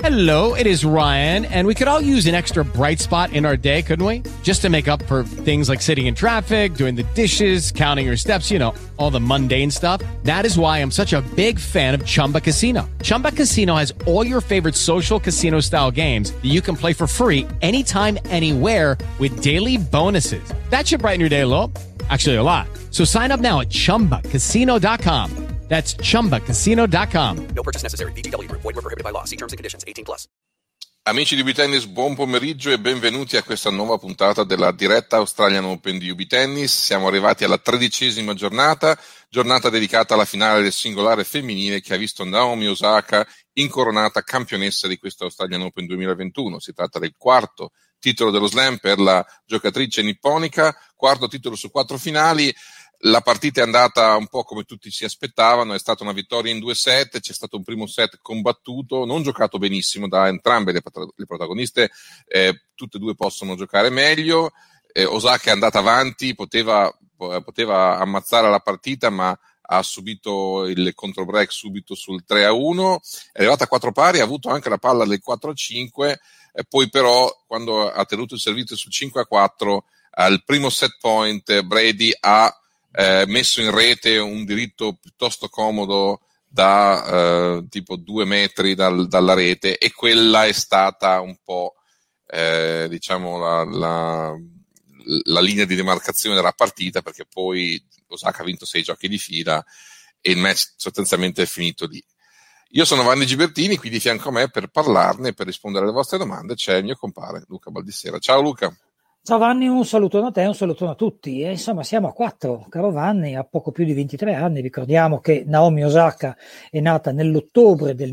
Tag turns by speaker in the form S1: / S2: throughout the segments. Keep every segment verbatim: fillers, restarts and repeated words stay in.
S1: Hello, it is Ryan, and we could all use an extra bright spot in our day, couldn't we? Just to make up for things like sitting in traffic, doing the dishes, counting your steps, you know, all the mundane stuff. That is why I'm such a big fan of Chumba Casino. Chumba Casino has all your favorite social casino-style games that you can play for free anytime, anywhere with daily bonuses. That should brighten your day a little. Actually, a lot. So sign up now at chumba casino dot com. That's chumba casino dot com.
S2: No purchase necessary. V G W Group. Void where prohibited by law. See terms and conditions. eighteen plus.
S3: Amici di U B Tennis, buon pomeriggio e benvenuti a questa nuova puntata della diretta Australian Open di U B Tennis. Siamo arrivati alla tredicesima giornata, giornata dedicata alla finale del singolare femminile che ha visto Naomi Osaka incoronata campionessa di questa Australian Open duemilaventuno. Si tratta del quarto titolo dello slam per la giocatrice nipponica, quarto titolo su quattro finali. La partita è andata un po' come tutti si aspettavano, è stata una vittoria in due set, c'è stato un primo set combattuto, non giocato benissimo da entrambe le, le protagoniste, eh, tutte e due possono giocare meglio, eh, Osaka è andata avanti, poteva, poteva ammazzare la partita ma ha subito il contro break subito sul tre a uno, è arrivata a quattro pari, ha avuto anche la palla del quattro a cinque, e poi però quando ha tenuto il servizio sul cinque a quattro al primo set point Brady ha Eh, messo in rete un diritto piuttosto comodo da eh, tipo due metri dal, dalla rete, e quella è stata un po' eh, diciamo la, la, la linea di demarcazione della partita, perché poi Osaka ha vinto sei giochi di fila e il match sostanzialmente è finito lì. Io sono Vanni Gibertini, qui di fianco a me per parlarne e per rispondere alle vostre domande c'è il mio compare Luca Baldissera. Ciao Luca.
S4: Ciao Vanni, un saluto a te, un saluto a tutti. E insomma siamo a quattro, caro Vanni, a poco più di ventitré anni. Ricordiamo che Naomi Osaka è nata nell'ottobre del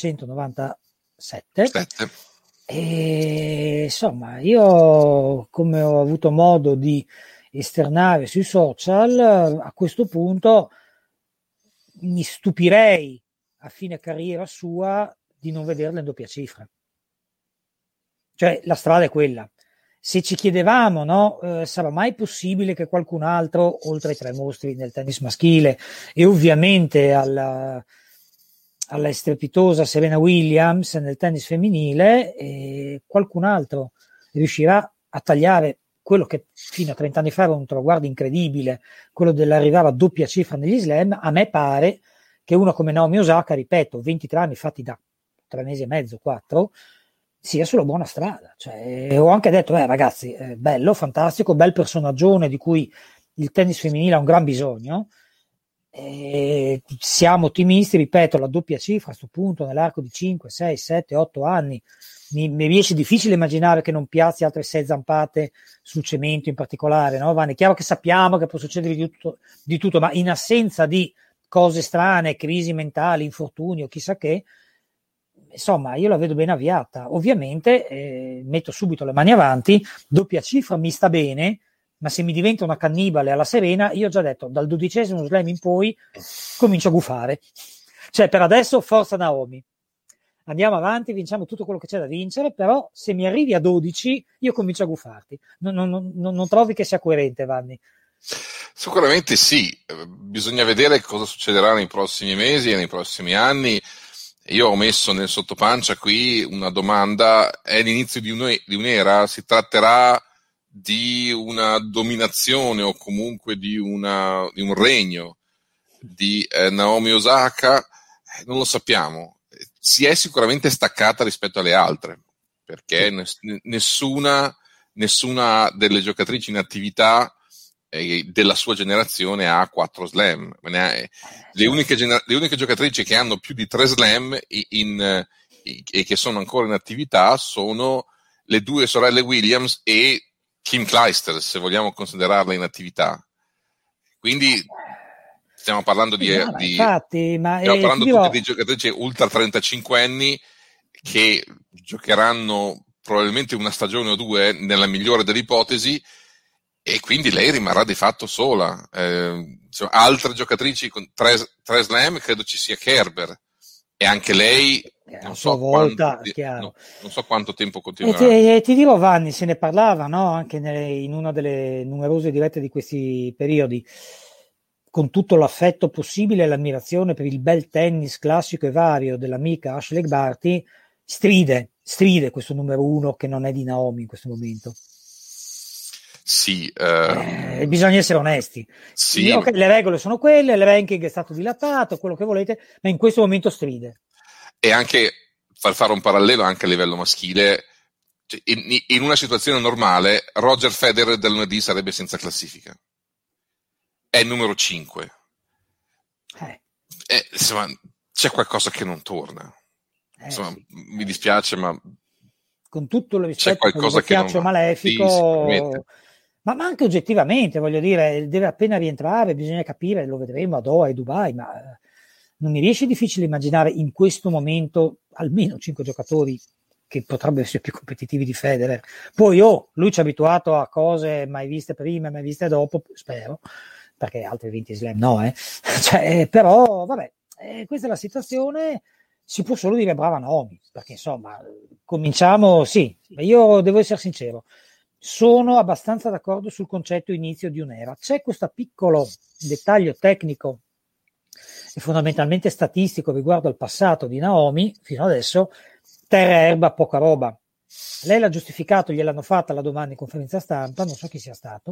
S4: millenovecentonovantasette. Sette. E insomma io, come ho avuto modo di esternare sui social, a questo punto mi stupirei a fine carriera sua di non vederla in doppia cifra. Cioè la strada è quella. Se ci chiedevamo, no, eh, sarà mai possibile che qualcun altro, oltre ai tre mostri del tennis maschile e ovviamente alla, alla estrepitosa Serena Williams nel tennis femminile, eh, qualcun altro riuscirà a tagliare quello che fino a trenta anni fa era un traguardo incredibile, quello dell'arrivare a doppia cifra negli slam? A me pare che uno come Naomi Osaka, ripeto, ventitré anni fatti da tre mesi e mezzo, quattro, sia sulla buona strada. Cioè, ho anche detto, eh ragazzi, eh, bello, fantastico, bel personaggione di cui il tennis femminile ha un gran bisogno, e siamo ottimisti, ripeto, la doppia cifra a questo punto nell'arco di cinque, sei, sette, otto anni mi, mi riesce difficile immaginare che non piazzi altre sei zampate sul cemento in particolare, no Vanni? È chiaro che sappiamo che può succedere di tutto, di tutto, ma in assenza di cose strane, crisi mentali, infortuni o chissà che, insomma io la vedo ben avviata. Ovviamente eh, metto subito le mani avanti, doppia cifra mi sta bene, ma se mi diventa una cannibale alla Serena, io ho già detto, dal dodicesimo slam in poi comincio a gufare. Cioè per adesso forza Naomi, andiamo avanti, vinciamo tutto quello che c'è da vincere, però se mi arrivi a dodici io comincio a gufarti. Non, non, non, non trovi che sia coerente, Vanni?
S3: Sicuramente sì, bisogna vedere cosa succederà nei prossimi mesi e nei prossimi anni. Io ho messo nel sottopancia qui una domanda: è l'inizio di, un, di un'era? Si tratterà di una dominazione o comunque di, una, di un regno di eh, Naomi Osaka? Eh, non lo sappiamo. Si è sicuramente staccata rispetto alle altre, perché ness- nessuna, nessuna delle giocatrici in attività della sua generazione ha quattro slam. Le uniche, gener- le uniche giocatrici che hanno più di tre slam in, in, in, e che sono ancora in attività sono le due sorelle Williams e Kim Clijsters, se vogliamo considerarla in attività. Quindi stiamo parlando di,
S4: no,
S3: di
S4: infatti, ma
S3: stiamo
S4: eh,
S3: parlando
S4: dirò...
S3: tutte di giocatrici ultra trentacinque anni che giocheranno probabilmente una stagione o due nella migliore delle ipotesi, e quindi lei rimarrà di fatto sola. Eh, cioè, altre giocatrici con tre, tre slam, credo ci sia Kerber, e anche lei non so,
S4: volta,
S3: quanto, no, non so quanto tempo
S4: e
S3: continuerà.
S4: ti, e ti dirò, Vanni, se ne parlava, no? Anche nelle, in una delle numerose dirette di questi periodi, con tutto l'affetto possibile e l'ammirazione per il bel tennis classico e vario dell'amica Ashleigh Barty, stride, stride questo numero uno che non è di Naomi in questo momento.
S3: Sì, uh,
S4: eh, bisogna essere onesti.
S3: Sì.
S4: Okay, le regole sono quelle, il ranking è stato dilatato, quello che volete, ma in questo momento stride.
S3: E anche far fare un parallelo anche a livello maschile, cioè in, in una situazione normale Roger Federer del lunedì sarebbe senza classifica, è il numero cinque.
S4: Eh.
S3: Eh, insomma, c'è qualcosa che non torna.
S4: Eh,
S3: insomma,
S4: sì.
S3: mi dispiace, ma
S4: con tutto il rispetto
S3: c'è qualcosa
S4: per il
S3: che non
S4: malefico,
S3: sì,
S4: ma, ma anche oggettivamente, voglio dire, deve appena rientrare, bisogna capire, lo vedremo a Doha e Dubai, ma non mi riesce difficile immaginare in questo momento almeno cinque giocatori che potrebbero essere più competitivi di Federer. Poi oh, lui ci ha abituato a cose mai viste prima e mai viste dopo, spero, perché altri venti slam no, eh. Cioè, però vabbè, eh, questa è la situazione. Si può solo dire brava Naomi, perché insomma, cominciamo, sì, io devo essere sincero, sono abbastanza d'accordo sul concetto inizio di un'era. C'è questo piccolo dettaglio tecnico e fondamentalmente statistico riguardo al passato di Naomi, fino adesso, terra erba, poca roba. Lei l'ha giustificato, gliel'hanno fatta la domanda in conferenza stampa, non so chi sia stato,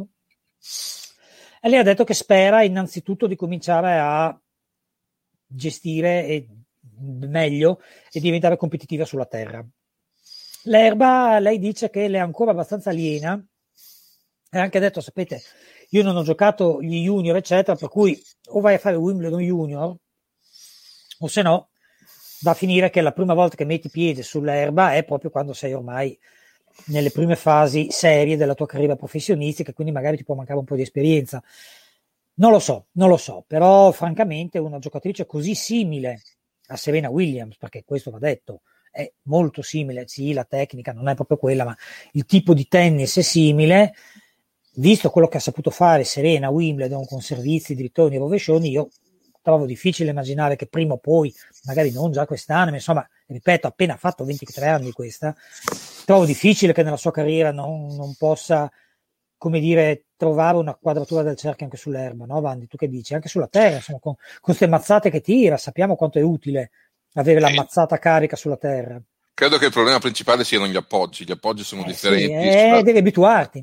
S4: e lei ha detto che spera innanzitutto di cominciare a gestire e meglio e diventare competitiva sulla terra. L'erba, lei dice che le è ancora abbastanza aliena e ha anche detto, sapete, io non ho giocato gli junior eccetera, per cui o vai a fare Wimbledon junior o se no va a finire che la prima volta che metti piede sull'erba è proprio quando sei ormai nelle prime fasi serie della tua carriera professionistica, quindi magari ti può mancare un po' di esperienza. Non lo so, non lo so, però francamente una giocatrice così simile a Serena Williams, perché questo va detto, è molto simile, sì, la tecnica non è proprio quella, ma il tipo di tennis è simile, visto quello che ha saputo fare Serena Wimbledon con servizi, drittoni e rovescioni, io trovo difficile immaginare che prima o poi, magari non già quest'anno, ma insomma, ripeto, appena ha fatto ventitré anni questa, trovo difficile che nella sua carriera non, non possa, come dire, trovare una quadratura del cerchio anche sull'erba, no Vanni? Tu che dici? Anche sulla terra, insomma, con queste mazzate che tira, sappiamo quanto è utile avere la mazzata carica sulla terra.
S3: Credo che il problema principale siano gli appoggi, gli appoggi sono
S4: eh,
S3: differenti.
S4: Sì, eh, sulla... Devi abituarti.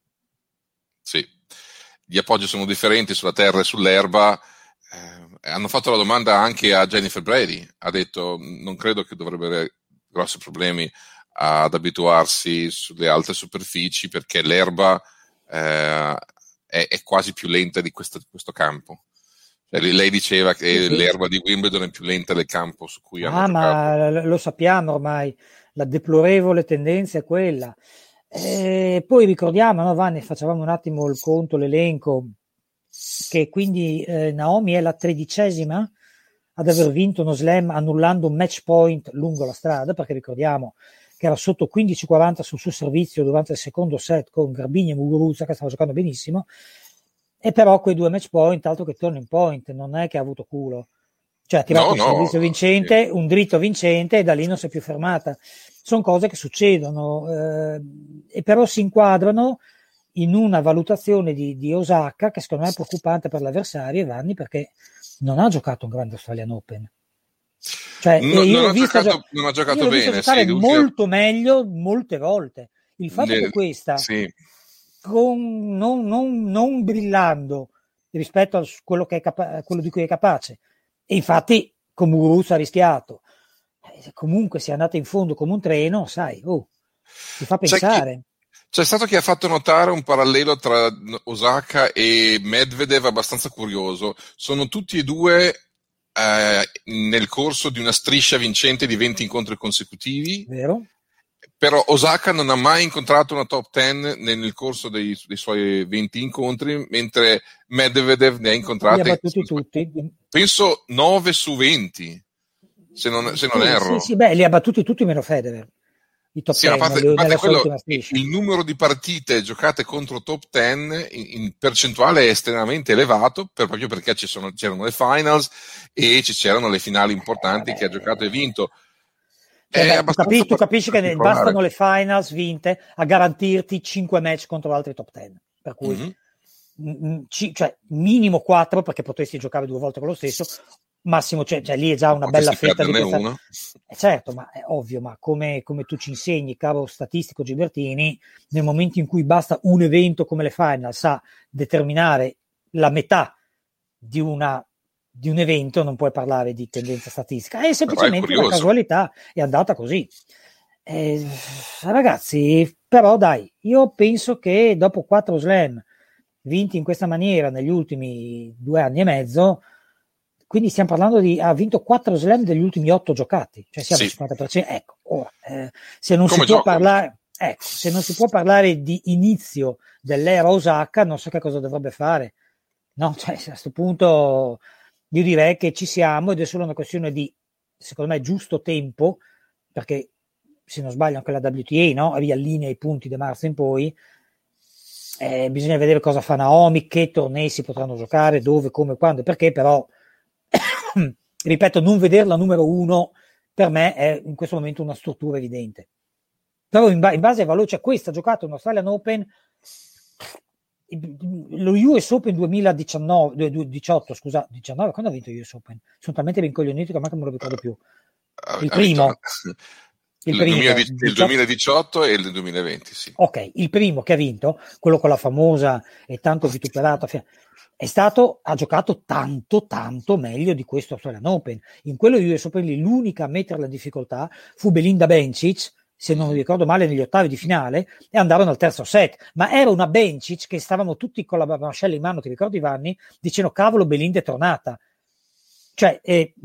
S3: Sì, gli appoggi sono differenti sulla terra e sull'erba. Eh, hanno fatto la domanda anche a Jennifer Brady, ha detto non credo che dovrebbe avere grossi problemi ad abituarsi sulle altre superfici perché l'erba eh, è, è quasi più lenta di questo, questo campo. Cioè, lei diceva che sì, sì. l'erba di Wimbledon è più lenta del campo su cui hanno
S4: ah,
S3: giocato.
S4: Ma lo sappiamo ormai, la deplorevole tendenza è quella. E poi ricordiamo, no, Vanni, facevamo un attimo il conto, l'elenco, che quindi eh, Naomi è la tredicesima ad aver vinto uno slam annullando un match point lungo la strada, perché ricordiamo che era sotto quindici quaranta sul suo servizio durante il secondo set con Garbini e Muguruza, che stava giocando benissimo, e però quei due match point, altro che turning point, non è che ha avuto culo, cioè ha tirato no, un no, servizio vincente, sì. un dritto vincente, e da lì non si è più fermata. Sono cose che succedono, eh, e però si inquadrano in una valutazione di, di Osaka che secondo me è preoccupante per l'avversario, Vanni, perché non ha giocato un grande Australian Open. Cioè,
S3: no,
S4: io
S3: non,
S4: ho
S3: ha
S4: visto
S3: giocato,
S4: gio-
S3: non ha giocato
S4: io l'ho
S3: bene,
S4: visto giocare
S3: sì,
S4: molto meglio molte volte. Il fatto
S3: Le...
S4: che questa,
S3: sì.
S4: con, non, non, non brillando rispetto a quello, che è capa- quello di cui è capace, e infatti con Muguruza ha rischiato, eh, comunque si è andata in fondo come un treno, sai, oh, ti fa pensare.
S3: C'è, chi... C'è stato chi ha fatto notare un parallelo tra Osaka e Medvedev abbastanza curioso. Sono tutti e due eh, nel corso di una striscia vincente di venti incontri consecutivi.
S4: Vero?
S3: Però Osaka non ha mai incontrato una top dieci nel corso dei, dei suoi venti incontri, mentre Medvedev ne ha incontrati
S4: li ha battuti tutti.
S3: Penso nove su venti, se non, se non
S4: sì,
S3: erro.
S4: Sì, sì, beh, li ha battuti tutti meno Federer. I top
S3: sì,
S4: ten,
S3: a parte,
S4: nelle,
S3: a parte quello,
S4: il
S3: numero di partite giocate contro top dieci in, in percentuale è estremamente elevato, per, proprio perché ci sono, c'erano le finals e ci c'erano le finali importanti eh, che ha giocato e vinto.
S4: Cioè, beh, tu, capisci, tu capisci che bastano le finals vinte a garantirti cinque match contro altri top dieci, per cui mm-hmm. m- c- cioè, minimo quattro, perché potresti giocare due volte con lo stesso, massimo, cioè, cioè lì è già una
S3: Ma
S4: bella
S3: questi
S4: fetta di
S3: perderne
S4: questa...
S3: uno.
S4: Eh, certo, ma è ovvio, ma come, come tu ci insegni, caro statistico Gibertini, nel momento in cui basta un evento come le finals a determinare la metà di, una, di un evento, non puoi parlare di tendenza statistica, è semplicemente
S3: Però è
S4: una
S3: curioso.
S4: casualità, è andata così. Eh, ragazzi, però dai, io penso che dopo quattro slam vinti in questa maniera negli ultimi due anni e mezzo, quindi stiamo parlando di ha vinto quattro slam degli ultimi otto giocati, cioè siamo
S3: Sì.
S4: al cinquanta per cento. Ecco, ora, eh, se non
S3: Come
S4: si può
S3: gioco?
S4: parlare, ecco, se non si può parlare di inizio dell'era Osaka, non so che cosa dovrebbe fare. No, cioè, a questo punto io direi che ci siamo ed è solo una questione di, secondo me, giusto tempo, perché se non sbaglio anche la W T A, no? Riallinea i punti da marzo in poi. Eh, bisogna vedere cosa fa Naomi, che tornei si potranno giocare, dove, come, quando e perché, però ripeto, non vederla numero uno per me è in questo momento una struttura evidente. Però in, ba- in base ai valori, cioè questa ha giocato un Australian Open, lo U S Open duemiladiciannove, diciotto, scusa, diciannove, quando ha vinto l'U S Open? Sono talmente rincoglionito che manco me lo ricordo più. Il
S3: Ha
S4: primo.
S3: vinto-
S4: Il,
S3: il,
S4: primo,
S3: duemiladiciotto, il duemiladiciotto e il duemilaventi, sì.
S4: Ok, il primo che ha vinto, quello con la famosa e tanto vituperata, è stato, ha giocato tanto, tanto meglio di questo Australian Open. In quello U S Open lì, l'unica a mettere la difficoltà fu Belinda Bencic, se non mi ricordo male, negli ottavi di finale, e andarono al terzo set. Ma era una Bencic che stavamo tutti con la mascella in mano, ti ricordi, Vanni, dicendo cavolo, Belinda è tornata. Cioè, eh,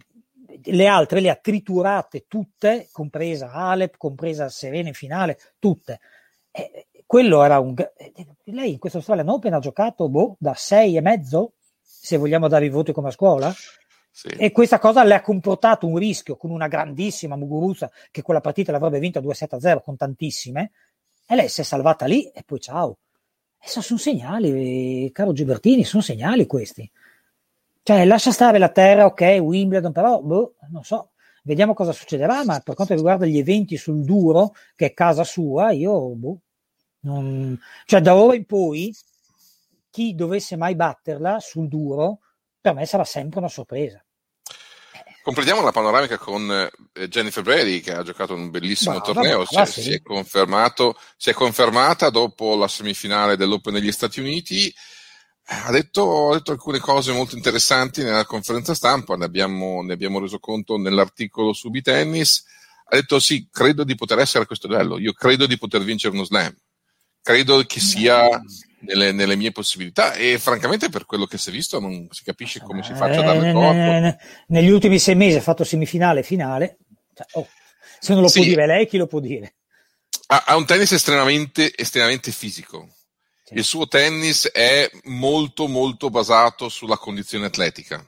S4: le altre le ha triturate tutte, compresa Alep, compresa Serena in finale, tutte. Eh, quello era un... Lei in questo Australian Open ha giocato boh, da sei e mezzo, se vogliamo dare i voti come a scuola,
S3: Sì.
S4: E questa cosa le ha comportato un rischio con una grandissima Muguruza che quella partita l'avrebbe vinta due sette a zero con tantissime, e lei si è salvata lì e poi ciao. E so, sono segnali, caro Gibertini, sono segnali questi. Cioè, lascia stare la terra, ok, Wimbledon, però, boh, non so, vediamo cosa succederà, ma per quanto riguarda gli eventi sul duro, che è casa sua, io, boh, non... Cioè, da ora in poi, chi dovesse mai batterla sul duro, per me sarà sempre una sorpresa.
S3: Completiamo la panoramica con eh, Jennifer Brady, che ha giocato un bellissimo
S4: Brava,
S3: torneo,
S4: brava,
S3: si,
S4: sì.
S3: si, è confermato, si è confermata dopo la semifinale dell'Open degli Stati Uniti. Ha detto, ha detto alcune cose molto interessanti nella conferenza stampa, ne abbiamo, ne abbiamo reso conto nell'articolo su B-Tennis. Ha detto sì, credo di poter essere a questo livello, io credo di poter vincere uno slam, credo che sia nelle, nelle mie possibilità, e francamente per quello che si è visto non si capisce come si faccia a darle corpo.
S4: Negli ultimi sei mesi ha fatto semifinale e finale, cioè, oh, se non lo
S3: sì,
S4: può dire lei, chi lo può dire?
S3: Ha, ha un tennis estremamente, estremamente fisico. Sì. Il suo tennis è molto molto basato sulla condizione atletica,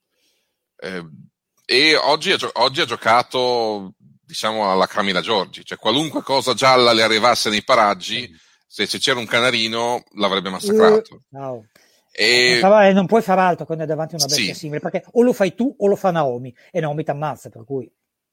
S3: eh, e oggi, oggi ha giocato, diciamo, alla Camila Giorgi, cioè qualunque cosa gialla le arrivasse nei paraggi, sì. se, se c'era un canarino l'avrebbe massacrato.
S4: Uh, no.
S3: E...
S4: non, non puoi fare altro quando è davanti a una bestia
S3: sì.
S4: simile, perché o lo fai tu o lo fa Naomi, e Naomi ti ammazza, per cui.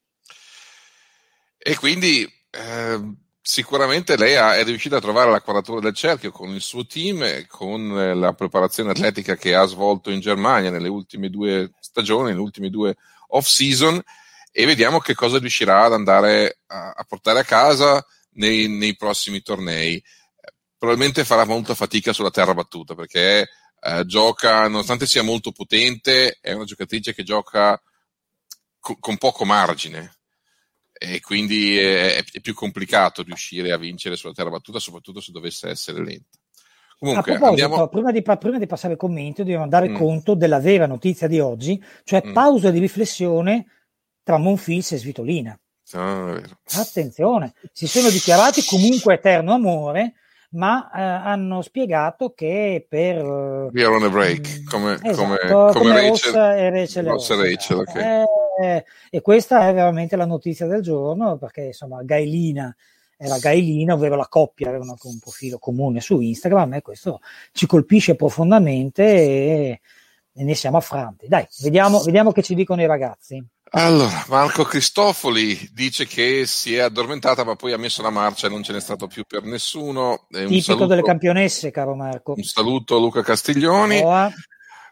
S3: E quindi eh, sicuramente lei ha, è riuscita a trovare la quadratura del cerchio con il suo team, con eh, la preparazione atletica che ha svolto in Germania nelle ultime due stagioni, nelle ultime due off-season, e vediamo che cosa riuscirà ad andare a, a portare a casa nei, nei prossimi tornei. Probabilmente farà molta fatica sulla terra battuta, perché eh, gioca, nonostante sia molto potente, è una giocatrice che gioca co- con poco margine, e quindi è, è più complicato riuscire a vincere sulla terra battuta, soprattutto se dovesse essere lenta. Comunque,
S4: a proposito,
S3: andiamo...
S4: prima, di, prima di passare al commento, dobbiamo dare
S3: mm.
S4: conto della vera notizia di oggi, cioè
S3: mm.
S4: pausa di riflessione tra Monfils e Svitolina.
S3: Ah, è vero.
S4: Attenzione, si sono dichiarati comunque eterno amore, ma eh, hanno spiegato che per
S3: We are on a break, come,
S4: esatto,
S3: come,
S4: come,
S3: come Rachel,
S4: Rossa e Rachel,
S3: Rossa
S4: Rossa,
S3: Rachel,
S4: esatto.
S3: okay.
S4: eh, e questa è veramente la notizia del giorno, perché insomma Gaelina era Gaelina, ovvero la coppia, avevano anche un profilo comune su Instagram, e questo ci colpisce profondamente e, e ne siamo affranti. Dai, vediamo, vediamo che ci dicono i ragazzi.
S3: Allora, Marco Cristofoli dice che si è addormentata, ma poi ha messo la marcia e non ce n'è stato più per nessuno. E
S4: Tipico
S3: un saluto,
S4: delle campionesse, caro Marco.
S3: Un saluto a Luca Castiglioni.
S4: Boa.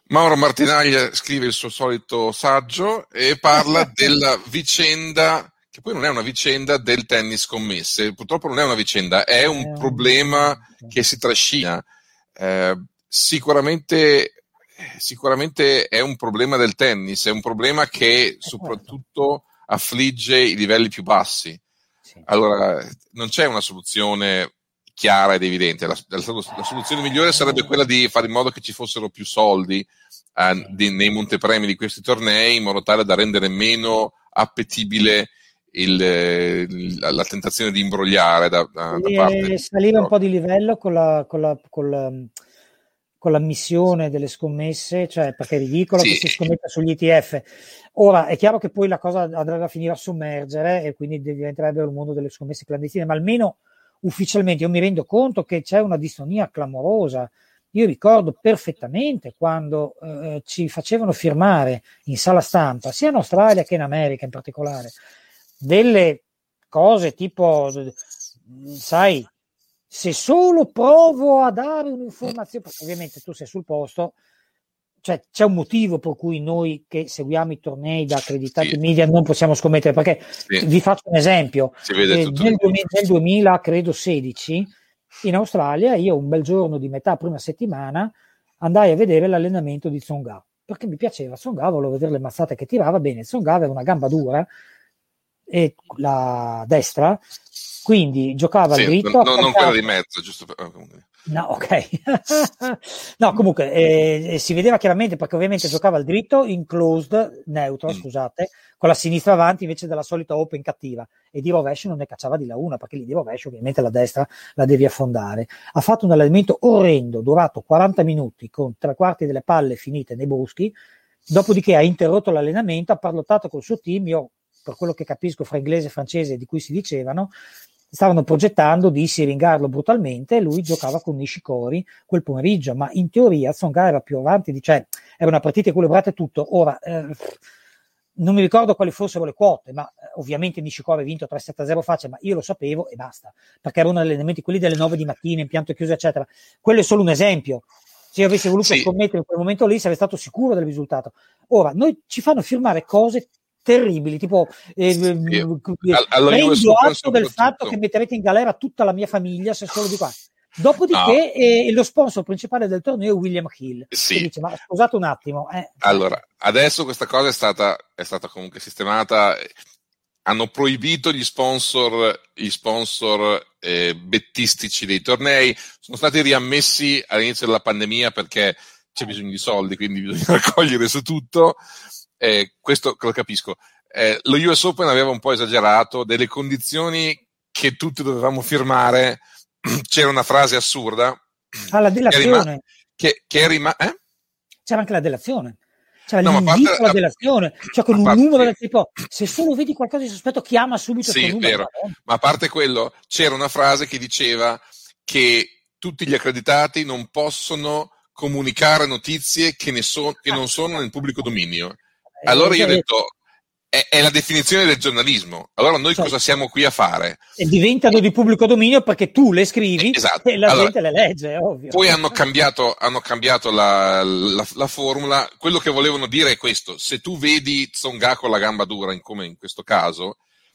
S3: Mauro Martinaglia scrive il suo solito saggio e parla della vicenda, che poi non è una vicenda del tennis scommesse, purtroppo non è una vicenda, è un problema che si trascina. Eh, sicuramente, sicuramente è un problema del tennis, è un problema che soprattutto affligge i livelli più bassi. Allora, non c'è una soluzione chiara ed evidente. La, la, la soluzione migliore sarebbe quella di fare in modo che ci fossero più soldi eh, di, nei montepremi di questi tornei, in modo tale da rendere meno appetibile il, il, la tentazione di imbrogliare da, da, da parte.
S4: Salire un po' di livello con la, con la, con la, con l'ammissione delle scommesse, cioè perché è ridicolo sì. che si scommetta sugli E T F. Ora è chiaro che poi la cosa andrebbe a finire a sommergere e quindi diventerebbe il mondo delle scommesse clandestine, ma almeno ufficialmente io mi rendo conto che c'è una distonia clamorosa. Io ricordo perfettamente quando eh, ci facevano firmare in sala stampa, sia in Australia che in America in particolare, delle cose tipo, sai, se solo provo a dare un'informazione, perché ovviamente tu sei sul posto, cioè c'è un motivo per cui noi che seguiamo i tornei da accreditati sì. media non possiamo scommettere, perché sì. vi faccio un esempio, eh, nel, duemila, nel duemila credo sedici in Australia io un bel giorno di metà prima settimana andai a vedere l'allenamento di Tsonga, perché mi piaceva Tsonga, volevo vedere le mazzate che tirava bene. Tsonga aveva una gamba dura e la destra, quindi giocava
S3: sì,
S4: al dritto,
S3: non, non quella di mezzo, giusto per...
S4: No, ok. No, comunque eh, si vedeva chiaramente perché ovviamente giocava al dritto in closed, neutro, mm. scusate, con la sinistra avanti invece della solita open cattiva, e di rovescio non ne cacciava di là una, perché lì di rovescio ovviamente la destra la devi affondare. Ha fatto un allenamento orrendo, durato quaranta minuti con tre quarti delle palle finite nei bruschi, dopodiché ha interrotto l'allenamento, ha parlottato col suo team. Io, per quello che capisco fra inglese e francese di cui si dicevano, stavano progettando di siringarlo brutalmente e lui giocava con Nishikori quel pomeriggio, ma in teoria Tsonga era più avanti, di, cioè era una partita equilibrata e tutto. Ora eh, non mi ricordo quali fossero le quote, ma eh, ovviamente Nishikori ha vinto tre sette a zero facile, ma io lo sapevo e basta, perché erano allenamenti quelli delle nove di mattina, impianto chiuso eccetera. Quello è solo un esempio. Se io avessi voluto sì. scommettere in quel momento lì sarei stato sicuro del risultato. Ora noi ci fanno firmare cose terribili, tipo eh, sì, prendo atto del fatto che metterete in galera tutta la mia famiglia se solo di qua. Dopodiché no. eh, lo sponsor principale del torneo è William Hill,
S3: sì.
S4: che dice: ma scusate un attimo eh.
S3: allora adesso questa cosa è stata è stata comunque sistemata, hanno proibito gli sponsor gli sponsor eh, bettistici dei tornei, sono stati riammessi all'inizio della pandemia perché c'è bisogno di soldi, quindi bisogna raccogliere su tutto. Eh, questo lo capisco. Eh, lo U S Open aveva un po' esagerato delle condizioni che tutti dovevamo firmare. C'era una frase assurda.
S4: Ah, la delazione.
S3: Che, che è rima- eh?
S4: C'era anche la delazione. C'era no, l'invito alla delazione, cioè con un parte, numero del tipo: se solo vedi qualcosa di sospetto, chiama subito.
S3: Sì, numero. Vero. Ma a parte quello, c'era una frase che diceva che tutti gli accreditati non possono comunicare notizie che, ne so- che non sono nel pubblico dominio. Allora io ho detto, è, è la definizione del giornalismo. Allora noi cioè, cosa siamo qui a fare?
S4: E diventano di pubblico dominio perché tu le scrivi
S3: esatto.
S4: e la
S3: allora,
S4: gente le legge, è ovvio.
S3: Poi hanno cambiato, hanno cambiato la, la, la formula. Quello che volevano dire è questo: se tu vedi Tsonga con la gamba dura, in, come in questo caso,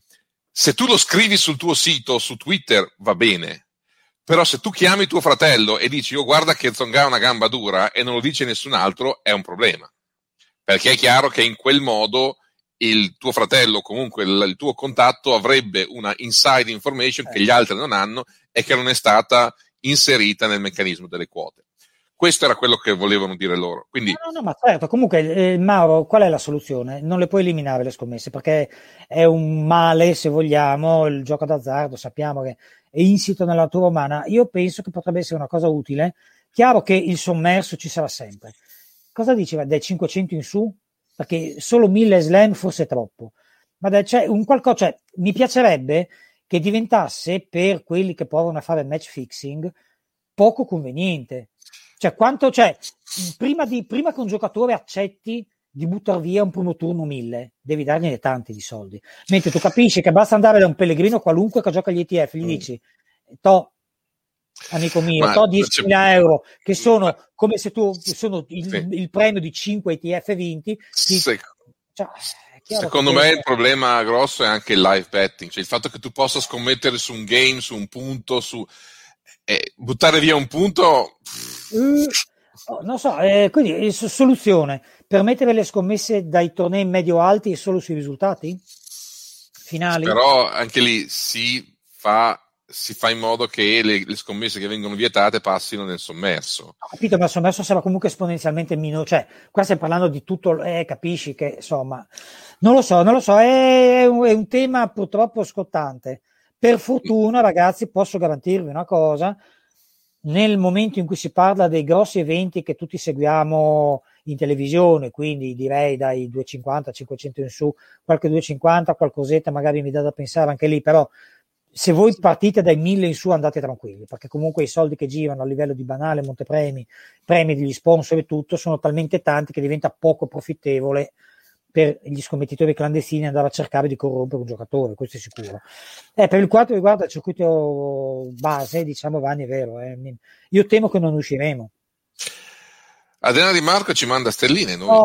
S3: se tu lo scrivi sul tuo sito o su Twitter va bene, però se tu chiami tuo fratello e dici oh guarda che Tsonga ha una gamba dura e non lo dice nessun altro, è un problema. Perché è chiaro che in quel modo il tuo fratello, comunque il, il tuo contatto, avrebbe una inside information che gli altri non hanno e che non è stata inserita nel meccanismo delle quote. Questo era quello che volevano dire loro. Quindi...
S4: No, no, ma certo, comunque eh, Mauro, qual è la soluzione? Non le puoi eliminare le scommesse perché è un male, se vogliamo, il gioco d'azzardo, sappiamo che è insito nella natura umana. Io penso che potrebbe essere una cosa utile. Chiaro che il sommerso ci sarà sempre. Cosa diceva? Dai cinquecento in su? Perché solo mille slam forse è troppo. Ma dai, c'è un qualcosa, cioè, mi piacerebbe che diventasse per quelli che provano a fare match fixing poco conveniente. Cioè, quanto, cioè, prima, di, prima che un giocatore accetti di buttare via un primo turno mille, devi dargliene tanti di soldi. Mentre tu capisci che basta andare da un pellegrino qualunque che gioca agli E T F, gli dici, to, amico mio,
S3: Ma
S4: to diecimila euro che sono come se tu sono il,
S3: sì.
S4: il premio di cinque E T F vinti. Ti,
S3: Se-
S4: cioè, è chiaro
S3: secondo
S4: che
S3: me
S4: questo-
S3: il problema grosso è anche il live betting, cioè il fatto che tu possa scommettere su un game, su un punto, su eh, buttare via un punto.
S4: Uh, oh, non so, eh, quindi eh, so- soluzione per mettere le scommesse dai tornei medio alti e solo sui risultati finali.
S3: Però anche lì si fa, si fa in modo che le, le scommesse che vengono vietate passino nel sommerso.
S4: Ho capito, ma il sommerso sarà comunque esponenzialmente minore, cioè qua stiamo parlando di tutto, eh, capisci che insomma, non lo so, non lo so, è, è un, è un tema purtroppo scottante. Per fortuna, ragazzi, posso garantirvi una cosa, nel momento in cui si parla dei grossi eventi che tutti seguiamo in televisione, quindi direi dai duecentocinquanta, cinquecento in su, qualche duecentocinquanta, qualcosetta magari mi dà da pensare anche lì, però se voi partite dai mille in su andate tranquilli, perché comunque i soldi che girano a livello di banale, montepremi, premi degli sponsor e tutto sono talmente tanti che diventa poco profittevole per gli scommettitori clandestini andare a cercare di corrompere un giocatore, questo è sicuro. Eh, per il quanto riguarda il circuito base, diciamo Vanni, è vero, eh, io temo che non usciremo.
S3: Adriana Di Marco ci manda stelline, noi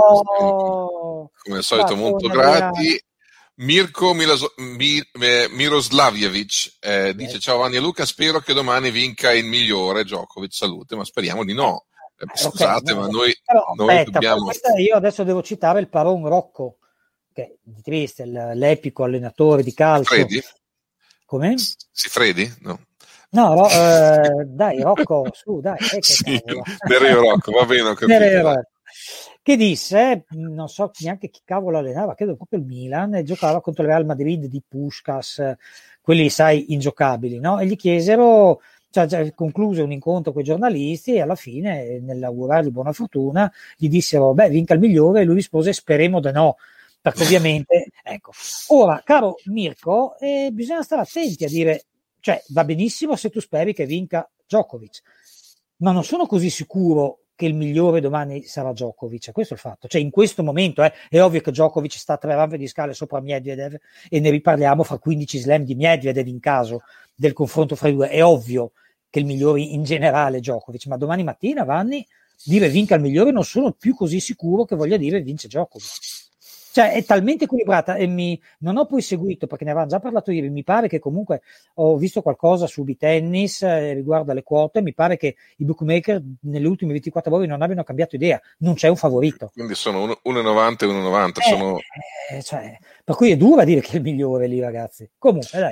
S4: Oh,
S3: come al solito
S4: ma
S3: molto
S4: Adriana.
S3: grati. Mirko Milos- Mi- eh, Miroslavjevic eh, dice
S4: Eh.
S3: ciao Vanni e Luca, spero che domani vinca il migliore Djokovic, salute, ma speriamo di no. Eh,
S4: Eh,
S3: scusate,
S4: ok, no,
S3: ma noi,
S4: però,
S3: noi
S4: aspetta,
S3: dobbiamo...
S4: questa io adesso devo citare il Paron Rocco, che di triste, l'epico allenatore di calcio.
S3: Freddi?
S4: Come?
S3: Si Freddi? No.
S4: No, Ro- eh, dai, Rocco, su, dai, eh, che
S3: Sì,
S4: cavolo.
S3: Nereo Rocco, va bene, ho capito.
S4: Nereo
S3: dai.
S4: Rocco. Che disse, non so neanche chi cavolo allenava, credo proprio il Milan, e giocava contro il Real Madrid di Puskás, quelli sai ingiocabili, no? E gli chiesero, cioè già concluse un incontro con i giornalisti e alla fine, nell'augurargli buona fortuna, gli dissero, beh, vinca il migliore, e lui rispose, speriamo di no, perché ovviamente, ecco. Ora, caro Mirko, eh, bisogna stare attenti a dire, cioè va benissimo se tu speri che vinca Djokovic, ma non sono così sicuro che il migliore domani sarà Djokovic, questo è il fatto, cioè in questo momento eh, è ovvio che Djokovic sta a tre rampe di scale sopra Medvedev e ne riparliamo fra quindici slam di Medvedev in caso del confronto fra i due, è ovvio che il migliore in generale è Djokovic, ma domani mattina Vanni dire vinca il migliore non sono più così sicuro che voglia dire vince Djokovic. Cioè è talmente equilibrata e mi, non ho poi seguito perché ne avevamo già parlato ieri, mi pare che comunque ho visto qualcosa su B-Tennis eh, riguardo alle quote, mi pare che i bookmaker nelle ultime ventiquattro ore non abbiano cambiato idea, non c'è un favorito.
S3: Quindi sono uno virgola novanta e uno virgola novanta,
S4: Eh,
S3: sono...
S4: eh, cioè, per cui è dura dire che è il migliore lì, ragazzi. Comunque, dai.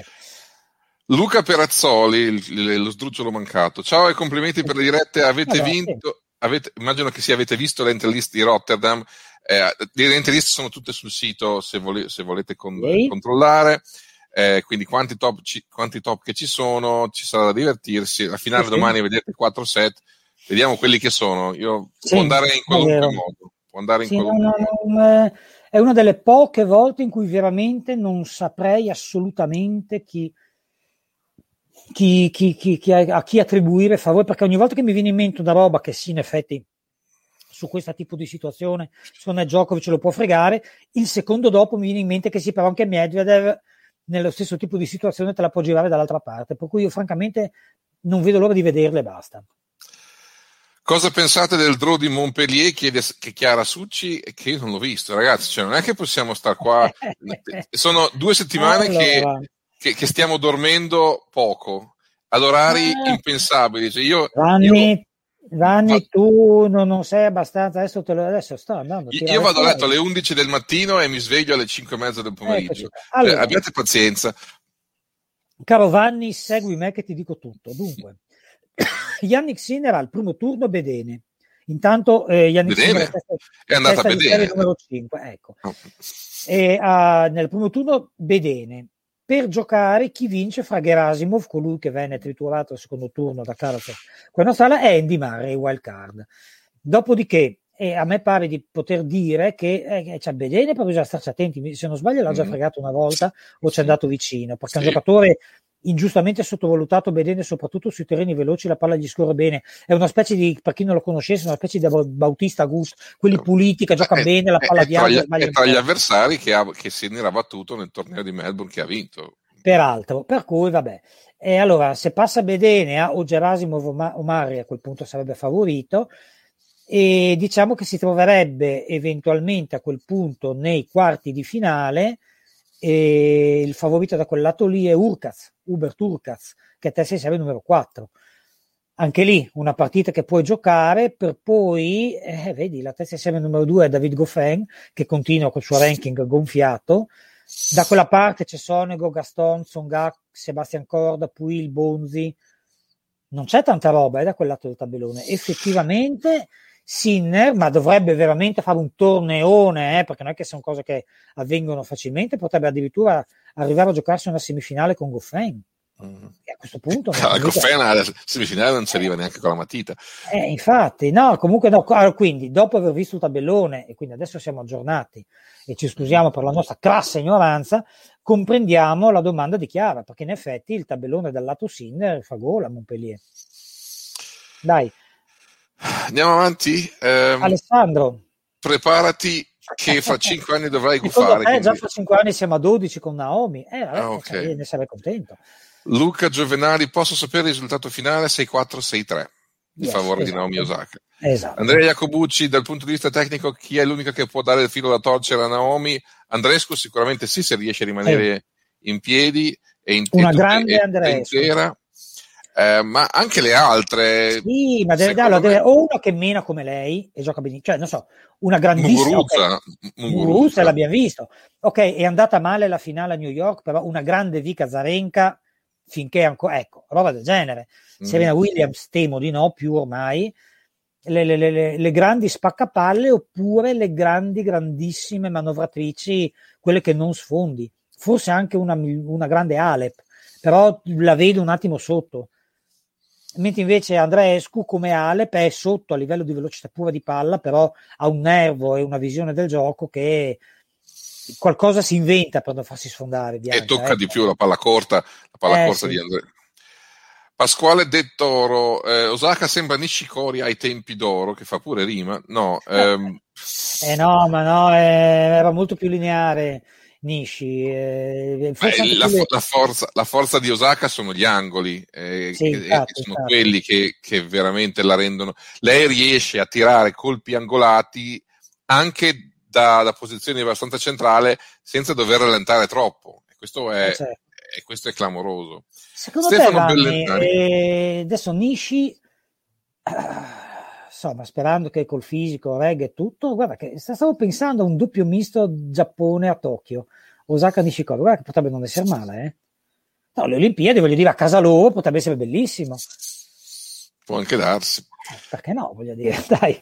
S3: Luca Perazzoli, il, il, lo sdrucciolo mancato. Ciao e complimenti per le dirette, avete
S4: Vabbè,
S3: vinto, avete, immagino che sì, avete visto le interlist di Rotterdam. Eh, le interviste sono tutte sul sito se, vole, se volete con,
S4: Sì.
S3: controllare, eh, quindi quanti top, ci, quanti top che ci sono, ci sarà da divertirsi. La finale
S4: Sì,
S3: domani
S4: sì.
S3: vedete quattro set, vediamo quelli che sono. Io,
S4: Sì,
S3: può andare in
S4: è
S3: qualunque
S4: vero.
S3: modo. Può andare in
S4: Sì,
S3: qualunque
S4: no,
S3: modo.
S4: no, no, eh, è una delle poche volte in cui veramente non saprei assolutamente chi, chi, chi, chi, chi a chi attribuire favore, perché ogni volta che mi viene in mente una roba che sì, in effetti su questo tipo di situazione secondo me Djokovic lo può fregare, il secondo dopo mi viene in mente che sì, però anche Medvedev nello stesso tipo di situazione te la può girare dall'altra parte, per cui io francamente non vedo l'ora di vederle e basta.
S3: Cosa pensate del draw di Montpellier? Chiede che Chiara Succi, che io non l'ho visto, ragazzi, cioè non è che possiamo star qua, sono due settimane
S4: allora.
S3: che, che, che stiamo dormendo poco, ad orari
S4: Ah.
S3: impensabili, cioè io,
S4: Vanni,
S3: io
S4: Vanni
S3: Va-
S4: tu non, non sei abbastanza, adesso, te lo, adesso sto andando a tirare
S3: io vado a
S4: fuori.
S3: letto alle undici del mattino e mi sveglio alle cinque e mezza del pomeriggio.
S4: Eccoci. Allora,
S3: Cioè, abbiate pazienza.
S4: caro Vanni, segui me che ti dico tutto. Dunque, Yannick Sinner al primo turno Bedene. Intanto eh, Yannick
S3: Bedene?
S4: Sinner è, testa,
S3: È andata
S4: testa
S3: a
S4: di
S3: Bedene.
S4: serie numero cinque. Ecco. E, uh, nel primo turno Bedene. Per giocare chi vince fra Gerasimov, colui che venne triturato al secondo turno da Carlsen, quella sala è Andy Murray, wild card. Dopodiché, e a me pare di poter dire che eh, c'è Bedene, però bisogna starci attenti, se non sbaglio l'ha già
S3: Mm.
S4: fregato una volta o ci
S3: Sì.
S4: è andato vicino, perché è
S3: Sì.
S4: un giocatore ingiustamente sottovalutato Bedene, soprattutto sui terreni veloci la palla gli scorre bene, è una specie di, per chi non lo conoscesse, una specie di Bautista Agut, quelli puliti che gioca
S3: È-
S4: bene, la
S3: è-
S4: palla
S3: è tra
S4: viaggia,
S3: gli,
S4: sbaglia
S3: è tra
S4: un
S3: gli
S4: po'.
S3: avversari che, ha, che Sinner ha battuto nel torneo di Melbourne che ha vinto.
S4: peraltro, per cui vabbè. E allora, se passa Bedenia o Gerasimov o Mari, a quel punto sarebbe favorito, e diciamo che si troverebbe eventualmente a quel punto nei quarti di finale, e il favorito da quel lato lì è Urkaz, Hubert Urkaz, che è testa di serie numero quattro. Anche lì una partita che puoi giocare, per poi eh, vedi la testa di serie numero due è David Goffin, che continua col suo ranking gonfiato. Da quella parte c'è Sonego, Gaston, Tsonga, Sebastian Corda, Puil, Bonzi. Non c'è tanta roba eh, da quel lato del tabellone. Effettivamente Sinner, ma dovrebbe veramente fare un torneone, eh, perché non è che sono cose che avvengono facilmente, potrebbe addirittura arrivare a giocarsi una semifinale con Goffin. Mm. E a questo punto
S3: la Goffin alla semifinale non ci arriva neanche con la matita.
S4: Eh, infatti, no, comunque no. Allora, quindi, dopo aver visto il tabellone, e quindi adesso siamo aggiornati e ci scusiamo per la nostra crassa ignoranza, comprendiamo la domanda di Chiara, perché in effetti il tabellone dal lato Sinner fa gola a Montpellier. Dai.
S3: Andiamo avanti. Um,
S4: Alessandro.
S3: Preparati che fra cinque anni dovrai
S4: Secondo
S3: gufare.
S4: te
S3: quindi...
S4: già fra cinque anni siamo a dodici con Naomi. Eh, vabbè,
S3: ah, okay.
S4: Ne sarei contento.
S3: Luca Giovenali, posso sapere il risultato finale? sei quattro sei tre in yes, favore esatto. di Naomi Osaka.
S4: Esatto.
S3: Andrea Iacobucci, dal punto di vista tecnico, chi è l'unico che può dare il filo da torcere a Naomi? Andrescu sicuramente sì, se riesce a rimanere sì. in piedi e in
S4: una
S3: e
S4: grande
S3: e,
S4: Andrescu.
S3: Intera. Eh, ma anche le altre,
S4: sì, ma deve darlo, deve, o una che mena come lei e gioca benissimo, cioè non so, una grandissima
S3: Muguruza,
S4: okay. Muguruza l'abbiamo visto, ok, è andata male la finale a New York, però una grande Vika Zarenka finché ancora, ecco, roba del genere. mm. Serena Williams temo di no più ormai, le, le, le, le grandi spaccapalle oppure le grandi grandissime manovratrici, quelle che non sfondi, forse anche una, una grande Alep, però la vedo un attimo sotto. Mentre invece Andreescu come Alep è sotto a livello di velocità pura di palla, però ha un nervo e una visione del gioco che qualcosa si inventa per non farsi sfondare. Bianca,
S3: e tocca
S4: eh.
S3: di più la palla corta, la palla
S4: eh,
S3: corta
S4: sì.
S3: di Andrea. Pasquale De Toro, eh, Osaka sembra Nishikori ai tempi d'oro, che fa pure rima. No, ehm...
S4: eh no, ma no, eh, era molto più lineare. Nishi, eh,
S3: Beh, la, le... la, forza, la forza di Osaka sono gli angoli, eh,
S4: sì,
S3: che,
S4: infatti,
S3: che sono
S4: infatti.
S3: quelli che, che veramente la rendono. Lei riesce a tirare colpi angolati anche da, da posizioni abbastanza centrale senza dover rallentare troppo. E questo è,
S4: eh, certo.
S3: e questo è clamoroso.
S4: Secondo
S3: Stefano
S4: te,
S3: Bellentani,
S4: eh, adesso Nishi, eh, insomma, sperando che col fisico regga e tutto, guarda che stavo pensando a un doppio misto Giappone a Tokyo, Osaka Nishikori, guarda che potrebbe non essere male, eh. No, le Olimpiadi, voglio dire, a casa loro potrebbe essere bellissimo.
S3: Può anche darsi.
S4: Perché no, voglio dire, dai.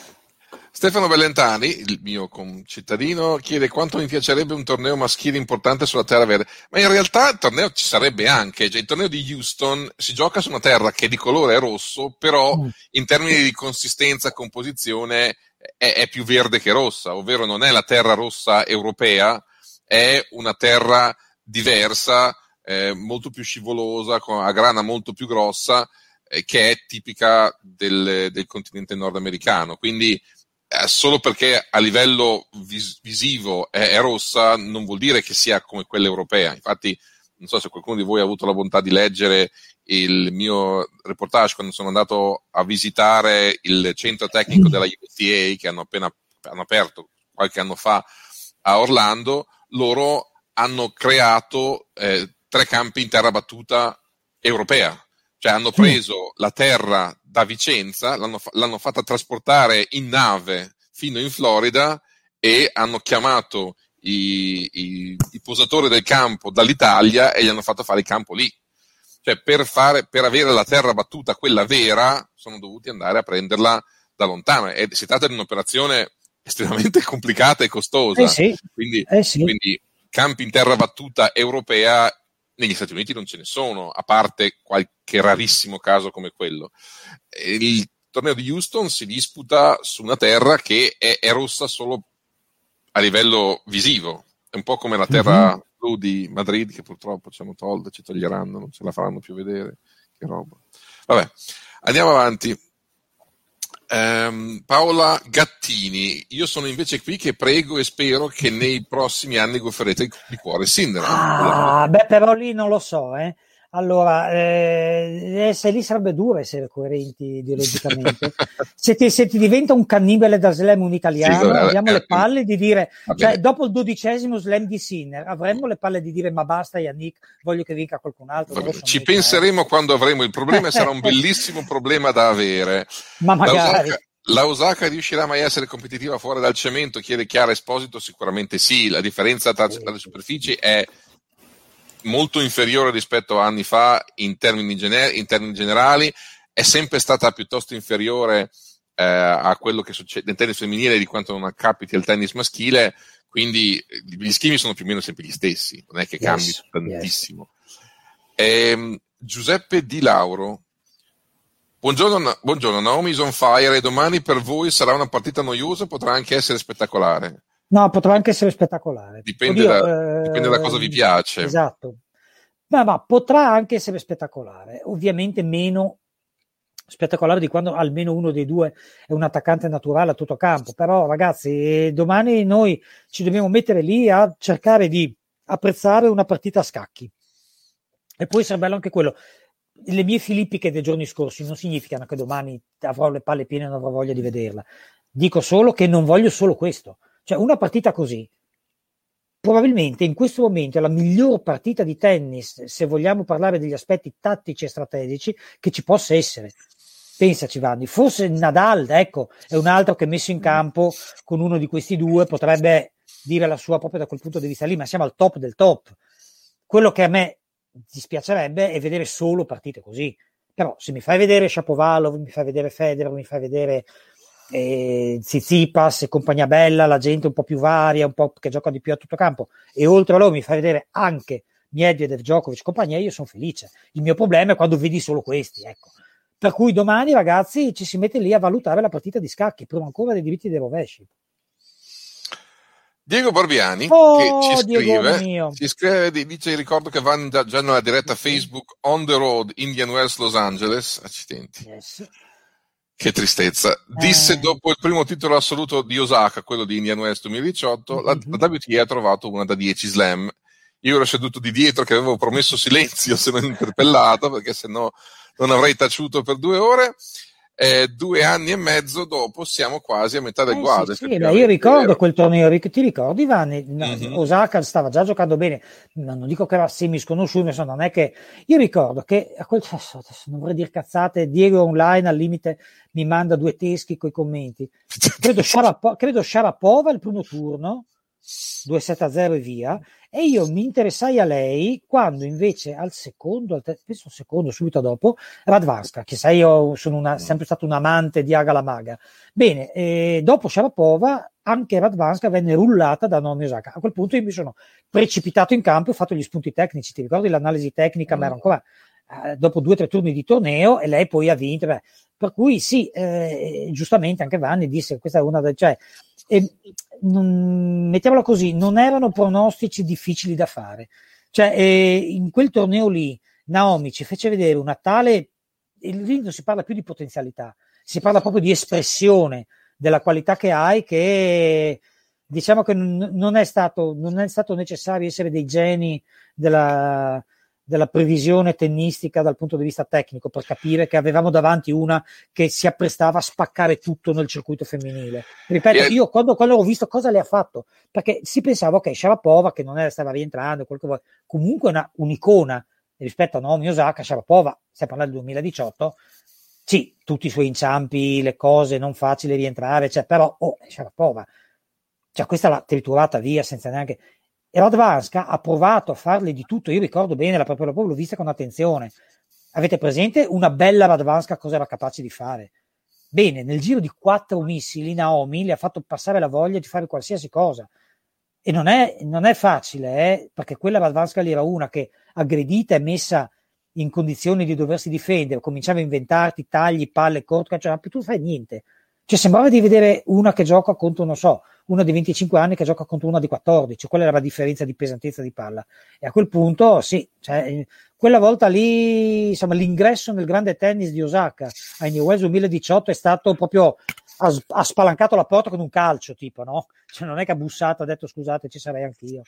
S3: Stefano Bellentani, il mio concittadino, chiede quanto mi piacerebbe un torneo maschile importante sulla terra verde. Ma in realtà il torneo ci sarebbe anche, cioè il torneo di Houston si gioca su una terra che di colore è rosso, però mm. in termini di consistenza, composizione è, è più verde che rossa, ovvero non è la terra rossa europea, è una terra diversa, eh, molto più scivolosa, con a grana molto più grossa, eh, che è tipica del, del continente nordamericano. Quindi Eh, solo perché a livello vis- visivo è, è rossa non vuol dire che sia come quella europea. Infatti non so se qualcuno di voi ha avuto la bontà di leggere il mio reportage quando sono andato a visitare il centro tecnico della U S T A che hanno appena hanno aperto qualche anno fa a Orlando. Loro hanno creato eh, tre campi in terra battuta europea, cioè hanno preso la terra da Vicenza, l'hanno, l'hanno fatta trasportare in nave fino in Florida e hanno chiamato i, i, i posatori del campo dall'Italia e gli hanno fatto fare il campo lì. Cioè per, fare, per avere la terra battuta, quella vera, sono dovuti andare a prenderla da lontano. E si tratta di un'operazione estremamente complicata e costosa.
S4: Eh sì.
S3: Quindi,
S4: eh sì.
S3: quindi campi in terra battuta europea negli Stati Uniti non ce ne sono, a parte qualche rarissimo caso come quello. Il torneo di Houston si disputa su una terra che è, è rossa solo a livello visivo, è un po' come la terra mm-hmm. blu di Madrid, che purtroppo ci hanno tolto, ci toglieranno, non ce la faranno più vedere, che roba. Vabbè, andiamo avanti. ehm, Paola Gattini, io sono invece qui che prego e spero che nei prossimi anni gofferete di cuore Sinner.
S4: Ah, beh, però lì non lo so, eh. Allora, eh, se lì sarebbe duro essere coerenti ideologicamente. se, ti, se ti diventa un cannibale da slam un italiano, sì, vabbè, abbiamo eh, le palle di dire, cioè dopo il dodicesimo slam di Sinner, avremmo le palle di dire ma basta Yannick, voglio che vinca qualcun altro.
S3: Ci mica, penseremo eh. quando avremo il problema, sarà un bellissimo problema da avere.
S4: Ma magari.
S3: La Osaka riuscirà mai a essere competitiva fuori dal cemento? Chiede Chiara Esposito. Sicuramente sì, la differenza tra sì. le superfici è molto inferiore rispetto a anni fa in termini, gener- in termini generali, è sempre stata piuttosto inferiore eh, a quello che succede nel tennis femminile di quanto non capiti al tennis maschile, quindi gli schemi sono più o meno sempre gli stessi, non è che cambi yes, tantissimo. Yes. E, Giuseppe Di Lauro, buongiorno, buongiorno, Naomi is on fire e domani per voi sarà una partita noiosa o potrà anche essere spettacolare?
S4: No, potrà anche essere spettacolare.
S3: Dipende, Oddio, da, eh, dipende da cosa vi piace.
S4: Esatto. Ma, ma potrà anche essere spettacolare. Ovviamente meno spettacolare di quando almeno uno dei due è un attaccante naturale a tutto campo. Però, ragazzi, domani noi ci dobbiamo mettere lì a cercare di apprezzare una partita a scacchi. E poi sarà bello anche quello. Le mie filippiche dei giorni scorsi non significano che domani avrò le palle piene e non avrò voglia di vederla. Dico solo che non voglio solo questo. Cioè una partita così, probabilmente in questo momento è la miglior partita di tennis, se vogliamo parlare degli aspetti tattici e strategici, che ci possa essere. Pensaci Vanni, forse Nadal, ecco, è un altro che messo in campo con uno di questi due potrebbe dire la sua proprio da quel punto di vista lì, ma siamo al top del top. Quello che a me dispiacerebbe è vedere solo partite così. Però se mi fai vedere Shapovalov, mi fai vedere Federer, mi fai vedere e Tsitsipas e compagnia bella, la gente un po' più varia, un po' che gioca di più a tutto campo, e oltre a loro mi fa vedere anche Medvedev, Djokovic, compagnia, io sono felice. Il mio problema è quando vedi solo questi, ecco. Per cui domani, ragazzi, ci si mette lì a valutare la partita di scacchi, prima ancora dei diritti dei rovesci.
S3: Diego Barbiani,
S4: oh,
S3: che ci scrive, ci scrive, dice, ricordo che vanno già, già nella diretta Facebook On the Road, Indian Wells, Los Angeles, accidenti. Yes. Che tristezza. Disse eh. dopo il primo titolo assoluto di Osaka, quello di Indian Wells duemiladiciotto, mm-hmm. la, la W T A ha trovato una da dieci slam. Io ero seduto di dietro che avevo promesso silenzio se non interpellato, perché sennò non avrei taciuto per due ore. Eh, due anni e mezzo dopo siamo quasi a metà del
S4: eh,
S3: guado.
S4: Sì, sì, beh, io ricordo quel torneo, ti ricordi Vanni? Mm-hmm. Osaka stava già giocando bene, non dico che era semi sconosciuto, insomma, non è che io ricordo che a quel, adesso non vorrei dire cazzate, Diego online al limite mi manda due teschi coi commenti. Credo Sharapova, credo Sharapova il primo turno, due sette a zero e via, e io mi interessai a lei quando invece al secondo, al te- penso al secondo, subito dopo, Radvanska, che sai io sono una, sempre stato un amante di Aga la Maga. Bene, eh, dopo Sharapova anche Radvanska venne rullata da Naomi Osaka. A quel punto io mi sono precipitato in campo e ho fatto gli spunti tecnici, ti ricordi l'analisi tecnica, mm. ma era ancora eh, dopo due o tre turni di torneo e lei poi ha vinto. Beh, per cui sì, eh, giustamente anche Vanni disse che questa è una delle... Cioè, eh, non, mettiamola così, non erano pronostici difficili da fare. Cioè, eh, in quel torneo lì Naomi ci fece vedere una tale... Lì non si parla più di potenzialità, si parla proprio di espressione della qualità che hai, che diciamo che n- non è stato non è stato necessario essere dei geni della... della previsione tennistica dal punto di vista tecnico per capire che avevamo davanti una che si apprestava a spaccare tutto nel circuito femminile. Ripeto, yeah. io quando, quando ho visto cosa le ha fatto, perché si pensava, ok, Sharapova che non era, stava rientrando, quel che vuoi, comunque una, un'icona rispetto a Naomi Osaka. Sharapova, stiamo parlando del duemiladiciotto, sì, tutti i suoi inciampi, le cose non facili rientrare, cioè, però, oh, Sharapova, cioè questa l'ha triturata via senza neanche... E Radvanska ha provato a farle di tutto. Io ricordo bene la propria l'ho vista con attenzione. Avete presente una bella Radvanska cosa era capace di fare? Bene, nel giro di quattro missili Naomi le ha fatto passare la voglia di fare qualsiasi cosa, e non è, non è facile, eh? Perché quella Radvanska lì era una che aggredita e messa in condizioni di doversi difendere, cominciava a inventarti tagli, palle, corto, cioè, non più tu fai niente. Cioè sembrava di vedere una che gioca contro, non so, una di venticinque anni che gioca contro una di quattordici, quella era la differenza di pesantezza di palla, e a quel punto sì, cioè, quella volta lì, insomma, l'ingresso nel grande tennis di Osaka ai New Wells duemiladiciotto è stato proprio, ha, ha spalancato la porta con un calcio, tipo, no? Cioè non è che ha bussato, ha detto scusate, ci sarei anch'io.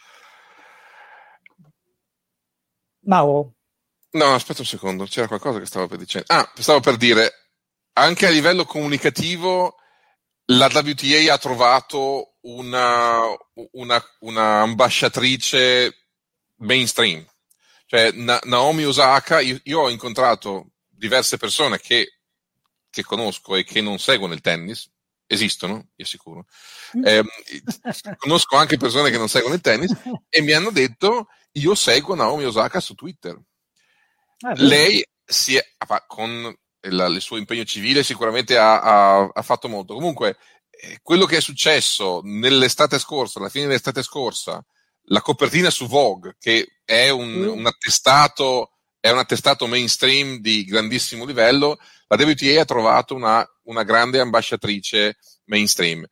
S4: Mauro?
S3: No, aspetta un secondo, c'era qualcosa che stavo per dicendo. Ah, stavo per dire, anche a livello comunicativo la W T A ha trovato una, una, una ambasciatrice mainstream. Cioè, Na- Naomi Osaka, io, io ho incontrato diverse persone che, che conosco e che non seguono il tennis, esistono, io sicuro. Eh, conosco anche persone che non seguono il tennis e mi hanno detto, io seguo Naomi Osaka su Twitter. Ah, lei si è, con il, il suo impegno civile sicuramente ha, ha, ha fatto molto. Comunque, eh, quello che è successo nell'estate scorsa, alla fine dell'estate scorsa, la copertina su Vogue, che è un, mm. un attestato, è un attestato mainstream di grandissimo livello, la W T A ha trovato una, una grande ambasciatrice mainstream.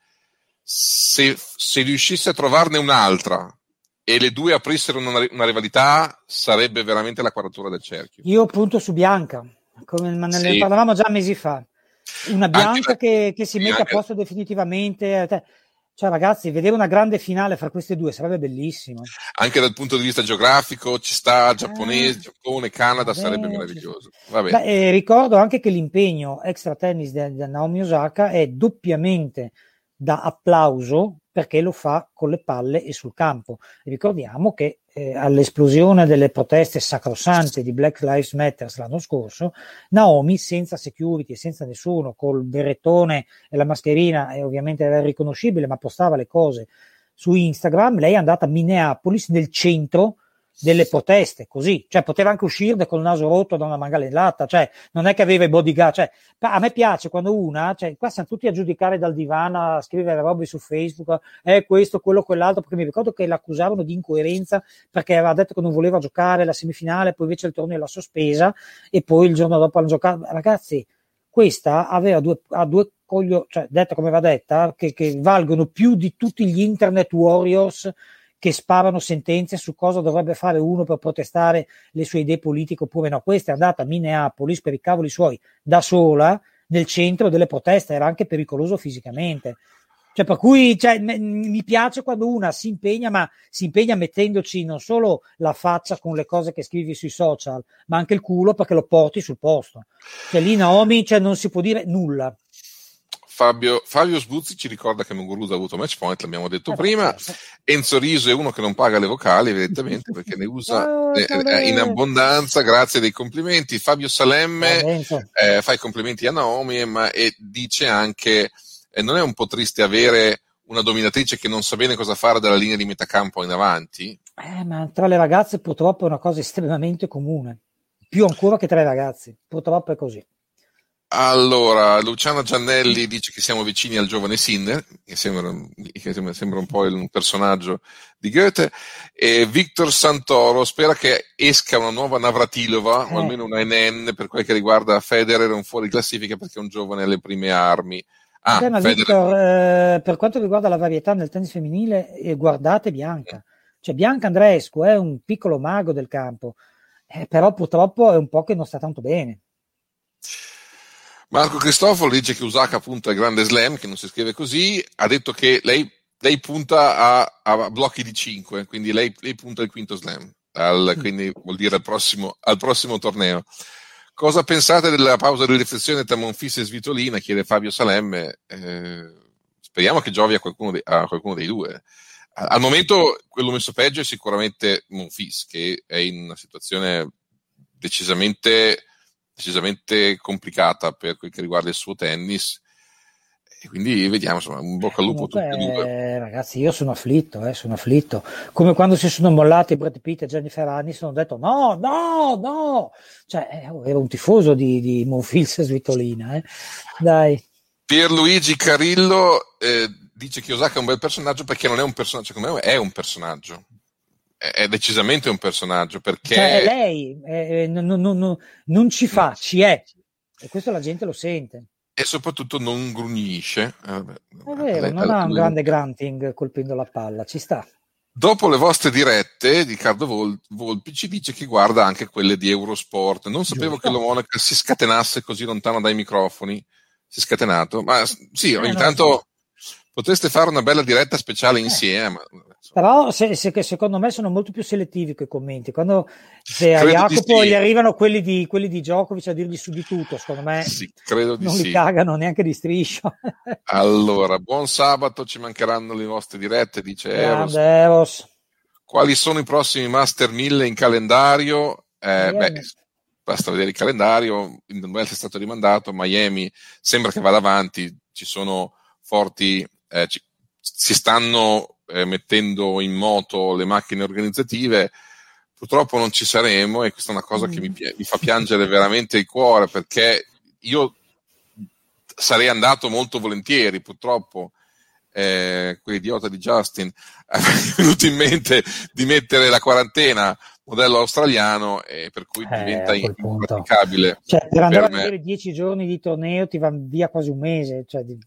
S3: Se, se riuscisse a trovarne un'altra e le due aprissero una, una rivalità, sarebbe veramente la quadratura del cerchio.
S4: Io punto su Bianca, come ne sì. parlavamo già mesi fa. Una Bianca anche, che, che si mette anche a posto definitivamente. Cioè, ragazzi, vedere una grande finale fra queste due sarebbe bellissimo.
S3: Anche dal punto di vista geografico, ci sta giapponese, eh, Giappone, Canada, vabbè, sarebbe meraviglioso. Vabbè.
S4: Beh, eh, ricordo anche che l'impegno extra tennis di Naomi Osaka è doppiamente da applauso, perché lo fa con le palle e sul campo. Ricordiamo che eh, all'esplosione delle proteste sacrosante di Black Lives Matter l'anno scorso, Naomi, senza security e senza nessuno, col berrettone e la mascherina, e ovviamente era riconoscibile, ma postava le cose su Instagram, lei è andata a Minneapolis, nel centro delle proteste, così, cioè poteva anche uscire col naso rotto da una mangalellata, cioè non è che aveva i bodyguard, cioè a me piace quando una, cioè qua siamo tutti a giudicare dal divano, a scrivere robe su Facebook, eh questo, quello, quell'altro, perché mi ricordo che l'accusavano di incoerenza perché aveva detto che non voleva giocare la semifinale, poi invece il torneo l'ha sospesa e poi il giorno dopo hanno giocato. Ragazzi, questa aveva due, ha due coglio, cioè detta come va detta, che, che valgono più di tutti gli internet warriors che sparano sentenze su cosa dovrebbe fare uno per protestare le sue idee politiche oppure no. Questa è andata a Minneapolis per i cavoli suoi da sola nel centro delle proteste, era anche pericoloso fisicamente, cioè per cui cioè, m- mi piace quando una si impegna, ma si impegna mettendoci non solo la faccia con le cose che scrivi sui social, ma anche il culo, perché lo porti sul posto. Cioè lì Naomi, cioè, non si può dire nulla.
S3: Fabio, Fabio Sbuzzi ci ricorda che Muguruza ha avuto match point, l'abbiamo detto eh, prima. Certo. Enzo Riso è uno che non paga le vocali, evidentemente, perché ne usa eh, eh, in abbondanza, grazie dei complimenti. Fabio Salemme eh, fa i complimenti a Naomi, ma e dice anche eh, non è un po' triste avere una dominatrice che non sa bene cosa fare dalla linea di metacampo in avanti?
S4: Eh, ma tra le ragazze purtroppo è una cosa estremamente comune, più ancora che tra i ragazzi, purtroppo è così.
S3: Allora, Luciano Giannelli dice che siamo vicini al giovane Sinner, che sembra, che sembra, sembra un po' un personaggio di Goethe, e Victor Santoro spera che esca una nuova Navratilova, eh. o almeno una N N per quel che riguarda Federer, un fuori classifica perché è un giovane alle prime armi. Ah,
S4: Beh, ma Federer... Victor, eh, per quanto riguarda la varietà nel tennis femminile, eh, guardate Bianca, cioè Bianca Andreescu è un piccolo mago del campo, eh, però purtroppo è un po' che non sta tanto bene.
S3: Marco Cristoforo dice che Osaka punta al grande slam, che non si scrive così, ha detto che lei, lei punta a, a blocchi di cinque, quindi lei, lei punta al quinto slam, al, quindi vuol dire al prossimo, al prossimo torneo. Cosa pensate della pausa di riflessione tra Monfils e Svitolina? Chiede Fabio Salemme. Eh, speriamo che giovi a qualcuno, de, a qualcuno dei due. Al momento quello messo peggio è sicuramente Monfils, che è in una situazione decisamente... decisamente complicata per quel che riguarda il suo tennis, e quindi vediamo, insomma, un bocca al lupo
S4: Comunque,
S3: tutti e due.
S4: Eh, ragazzi, io sono afflitto, eh, sono afflitto, come quando si sono mollati Brad Pitt e Jennifer Aniston, ho detto no, no, no, cioè eh, ero un tifoso di, di Monfils e Svitolina, eh. Dai.
S3: Pierluigi Carillo eh, dice che Osaka è un bel personaggio perché non è un personaggio, secondo me è un personaggio. È decisamente un personaggio, perché
S4: cioè, lei eh, non, non, non, non ci fa, ci è, e questo la gente lo sente.
S3: e soprattutto non grugnisce. Eh, vabbè,
S4: È vero,
S3: lei,
S4: non ha un
S3: lei,
S4: grande grunting colpendo la palla, ci sta.
S3: Dopo le vostre dirette, Riccardo Vol- Volpi ci dice che guarda anche quelle di Eurosport. Non sapevo
S4: Giusto.
S3: che lo Monaco si scatenasse così lontano dai microfoni. Si è scatenato, ma sì, ogni
S4: Eh, no,
S3: tanto potreste fare una bella diretta speciale insieme.
S4: Eh. Però se, se, secondo me sono molto più selettivi quei commenti. Quando se a
S3: Credo di
S4: Jacopo
S3: sì.
S4: gli arrivano quelli di, quelli di Djokovic a dirgli su di tutto, secondo me
S3: Sì, credo di
S4: non li
S3: sì.
S4: cagano neanche di striscio.
S3: Allora, buon sabato, ci mancheranno le vostre dirette, dice Eros.
S4: Grande Eros.
S3: Quali sono i prossimi Master mille in calendario? Eh, beh, basta vedere il calendario. Il Wells è stato rimandato, Miami sembra che vada avanti, ci sono forti, eh, ci, si stanno eh, mettendo in moto le macchine organizzative. Purtroppo non ci saremo e questa è una cosa che mi, mi fa piangere veramente il cuore, perché io sarei andato molto volentieri. Purtroppo eh, quell'idiota di Justin è venuto in mente di mettere la quarantena modello australiano, e per cui
S4: Eh,
S3: diventa
S4: a quel punto.
S3: impraticabile.
S4: Cioè, per andare
S3: per
S4: a vedere dieci giorni di torneo ti va via quasi un mese. Cioè, di...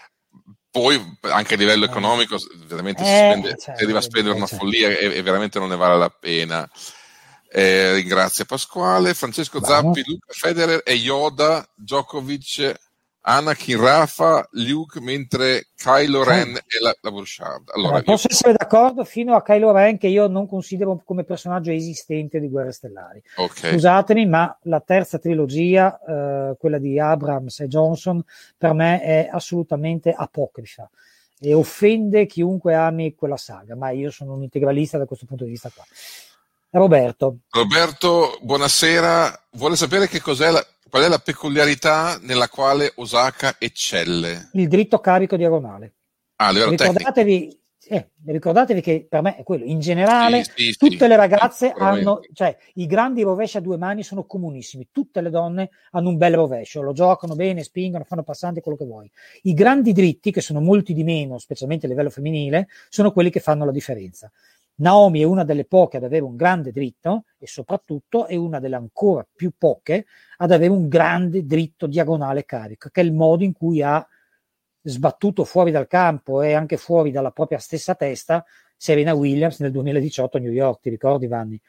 S3: Poi anche a livello
S4: Eh.
S3: economico veramente
S4: Eh,
S3: si, spende,
S4: cioè,
S3: si arriva a spendere una
S4: cioè.
S3: follia e, e veramente non ne vale la pena. Eh, ringrazio Pasquale, Francesco
S4: Vamos.
S3: Zappi, Luca Federer e Yoda, Djokovic, Anakin, Rafa, Luke, mentre Kylo Ren e la, la Burchard. Allora,
S4: Eh, posso
S3: io,
S4: essere d'accordo fino a Kylo Ren, che io non considero come personaggio esistente di Guerre Stellari.
S3: okay.
S4: Scusatemi, ma la terza trilogia, eh, quella di Abrams e Johnson, per me è assolutamente apocrifa e offende chiunque ami quella saga, ma io sono un integralista da questo punto di vista qua. Roberto.
S3: Roberto, buonasera. Vuole sapere che cos'è la, qual è la peculiarità nella quale Osaka eccelle?
S4: Il dritto carico diagonale.
S3: Ah, livello
S4: ricordatevi, eh, ricordatevi che per me è quello. In generale,
S3: Sì, sì,
S4: tutte
S3: sì,
S4: le ragazze
S3: sì,
S4: hanno, cioè i grandi rovesci a due mani sono comunissimi. Tutte le donne hanno un bel rovescio, lo giocano bene, spingono, fanno passanti, quello che vuoi. I grandi dritti, che sono molti di meno, specialmente a livello femminile, sono quelli che fanno la differenza. Naomi è una delle poche ad avere un grande dritto e soprattutto è una delle ancora più poche ad avere un grande dritto diagonale carico, che è il modo in cui ha sbattuto fuori dal campo e anche fuori dalla propria stessa testa Serena Williams nel duemiladiciotto a New York. Ti ricordi, Vanni?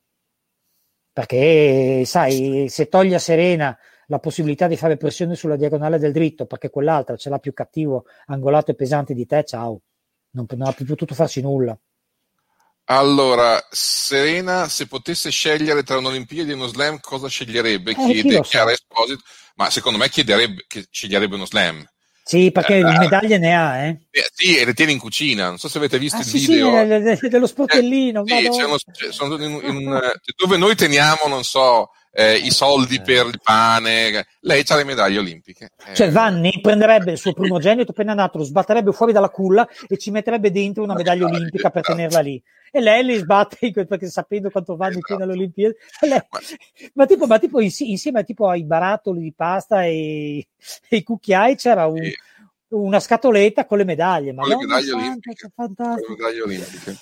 S4: Perché sai, se togli a Serena la possibilità di fare pressione sulla diagonale del dritto perché quell'altra ce l'ha più cattivo, angolato e pesante di te, ciao, non, non ha più potuto farci nulla.
S3: Allora, Serena, se potesse scegliere tra un'Olimpiadi e uno slam, cosa sceglierebbe?
S4: Eh,
S3: Chiede Chiara
S4: so.
S3: Esposito, ma secondo me chiederebbe, che sceglierebbe uno slam.
S4: Sì, perché
S3: eh,
S4: medaglie ne ha, eh?
S3: eh? Sì, e le tiene in cucina. Non so se avete visto
S4: ah,
S3: il
S4: sì,
S3: video.
S4: Sì, de, de, de, dello sportellino.
S3: Eh, sì, c'è uno, c'è, sono in, in un, dove noi teniamo, non so, eh, i soldi per il pane. Lei ha le medaglie olimpiche.
S4: Cioè Vanni prenderebbe il suo primogenito appena nato, lo sbatterebbe fuori dalla culla e ci metterebbe dentro una medaglia olimpica per tenerla lì. E lei li sbatte perché sapendo quanto Vanni
S3: esatto.
S4: tiene alle Olimpiadi. Lei, ma, ma tipo, ma tipo insieme tipo ai barattoli di pasta e, e i cucchiai c'era un, e... una scatoletta con le medaglie.
S3: Con le medaglie
S4: santa,
S3: olimpiche.
S4: Fantastico.
S3: Con le medaglie olimpiche.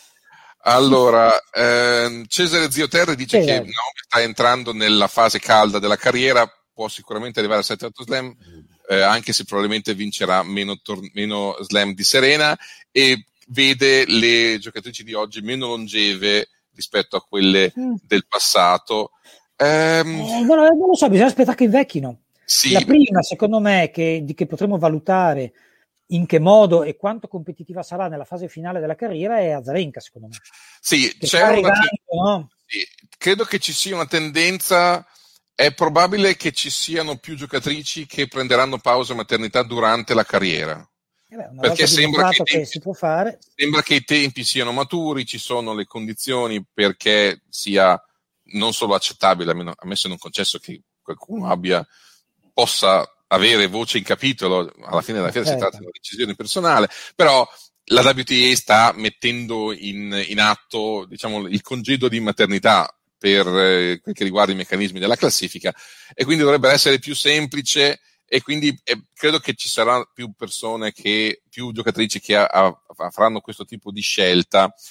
S3: Allora, ehm, Cesare Zioterre dice sì, che Naomi sta entrando nella fase calda della carriera, può sicuramente arrivare a sette otto slam, eh, anche se probabilmente vincerà meno, tor- meno slam di Serena, e vede le giocatrici di oggi meno longeve rispetto a quelle mm. del passato.
S4: Ehm... Eh, non, non lo so, bisogna aspettare che invecchino.
S3: Sì.
S4: La prima, secondo me, che, di che potremo valutare in che modo e quanto competitiva sarà nella fase finale della carriera è Azarenka, secondo me.
S3: Sì,
S4: che
S3: c'è una
S4: arrivando, no?
S3: sì, credo che ci sia una tendenza, è probabile che ci siano più giocatrici che prenderanno pausa maternità durante la carriera.
S4: Eh beh,
S3: perché sembra che,
S4: che
S3: tempi,
S4: si può fare.
S3: sembra che i tempi siano maturi, ci sono le condizioni perché sia non solo accettabile, almeno a me se non concesso che qualcuno abbia, possa avere voce in capitolo, alla fine della fiera certo. Si tratta di una decisione personale, però la W T A sta mettendo in, in atto, diciamo, il congedo di maternità per eh, quel che riguarda i meccanismi della classifica, e quindi dovrebbe essere più semplice, e quindi eh, credo che ci saranno più persone che, più giocatrici che a, a, a faranno questo tipo di scelta.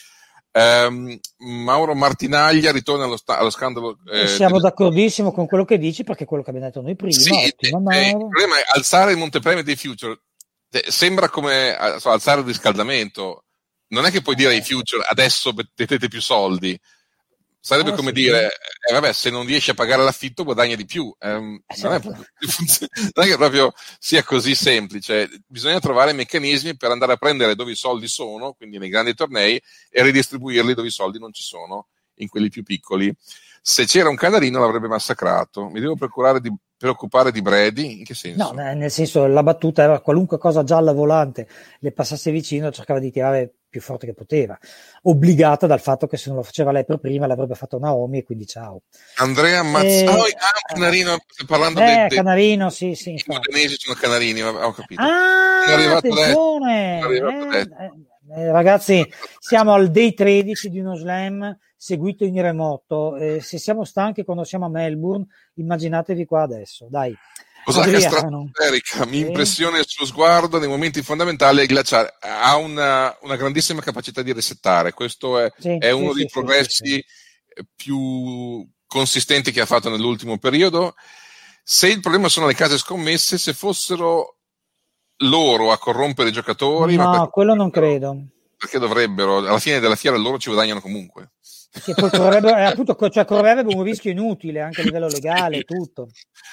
S3: Um, Mauro Martinaglia ritorna allo, sta- allo scandalo.
S4: Eh, siamo
S3: del...
S4: d'accordissimo con quello che dici, perché è quello che abbiamo detto noi prima.
S3: Sì,
S4: Ottimo,
S3: eh, il problema è alzare il montepremi dei future. Eh, sembra come so, alzare il riscaldamento. Non è che puoi dire ai future adesso mettete più soldi. Sarebbe
S4: eh,
S3: come
S4: sì,
S3: dire, eh, vabbè, se non riesci a pagare l'affitto guadagna di più. Eh, non,
S4: certo.
S3: è proprio, non è che proprio sia così semplice. Bisogna trovare meccanismi per andare a prendere dove i soldi sono, quindi nei grandi tornei, e ridistribuirli dove i soldi non ci sono, in quelli più piccoli. Se c'era un canarino l'avrebbe massacrato. Mi devo preoccupare di, preoccupare di Brady? In che senso?
S4: No, nel senso, la battuta era qualunque cosa gialla volante le passasse vicino, cercava di tirare più forte che poteva, obbligata dal fatto che se non lo faceva lei per prima l'avrebbe fatto Naomi, e quindi ciao.
S3: Andrea Mazzoni, eh, ah, Canarino, parlando
S4: eh,
S3: dei
S4: Canarino, sì, sì.
S3: I modenesi sono canarini, ho capito.
S4: Ah, attenzione! Eh, eh, ragazzi, siamo al day tredici di uno slam seguito in remoto. Eh, se siamo stanchi quando siamo a Melbourne, immaginatevi qua adesso, dai.
S3: Osaka stratosferica, mi impressiona il suo sguardo nei momenti fondamentali. Il glaciare ha una, una grandissima capacità di resettare. Questo è,
S4: sì,
S3: è uno
S4: sì,
S3: dei
S4: sì,
S3: progressi
S4: sì, sì.
S3: più consistenti che ha fatto nell'ultimo periodo. Se il problema sono le case scommesse, se fossero loro a corrompere i giocatori,
S4: no,
S3: ma
S4: quello non credo.
S3: Perché dovrebbero, alla fine della fiera loro ci guadagnano comunque.
S4: Sì, poi correrebbe, eh, appunto, cioè correrebbe un rischio inutile anche a livello legale e tutto.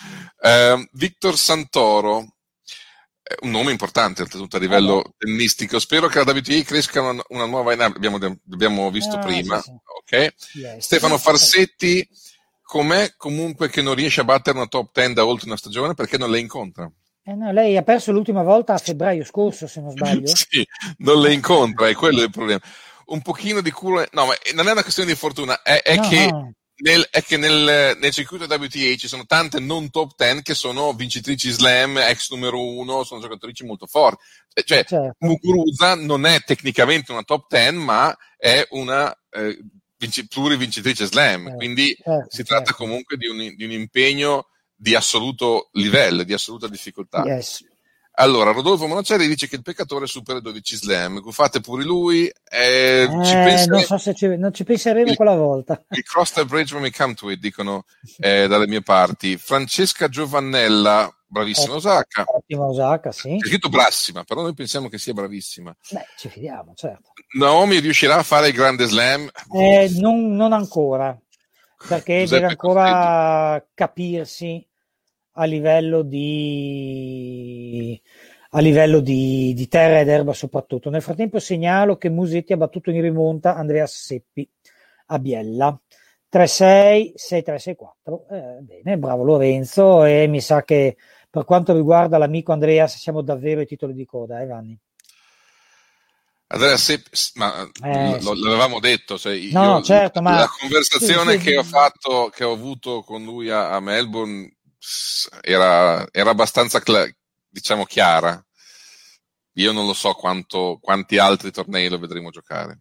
S3: Uh, Victor Santoro, un nome importante oltretutto a livello eh tennistico. Spero che la W T A cresca una, una nuova in abbiamo, abbiamo visto ah, prima. Sì, sì. Okay. Yes. Stefano Farsetti, com'è comunque che non riesce a battere una top dieci da oltre una stagione? Perché non le incontra?
S4: Eh no, lei ha perso l'ultima volta a febbraio scorso, se non sbaglio.
S3: Sì, non le incontra, è quello il problema. Un pochino di culo, no, ma non è una questione di fortuna, è, è
S4: no,
S3: che,
S4: no.
S3: Nel, è che nel, nel circuito W T A ci sono tante non top dieci che sono vincitrici slam, ex numero uno, sono giocatrici molto forti. Cioè,
S4: certo.
S3: Muguruza non è tecnicamente una top dieci, ma è una eh, vinci, plurivincitrice slam, certo. Quindi
S4: certo,
S3: si tratta
S4: certo.
S3: comunque di un, di un impegno di assoluto livello, di assoluta difficoltà.
S4: Yes.
S3: Allora, Rodolfo Monacelli dice che il peccatore supera dodici slam, fate pure lui. Eh,
S4: eh,
S3: ci penseremo,
S4: non so se ci, non ci penseremo
S3: il,
S4: quella volta.
S3: Il cross the bridge when we come to it, dicono eh, dalle mie parti. Francesca Giovannella, bravissima Osaka.
S4: Ottima Osaka, sì.
S3: C'è scritto bravissima, però noi pensiamo che sia bravissima.
S4: Beh, ci fidiamo, certo.
S3: Naomi riuscirà a fare il grande slam?
S4: Eh, non, non ancora, perché Giuseppe deve ancora Costello. capirsi a livello di a livello di, di terra ed erba soprattutto. Nel frattempo segnalo che Musetti ha battuto in rimonta Andreas Seppi a Biella tre sei, sei tre, sei quattro. Eh, bene, bravo Lorenzo, e mi sa che per quanto riguarda l'amico Andreas siamo davvero ai titoli di coda, eh Vanni?
S3: Andrea Seppi, ma
S4: eh,
S3: l- sì. l'avevamo detto, cioè
S4: no,
S3: io,
S4: no, certo,
S3: la,
S4: ma
S3: la conversazione
S4: sì, sì.
S3: che ho fatto, che ho avuto con lui a, a Melbourne era, era abbastanza cl- diciamo chiara. Io non lo so quanto, quanti altri tornei lo vedremo giocare.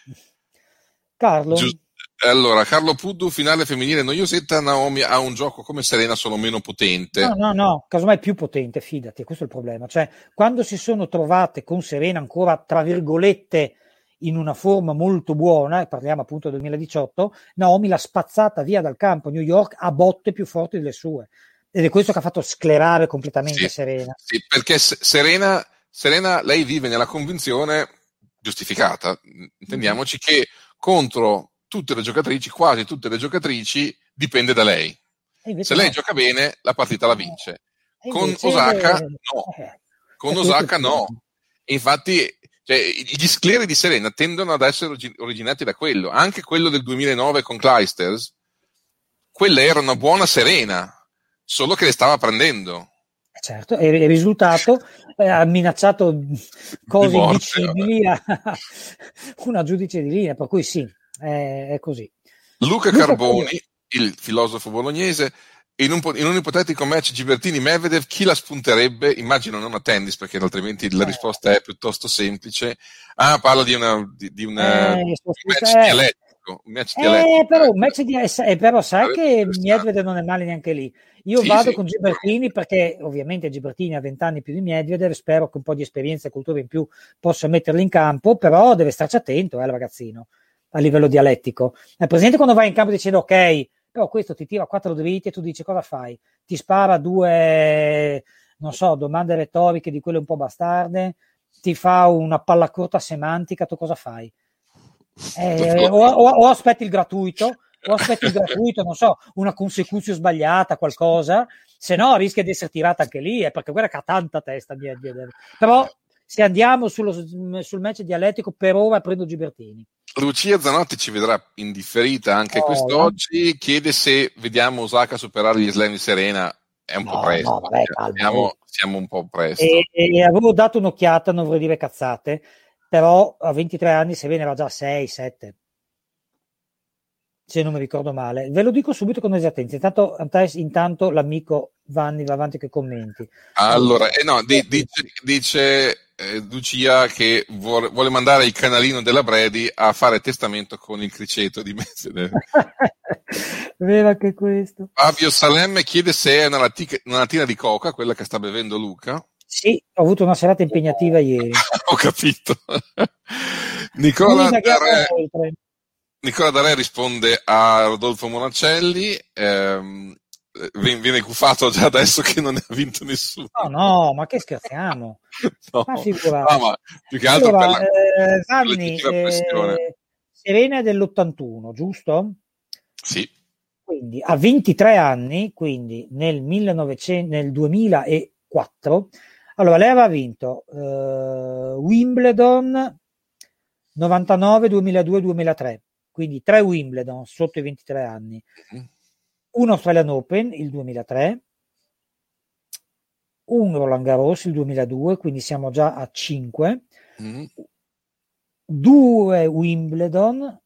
S4: Carlo?
S3: Giust- allora, Carlo Puddu, finale femminile noiosetta. Naomi ha un gioco come Serena, solo meno potente.
S4: No, no, no, casomai più potente, fidati, questo è il problema. Cioè, quando si sono trovate con Serena ancora, tra virgolette, in una forma molto buona, e parliamo appunto del duemiladiciotto, Naomi l'ha spazzata via dal campo New York a botte più forti delle sue. Ed è questo che ha fatto sclerare completamente
S3: sì,
S4: Serena.
S3: Sì, perché Serena, Serena, lei vive nella convinzione, giustificata, intendiamoci, mm-hmm. che contro tutte le giocatrici, quasi tutte le giocatrici, dipende da lei. Se lei no. gioca bene, la partita la vince. E con Osaka, no.
S4: Eh,
S3: con Osaka, no. E infatti, cioè, gli scleri di Serena tendono ad essere originati da quello. Anche quello del duemilanove con Clijsters, quella era una buona Serena, solo che le stava prendendo.
S4: Certo, e il risultato eh, ha minacciato cose morte, indicibili a una giudice di linea, per cui sì, è, è così.
S3: Luca, Luca Carboni, Carboni, il filosofo bolognese, in un, in un ipotetico match Gibertini-Medvedev, chi la spunterebbe? Immagino non a tennis, perché altrimenti la risposta è piuttosto semplice. Ah, parla di una di, di una,
S4: eh,
S3: un match eh, dialettico. Un match
S4: eh,
S3: dialettico.
S4: Però, un match di, eh, però sai che Medvedev non è male neanche lì. Io sì, vado sì. con Gibertini perché ovviamente Gibertini ha vent'anni più di Medvedev, spero che un po' di esperienza e cultura in più possa metterli in campo, però deve starci attento, eh, il ragazzino. a livello dialettico. È presente quando vai in campo dicendo ok, però questo ti tira quattro dritti e tu dici cosa fai? Ti spara due, non so, domande retoriche di quelle un po' bastarde, ti fa una palla corta semantica, tu cosa fai? Eh, o, o, o aspetti il gratuito, o aspetti il gratuito, non so, una consecutio sbagliata, qualcosa, se no rischia di essere tirata anche lì, eh, perché quella che ha tanta testa. Di, di, di. Però se andiamo sullo, sul match dialettico, per ora prendo Gibertini.
S3: Lucia Zanotti ci vedrà indifferita anche oh, quest'oggi, no? Chiede se vediamo Osaka superare gli slam di Serena. È un no, po' presto, no, vabbè, siamo, siamo un po' presto.
S4: E, e avevo dato un'occhiata, non vorrei dire cazzate, però a ventitré anni Serena era già a sei sette, se non mi ricordo male. Ve lo dico subito con esattezza. Intanto, intanto l'amico Vanni va avanti che commenti.
S3: Allora, eh no, di, dice, dice eh, Lucia che vuole, vuole mandare il canalino della Brady a fare testamento con il criceto di Medvedev.
S4: Vero anche questo.
S3: Fabio Salemme chiede se è una, latica, una lattina di coca, quella che sta bevendo Luca.
S4: Sì, ho avuto una serata impegnativa ieri.
S3: Ho capito. Nicola Dare, Nicola Dare risponde a Rodolfo Monacelli. Ehm, viene gufato già adesso che non ne ha vinto nessuno.
S4: No, no, ma che scherziamo?
S3: No,
S4: ma figurati.
S3: No, ma più che altro
S4: allora,
S3: per la,
S4: eh, Vanni, eh, Serena è dell'ottantuno, giusto?
S3: Sì.
S4: Quindi a ventitré anni, quindi nel, millenovecento, nel duemilaquattro, allora lei aveva vinto eh, Wimbledon novantanove, duemiladue, duemilatré, quindi tre Wimbledon sotto i ventitré anni, mm. un Australian Open il duemilatré, un Roland Garros il duemiladue, quindi siamo già a cinque, mm. due Wimbledon.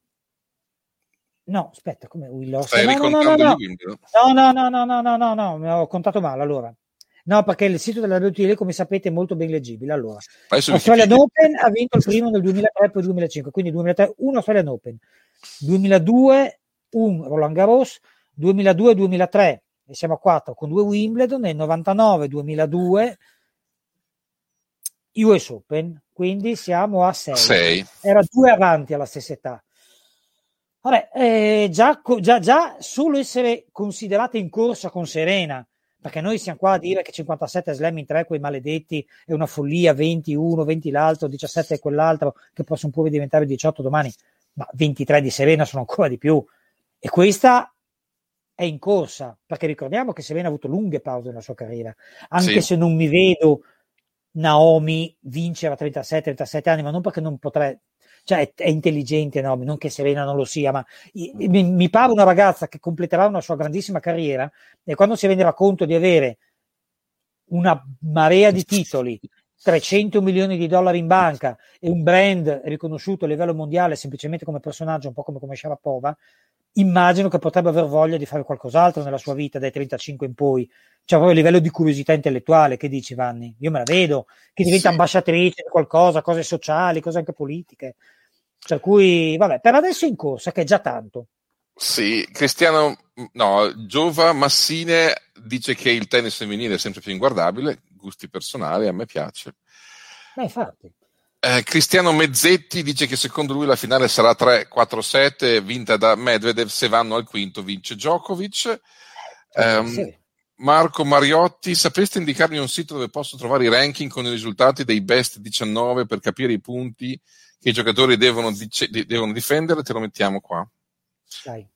S4: No, aspetta, come Will
S3: Stai
S4: no,
S3: ricontando
S4: no, no,
S3: no.
S4: no, no, no, no, no, no, no, mi ho contato male allora. No, perché il sito della W T L, come sapete, è molto ben leggibile. Allora, Australian Open ha vinto il primo nel duemilatré e poi duemilacinque, quindi duemilatré un Australian Open, duemiladue un Roland Garros, duemiladue duemilatré e siamo a quattro con due Wimbledon, e novantanove duemiladue U S Open, quindi siamo a sei. Era due avanti alla stessa età. Vabbè, eh, già, già, già solo essere considerate in corsa con Serena, perché noi siamo qua a dire che cinquantasette slam in tre, quei maledetti, è una follia, venti uno, venti l'altro, diciassette quell'altro, che possono pure diventare diciotto domani, ma ventitré di Serena sono ancora di più. E questa è in corsa, perché ricordiamo che Serena ha avuto lunghe pause nella sua carriera, anche sì. Se non mi vedo Naomi vincere a trentasette trentasette anni, ma non perché non potrei, cioè è, è intelligente Naomi, non che Serena non lo sia, ma mi, mi pare una ragazza che completerà una sua grandissima carriera, e quando si renderà conto di avere una marea di titoli, trecento milioni di dollari in banca e un brand riconosciuto a livello mondiale semplicemente come personaggio, un po' come, come Sharapova, immagino che potrebbe aver voglia di fare qualcos'altro nella sua vita dai trentacinque in poi, cioè proprio a livello di curiosità intellettuale. Che dici, Vanni? Io me la vedo che diventa sì. ambasciatrice di qualcosa, cose sociali, cose anche politiche, per cui vabbè, per adesso è in corsa, che è già tanto.
S3: Sì, Cristiano, no, Giova Massine dice che il tennis femminile è sempre più inguardabile, gusti personali, a me piace.
S4: Beh, infatti.
S3: Eh, Cristiano Mezzetti dice che secondo lui la finale sarà tre quattro sette, vinta da Medvedev. Se vanno al quinto vince Djokovic. Eh, sì. Marco Mariotti, sapreste indicarmi un sito dove posso trovare i ranking con i risultati dei best diciannove per capire i punti che i giocatori devono, dice, devono difendere? Te lo mettiamo qua.
S4: Dai.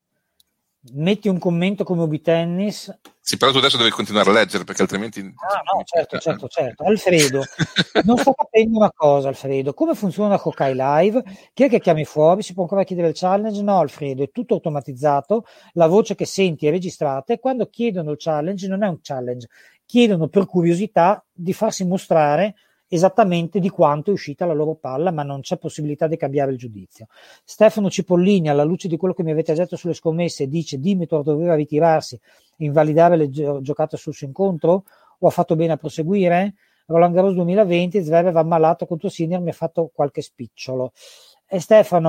S4: Metti un commento come Obi Tennis.
S3: Sì, però tu adesso devi continuare a leggere, perché altrimenti...
S4: Ah, no, certo, certo, certo. Alfredo, non sto capendo una cosa, Alfredo. Come funziona Kokai Live? Chi è che chiami fuori? Si può ancora chiedere il challenge? No, Alfredo, è tutto automatizzato. La voce che senti è registrata, e quando chiedono il challenge non è un challenge. Chiedono per curiosità di farsi mostrare esattamente di quanto è uscita la loro palla, ma non c'è possibilità di cambiare il giudizio. Stefano Cipollini, alla luce di quello che mi avete detto sulle scommesse, dice: Dimitrov doveva ritirarsi, invalidare le gio- giocate sul suo incontro, o ha fatto bene a proseguire? Roland Garros duemilaventi, Zverev ammalato contro Sinner, mi ha fatto qualche spicciolo. E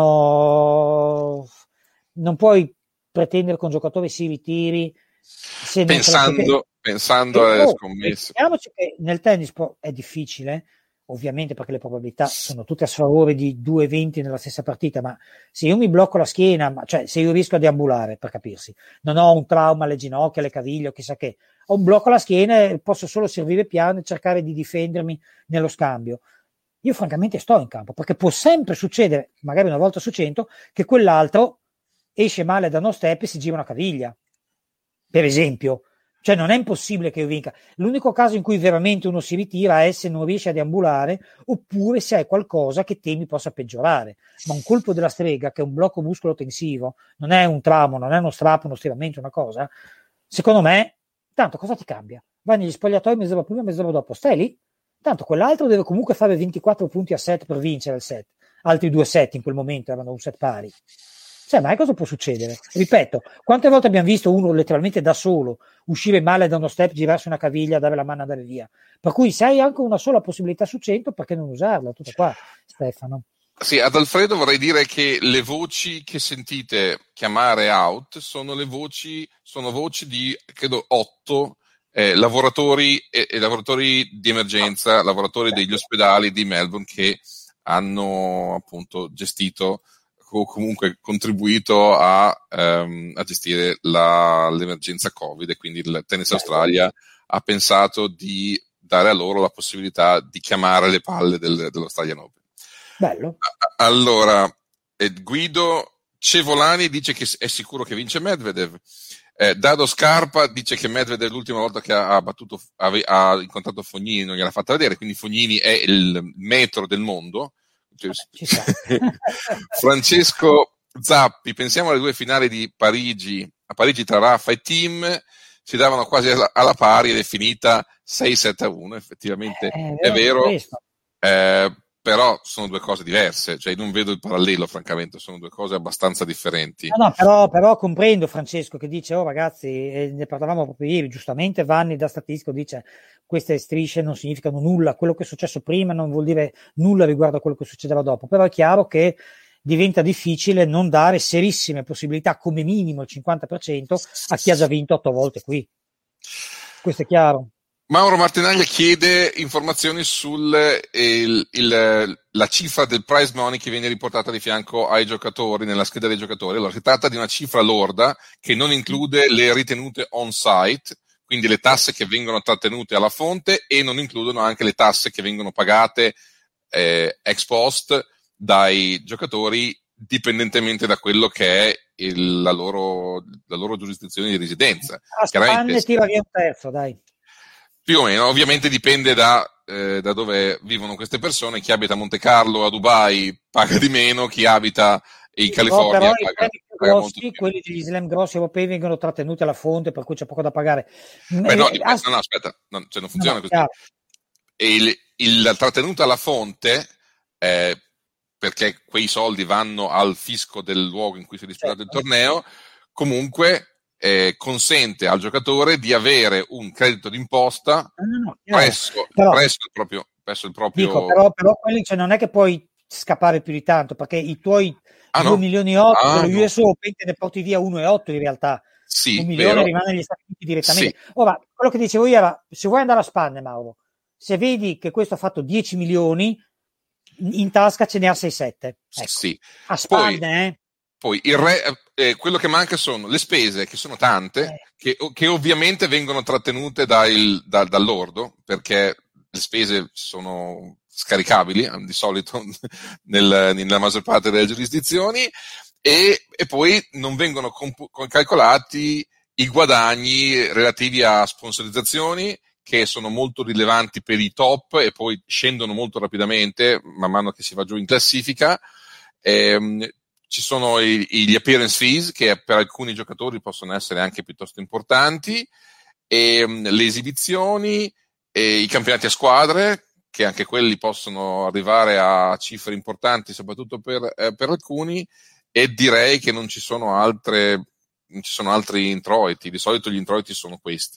S4: Stefano, non puoi pretendere che un giocatore si ritiri se non
S3: pensando, pensando alle scommesse.
S4: Diciamoci che nel tennis è difficile, ovviamente perché le probabilità sono tutte a sfavore di due eventi nella stessa partita, ma se io mi blocco la schiena, ma, cioè se io riesco a deambulare, per capirsi, non ho un trauma alle ginocchia, alle caviglie o chissà che, ho un blocco alla schiena e posso solo servire piano e cercare di difendermi nello scambio. Io francamente sto in campo, perché può sempre succedere, magari una volta su cento, che quell'altro esce male da uno step e si gira una caviglia, per esempio. Cioè non è impossibile che io vinca. L'unico caso in cui veramente uno si ritira è se non riesce a deambulare, oppure se hai qualcosa che temi possa peggiorare. Ma un colpo della strega, che è un blocco muscolo tensivo, non è un trauma, non è uno strappo, uno stiramento, una cosa, secondo me, tanto cosa ti cambia? Vai negli spogliatoi mezz'ora prima, mezz'ora dopo, stai lì, tanto quell'altro deve comunque fare ventiquattro punti a set per vincere il set. Altri due set in quel momento erano un set pari. Cioè, ma cosa può succedere? Ripeto, quante volte abbiamo visto uno letteralmente da solo uscire male da uno step, girarsi una caviglia, dare la mano e andare via? Per cui se hai anche una sola possibilità su cento, perché non usarla? Tutto qua, Stefano.
S3: Sì, ad Alfredo vorrei dire che le voci che sentite chiamare out sono le voci, sono voci di, credo, otto eh, lavoratori e, e lavoratori di emergenza, lavoratori degli ospedali di Melbourne che hanno appunto gestito o comunque contribuito a, um, a gestire la, l'emergenza Covid, e quindi il Tennis Australia ha pensato di dare a loro la possibilità di chiamare le palle del, dell'Australian Open.
S4: Bello.
S3: Allora, eh, Guido Cevolani dice che è sicuro che vince Medvedev. Eh, Dado Scarpa dice che Medvedev l'ultima volta che ha, battuto, ave, ha incontrato Fognini non gliel'ha fatta vedere, quindi Fognini è il metro del mondo. Francesco Zappi, pensiamo alle due finali di Parigi, a Parigi tra Rafa e Tim, si davano quasi alla, alla pari ed è finita sei sette a uno, effettivamente eh, è vero, è vero eh, però sono due cose diverse, cioè non vedo il parallelo, francamente, sono due cose abbastanza differenti.
S4: No, no, però, però comprendo Francesco che dice, oh ragazzi, eh, ne parlavamo proprio ieri, giustamente Vanni da statistico dice queste strisce non significano nulla, quello che è successo prima non vuol dire nulla riguardo a quello che succedeva dopo, però è chiaro che diventa difficile non dare serissime possibilità, come minimo il cinquanta per cento, a chi ha già vinto otto volte qui. Questo è chiaro.
S3: Mauro Martinaglia chiede informazioni sul il, il, la cifra del prize money che viene riportata di fianco ai giocatori, nella scheda dei giocatori. Allora, si tratta di una cifra lorda che non include le ritenute on-site, quindi le tasse che vengono trattenute alla fonte, e non includono anche le tasse che vengono pagate eh, ex post dai giocatori, dipendentemente da quello che è il, la, loro, la loro giurisdizione di residenza.
S4: A spanne tira via un terzo, dai.
S3: Più o meno, ovviamente dipende da, eh, da dove vivono queste persone. Chi abita a Monte Carlo, a Dubai, paga di meno, chi abita in California
S4: no, però
S3: paga,
S4: i premi più
S3: paga
S4: grossi,
S3: molto più.
S4: Quelli degli slam grossi europei vengono trattenuti alla fonte, per cui c'è poco da pagare.
S3: Beh, no,
S4: eh,
S3: no, no, aspetta, no, cioè non funziona
S4: no,
S3: così. E il, il trattenuto alla fonte, eh, perché quei soldi vanno al fisco del luogo in cui si è disputato certo. il torneo, comunque Eh, consente al giocatore di avere un credito d'imposta
S4: no, no,
S3: presso,
S4: però,
S3: presso il proprio, presso il proprio...
S4: Dico, però, però quelli, cioè, non è che puoi scappare più di tanto, perché i tuoi
S3: ah,
S4: due
S3: no.
S4: milioni e otto
S3: ah,
S4: dello
S3: no.
S4: U S Open te ne porti via uno e otto in realtà.
S3: Sì,
S4: un milione
S3: vero.
S4: rimane agli Stati Uniti direttamente.
S3: Sì.
S4: Ora, quello che dicevo io era, se vuoi andare a spanne, Mauro, se vedi che questo ha fatto dieci milioni, in tasca ce ne ha sei sette. Ecco.
S3: Sì.
S4: A spanne,
S3: Poi,
S4: eh.
S3: Poi il re, eh, quello che manca sono le spese, che sono tante,
S4: Eh.
S3: che, che ovviamente vengono trattenute dal, da, dall'ordo, perché le spese sono scaricabili di solito nel, nella maggior parte delle giurisdizioni, e, e poi non vengono compu- calcolati i guadagni relativi a sponsorizzazioni, che sono molto rilevanti per i top e poi scendono molto rapidamente man mano che si va giù in classifica. Ehm, Ci sono i, gli appearance fees, che per alcuni giocatori possono essere anche piuttosto importanti, e um, le esibizioni, e i campionati a squadre, che anche quelli possono arrivare a cifre importanti, soprattutto per, eh, per alcuni, e direi che non ci sono altre, non ci sono altri introiti. Di solito gli introiti sono questi.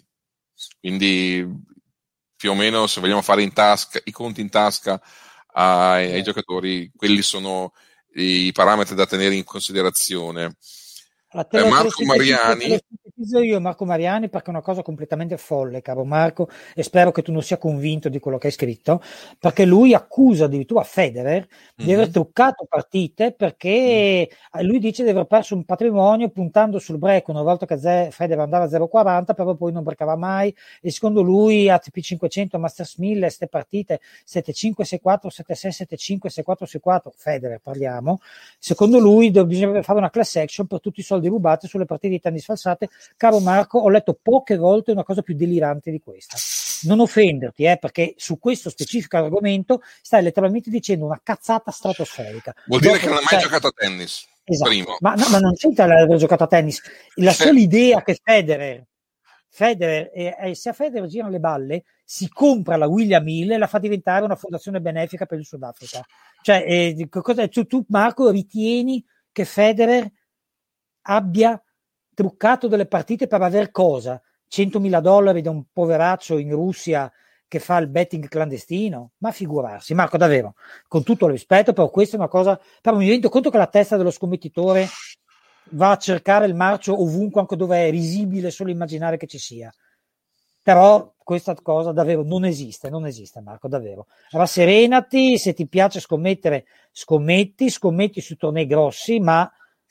S3: Quindi più o meno, se vogliamo fare in tasca, i conti in tasca ai, ai giocatori, quelli sono i parametri da tenere in considerazione.
S4: Allora, te
S3: Eh,
S4: lo, te lo
S3: Marco
S4: sintetizzo, te lo
S3: Mariani,
S4: sintetizzo io, Marco Mariani, perché è una cosa completamente folle, caro Marco, e spero che tu non sia convinto di quello che hai scritto, perché lui accusa addirittura Federer di aver
S3: Mhm.
S4: truccato partite, perché lui dice di aver perso un patrimonio puntando sul break una volta che Ze- Federer andava a zero virgola quaranta, però poi non breccava mai, e secondo lui A T P cinquecento, Masters mille, queste partite sette cinque, sei quattro, sette sei, sette cinque, sei quattro, sei quattro, Federer parliamo, secondo lui do- bisognerebbe fare una class action per tutti i soldi rubati sulle partite di tennis falsate. Caro Marco, ho letto poche volte una cosa più delirante di questa. Non offenderti, eh, perché su questo specifico argomento stai letteralmente dicendo una cazzata stratosferica.
S3: vuol dire
S4: Dopo,
S3: che non ha mai
S4: cioè,
S3: giocato a tennis.
S4: esatto,
S3: Primo.
S4: ma, no, ma non c'entra l'aver giocato a tennis. La sola idea che Federer, Federer eh, eh, se a Federer girano le balle, si compra la William Hill e la fa diventare una fondazione benefica per il Sudafrica. Cioè, eh, cosa, tu, tu, Marco, ritieni che Federer abbia truccato delle partite per aver cosa? centomila dollari da un poveraccio in Russia che fa il betting clandestino? Ma figurarsi, Marco, davvero, con tutto il rispetto, però questa è una cosa, però mi rendo conto che la testa dello scommettitore va a cercare il marcio ovunque, anche dove è risibile solo immaginare che ci sia. Però questa cosa davvero non esiste, non esiste, Marco, davvero. Rasserenati, se ti piace scommettere, scommetti, scommetti su tornei grossi, ma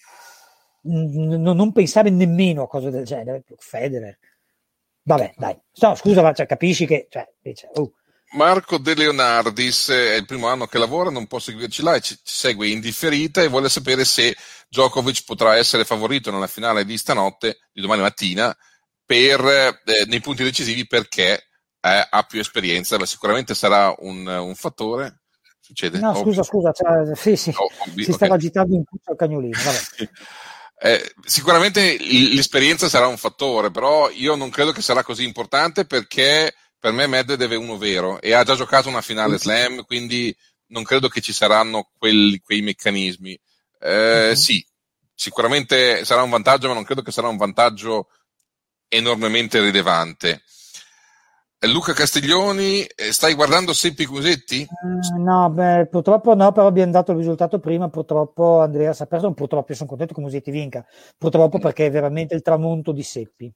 S4: n- non pensare nemmeno a cose del genere. Federer, vabbè, dai, no, scusa, ma cioè, capisci che, cioè, dice, uh.
S3: Marco De Leonardis è il primo anno che lavora, non può seguirci là e ci, ci segue in differita e vuole sapere se Djokovic potrà essere favorito nella finale di stanotte, di domani mattina, per, eh, nei punti decisivi, perché eh, ha più esperienza. Beh, sicuramente sarà un, un fattore. Succede?
S4: No, scusa,
S3: Ovvio.
S4: scusa, cioè, sì, sì,
S3: Oh, ovvio,
S4: si
S3: ok.
S4: stava agitando in tutto il cagnolino, vabbè.
S3: Eh, sicuramente l'esperienza sarà un fattore, però io non credo che sarà così importante, perché per me Medvedev deve uno vero e ha già giocato una finale slam, quindi non credo che ci saranno quelli, quei meccanismi. Eh,
S4: Uh-huh.
S3: Sì, sicuramente sarà un vantaggio, ma non credo che sarà un vantaggio enormemente rilevante. Luca Castiglioni, stai guardando Seppi Cusetti?
S4: Uh, no, beh, purtroppo no, però abbiamo dato il risultato prima, purtroppo Andrea si è perso, purtroppo io sono contento che Musetti vinca, purtroppo perché è veramente il tramonto di Seppi.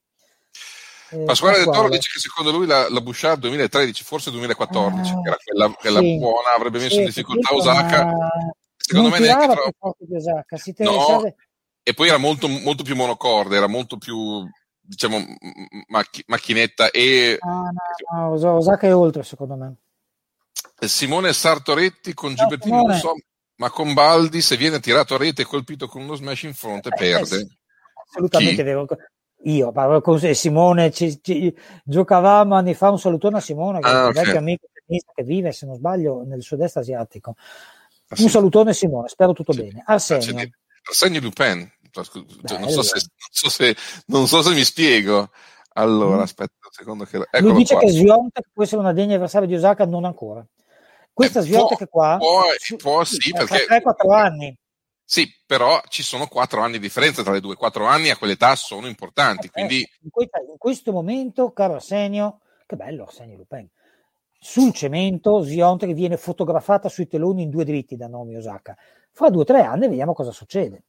S4: Eh,
S3: Pasquale Del Toro dice che secondo lui la, la Bouchard duemilatredici, forse duemilaquattordici,
S4: ah,
S3: che era quella, quella
S4: sì,
S3: buona, avrebbe messo
S4: sì,
S3: in
S4: ho
S3: difficoltà
S4: capito,
S3: Osaka.
S4: ma
S3: Secondo
S4: non
S3: me neanche
S4: tirava più
S3: troppo.
S4: forte di Osaka, si te-
S3: No,
S4: serve-
S3: e poi era molto, molto più monocorde, era molto più, diciamo, macch- macchinetta. E
S4: ah, no, no, Os- Osaka è oltre secondo me.
S3: Simone Sartoretti con
S4: No,
S3: Gibertini, non
S4: Simone,
S3: so, ma con Baldi, se viene tirato a rete e colpito con uno smash in fronte,
S4: eh,
S3: perde.
S4: assolutamente
S3: Chi?
S4: vero. Io, parlo con Simone, ci, ci, giocavamo anni fa, un salutone a Simone, che è
S3: Ah,
S4: un
S3: ok.
S4: vecchio amico tennista che vive, se non sbaglio, nel sud-est asiatico.
S3: Ah,
S4: Un
S3: sì.
S4: salutone Simone, spero tutto
S3: Sì.
S4: bene. Arsenio.
S3: Ah, Arsenio Lupin. Non so, se,
S4: Bello.
S3: non, so se, non so se mi spiego. Allora,
S4: Mm.
S3: aspetta un secondo. Che...
S4: Lui
S3: Eccolo
S4: dice
S3: qua.
S4: che Swiatek può essere una degna avversaria di Osaka, non ancora. Questa
S3: Eh,
S4: Swiatek qua,
S3: può,
S4: su,
S3: può
S4: sì,
S3: sì,
S4: fra
S3: perché
S4: tre quattro anni.
S3: sì, però ci sono quattro anni di differenza tra le due. Quattro anni a quell'età sono importanti,
S4: Eh,
S3: quindi
S4: in, questo, in questo momento, caro Arsenio, che bello Arsenio Lupin, sul cemento Swiatek viene fotografata sui teloni in due dritti da Naomi Osaka. Fra due o tre anni vediamo cosa succede.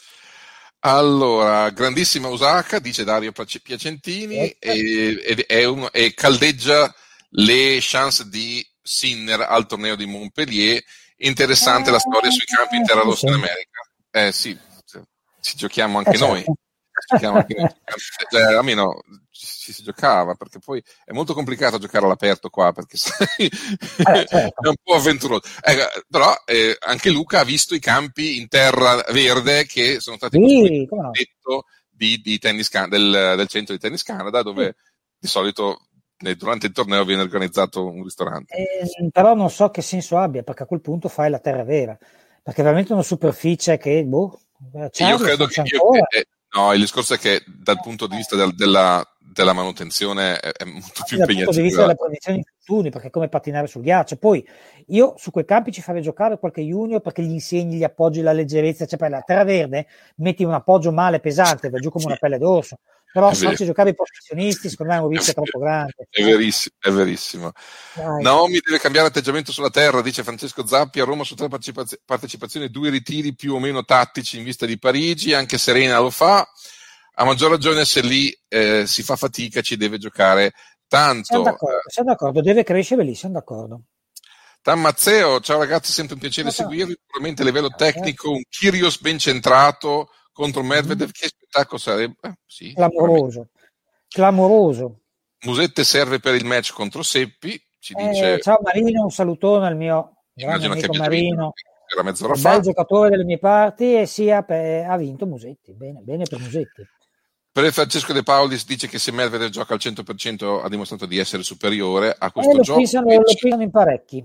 S3: allora, grandissima Osaka, dice Dario Piacentini, e, e, e, un, e caldeggia le chance di Sinner al torneo di Montpellier. Interessante
S4: eh,
S3: la storia sui campi in terra
S4: sì,
S3: rossa
S4: sì.
S3: in America. Eh sì, ci giochiamo anche
S4: Eh, certo.
S3: noi. Ci giochiamo anche noi. Cioè, almeno ci, ci si giocava, perché poi è molto complicato giocare all'aperto qua, perché sai,
S4: Eh, certo.
S3: è un po' avventuroso. Eh, però eh, anche Luca ha visto i campi in terra verde che sono stati
S4: Sì,
S3: costruiti
S4: come no.
S3: detto di, di tennis Can- del, del centro di Tennis Canada, dove
S4: Sì.
S3: di solito eh, durante il torneo viene organizzato un ristorante.
S4: Eh, però non so che senso abbia, perché a quel punto fai la terra vera, perché è veramente una superficie che boh,
S3: Io credo che io, eh, no, il discorso è che dal punto di vista del, della, della manutenzione è, è molto più
S4: dal punto di vista
S3: impegnativa.
S4: della prevenzione di infortuni, perché è come pattinare sul ghiaccio. Poi io su quei campi ci farei giocare qualche junior, perché gli insegni, gli appoggi, la leggerezza, cioè per la terra verde metti un appoggio male pesante, va giù come una pelle d'orso. Però se faccio giocare i professionisti, secondo me è un rischio troppo grande.
S3: È verissimo, è verissimo.
S4: Dai.
S3: Naomi deve cambiare atteggiamento sulla terra, dice Francesco Zappi. A Roma su tre partecipaz- partecipazioni, due ritiri più o meno tattici in vista di Parigi, anche Serena lo fa. A maggior ragione se lì eh, si fa fatica, ci deve giocare tanto.
S4: Siamo d'accordo, siamo d'accordo, deve crescere lì, siamo d'accordo.
S3: Tammazzeo, ciao ragazzi, sempre un piacere
S4: Ciao.
S3: seguirvi. Probabilmente a livello tecnico, un Kyrgios ben centrato contro Medvedev, mm. che spettacolo sarebbe? Eh, sì,
S4: clamoroso, clamoroso.
S3: Musette serve per il match contro Seppi, ci
S4: eh,
S3: dice.
S4: Ciao Marino, un salutone al mio grande
S3: Immagino
S4: amico
S3: che
S4: Marino,
S3: era mezz'ora
S4: un
S3: fa.
S4: bel giocatore delle mie parti e sia per, ha vinto Musetti, bene, bene per Musetti.
S3: Per Francesco De Paulis dice che se Medvedev gioca al cento per cento ha dimostrato di essere superiore a questo
S4: eh, lo
S3: gioco.
S4: Pensano, lo pensano in parecchi.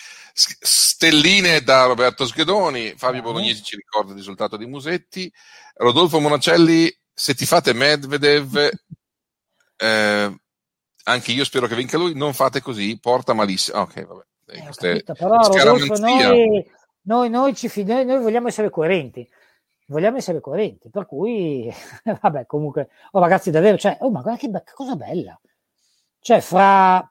S3: Stelline da Roberto Schedoni, Fabio Bolognesi ci ricorda il risultato di Musetti, Rodolfo Monacelli, se ti fate Medvedev, eh, anche io spero che vinca lui, non fate così, porta malissimo. Ok, vabbè.
S4: Eh,
S3: queste,
S4: capito, però Rodolfo, noi, noi, noi, ci fid- noi, noi vogliamo essere coerenti, vogliamo essere coerenti, per cui, vabbè, comunque, oh ragazzi, davvero, cioè, oh ma guarda che, be- che cosa bella, cioè fra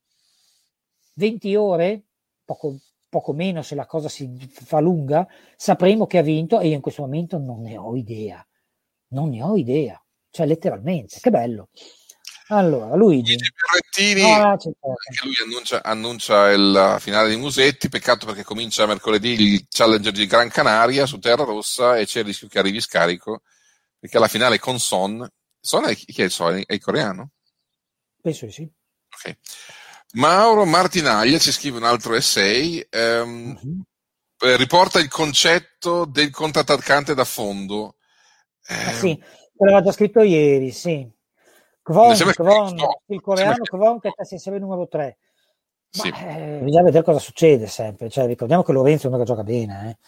S4: venti ore, poco, poco meno se la cosa si fa lunga, sapremo che ha vinto e io in questo momento non ne ho idea, non ne ho idea, cioè letteralmente, che bello. Allora, Luigi,
S3: Luigi Berrettini,
S4: ah,
S3: anche lui annuncia, annuncia il finale di Musetti, peccato perché comincia mercoledì il Challenger di Gran Canaria su terra rossa e c'è il rischio che arrivi scarico, perché alla finale con Son, Son è, chi è il Son? È il coreano?
S4: Penso di sì.
S3: Ok. Mauro Martinaglia ci scrive un altro essay, ehm, uh-huh. riporta il concetto del contrattaccante da fondo.
S4: Eh, ah, sì, te l'aveva già scritto ieri, sì. Kvon, Kvon,
S3: no,
S4: il coreano Kvon che è sempre numero tre. Ma,
S3: sì.
S4: eh, bisogna vedere cosa succede sempre. Cioè, ricordiamo che Lorenzo è uno che gioca bene. Eh.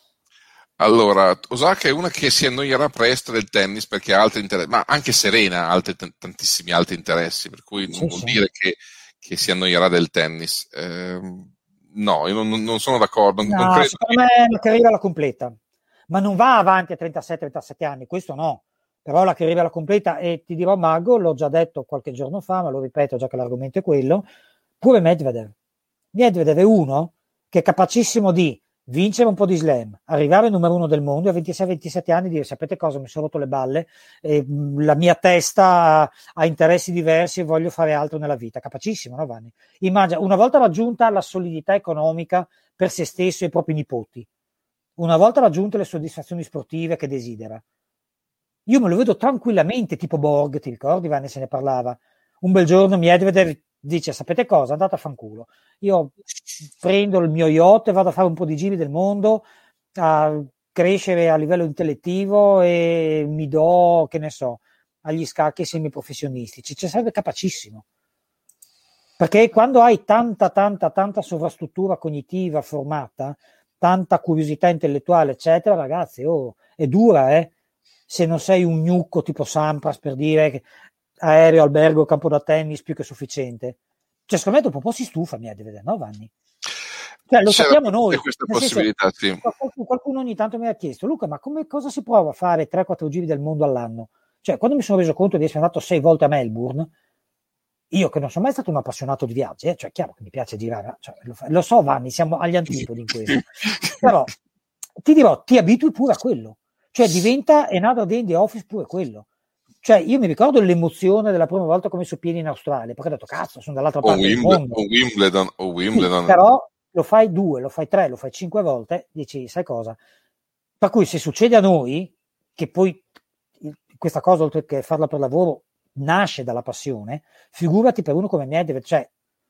S3: Allora, Osaka è una che si annoierà presto del tennis perché ha altri interessi, ma anche Serena ha altri, t- tantissimi altri interessi, per cui non sì, vuol sì. dire che, che si annoierà del tennis. Eh, no, io non, non sono d'accordo.
S4: No,
S3: non credo
S4: secondo me la carriera la completa, ma non va avanti a trentasette trentasette anni, questo no. Però la carriera la completa e ti dirò Mago, l'ho già detto qualche giorno fa, ma lo ripeto già che l'argomento è quello, pure Medvedev. Medvedev è uno che è capacissimo di vincere un po' di slam, arrivare numero uno del mondo a ventisei ventisette anni e dire sapete cosa, mi sono rotto le balle, e la mia testa ha interessi diversi e voglio fare altro nella vita. Capacissimo, no Vanni? Immagina, una volta raggiunta la solidità economica per se stesso e i propri nipoti, una volta raggiunte le soddisfazioni sportive che desidera, io me lo vedo tranquillamente tipo Borg, ti ricordi Vanni, se ne parlava, un bel giorno Medvedev dice sapete cosa, andate a fanculo, io prendo il mio yacht e vado a fare un po' di giri del mondo, a crescere a livello intellettivo e mi do, che ne so, agli scacchi semiprofessionistici. Cioè sarebbe capacissimo, perché quando hai tanta tanta tanta sovrastruttura cognitiva formata, tanta curiosità intellettuale eccetera, ragazzi, oh, è dura, eh se non sei un gnucco tipo Sampras, per dire che aereo, albergo, campo da tennis più che sufficiente. Cioè secondo me dopo un po' si stufa Medvedev, no Vanni? Cioè lo
S3: C'è
S4: sappiamo noi.
S3: Questa possibilità,
S4: senso,
S3: sì.
S4: qualcuno, qualcuno ogni tanto mi ha chiesto Luca, ma come cosa si prova a fare tre quattro giri del mondo all'anno? Cioè quando mi sono reso conto di essere andato sei volte a Melbourne, io che non sono mai stato un appassionato di viaggi, eh, cioè chiaro che mi piace girare, cioè, lo, lo so Vanni, siamo agli antipodi in questo, però ti dirò, ti abitui pure a quello. Cioè diventa another day in the office pure quello. Cioè io mi ricordo l'emozione della prima volta come su piedi in Australia, perché ho detto cazzo, sono dall'altra parte
S3: o
S4: del mondo.
S3: O Wimbledon, o Wimbledon.
S4: Sì, però lo fai due, lo fai tre, lo fai cinque volte, dici sai cosa? Per cui se succede a noi, che poi questa cosa oltre che farla per lavoro nasce dalla passione, figurati per uno come Medvedev, cioè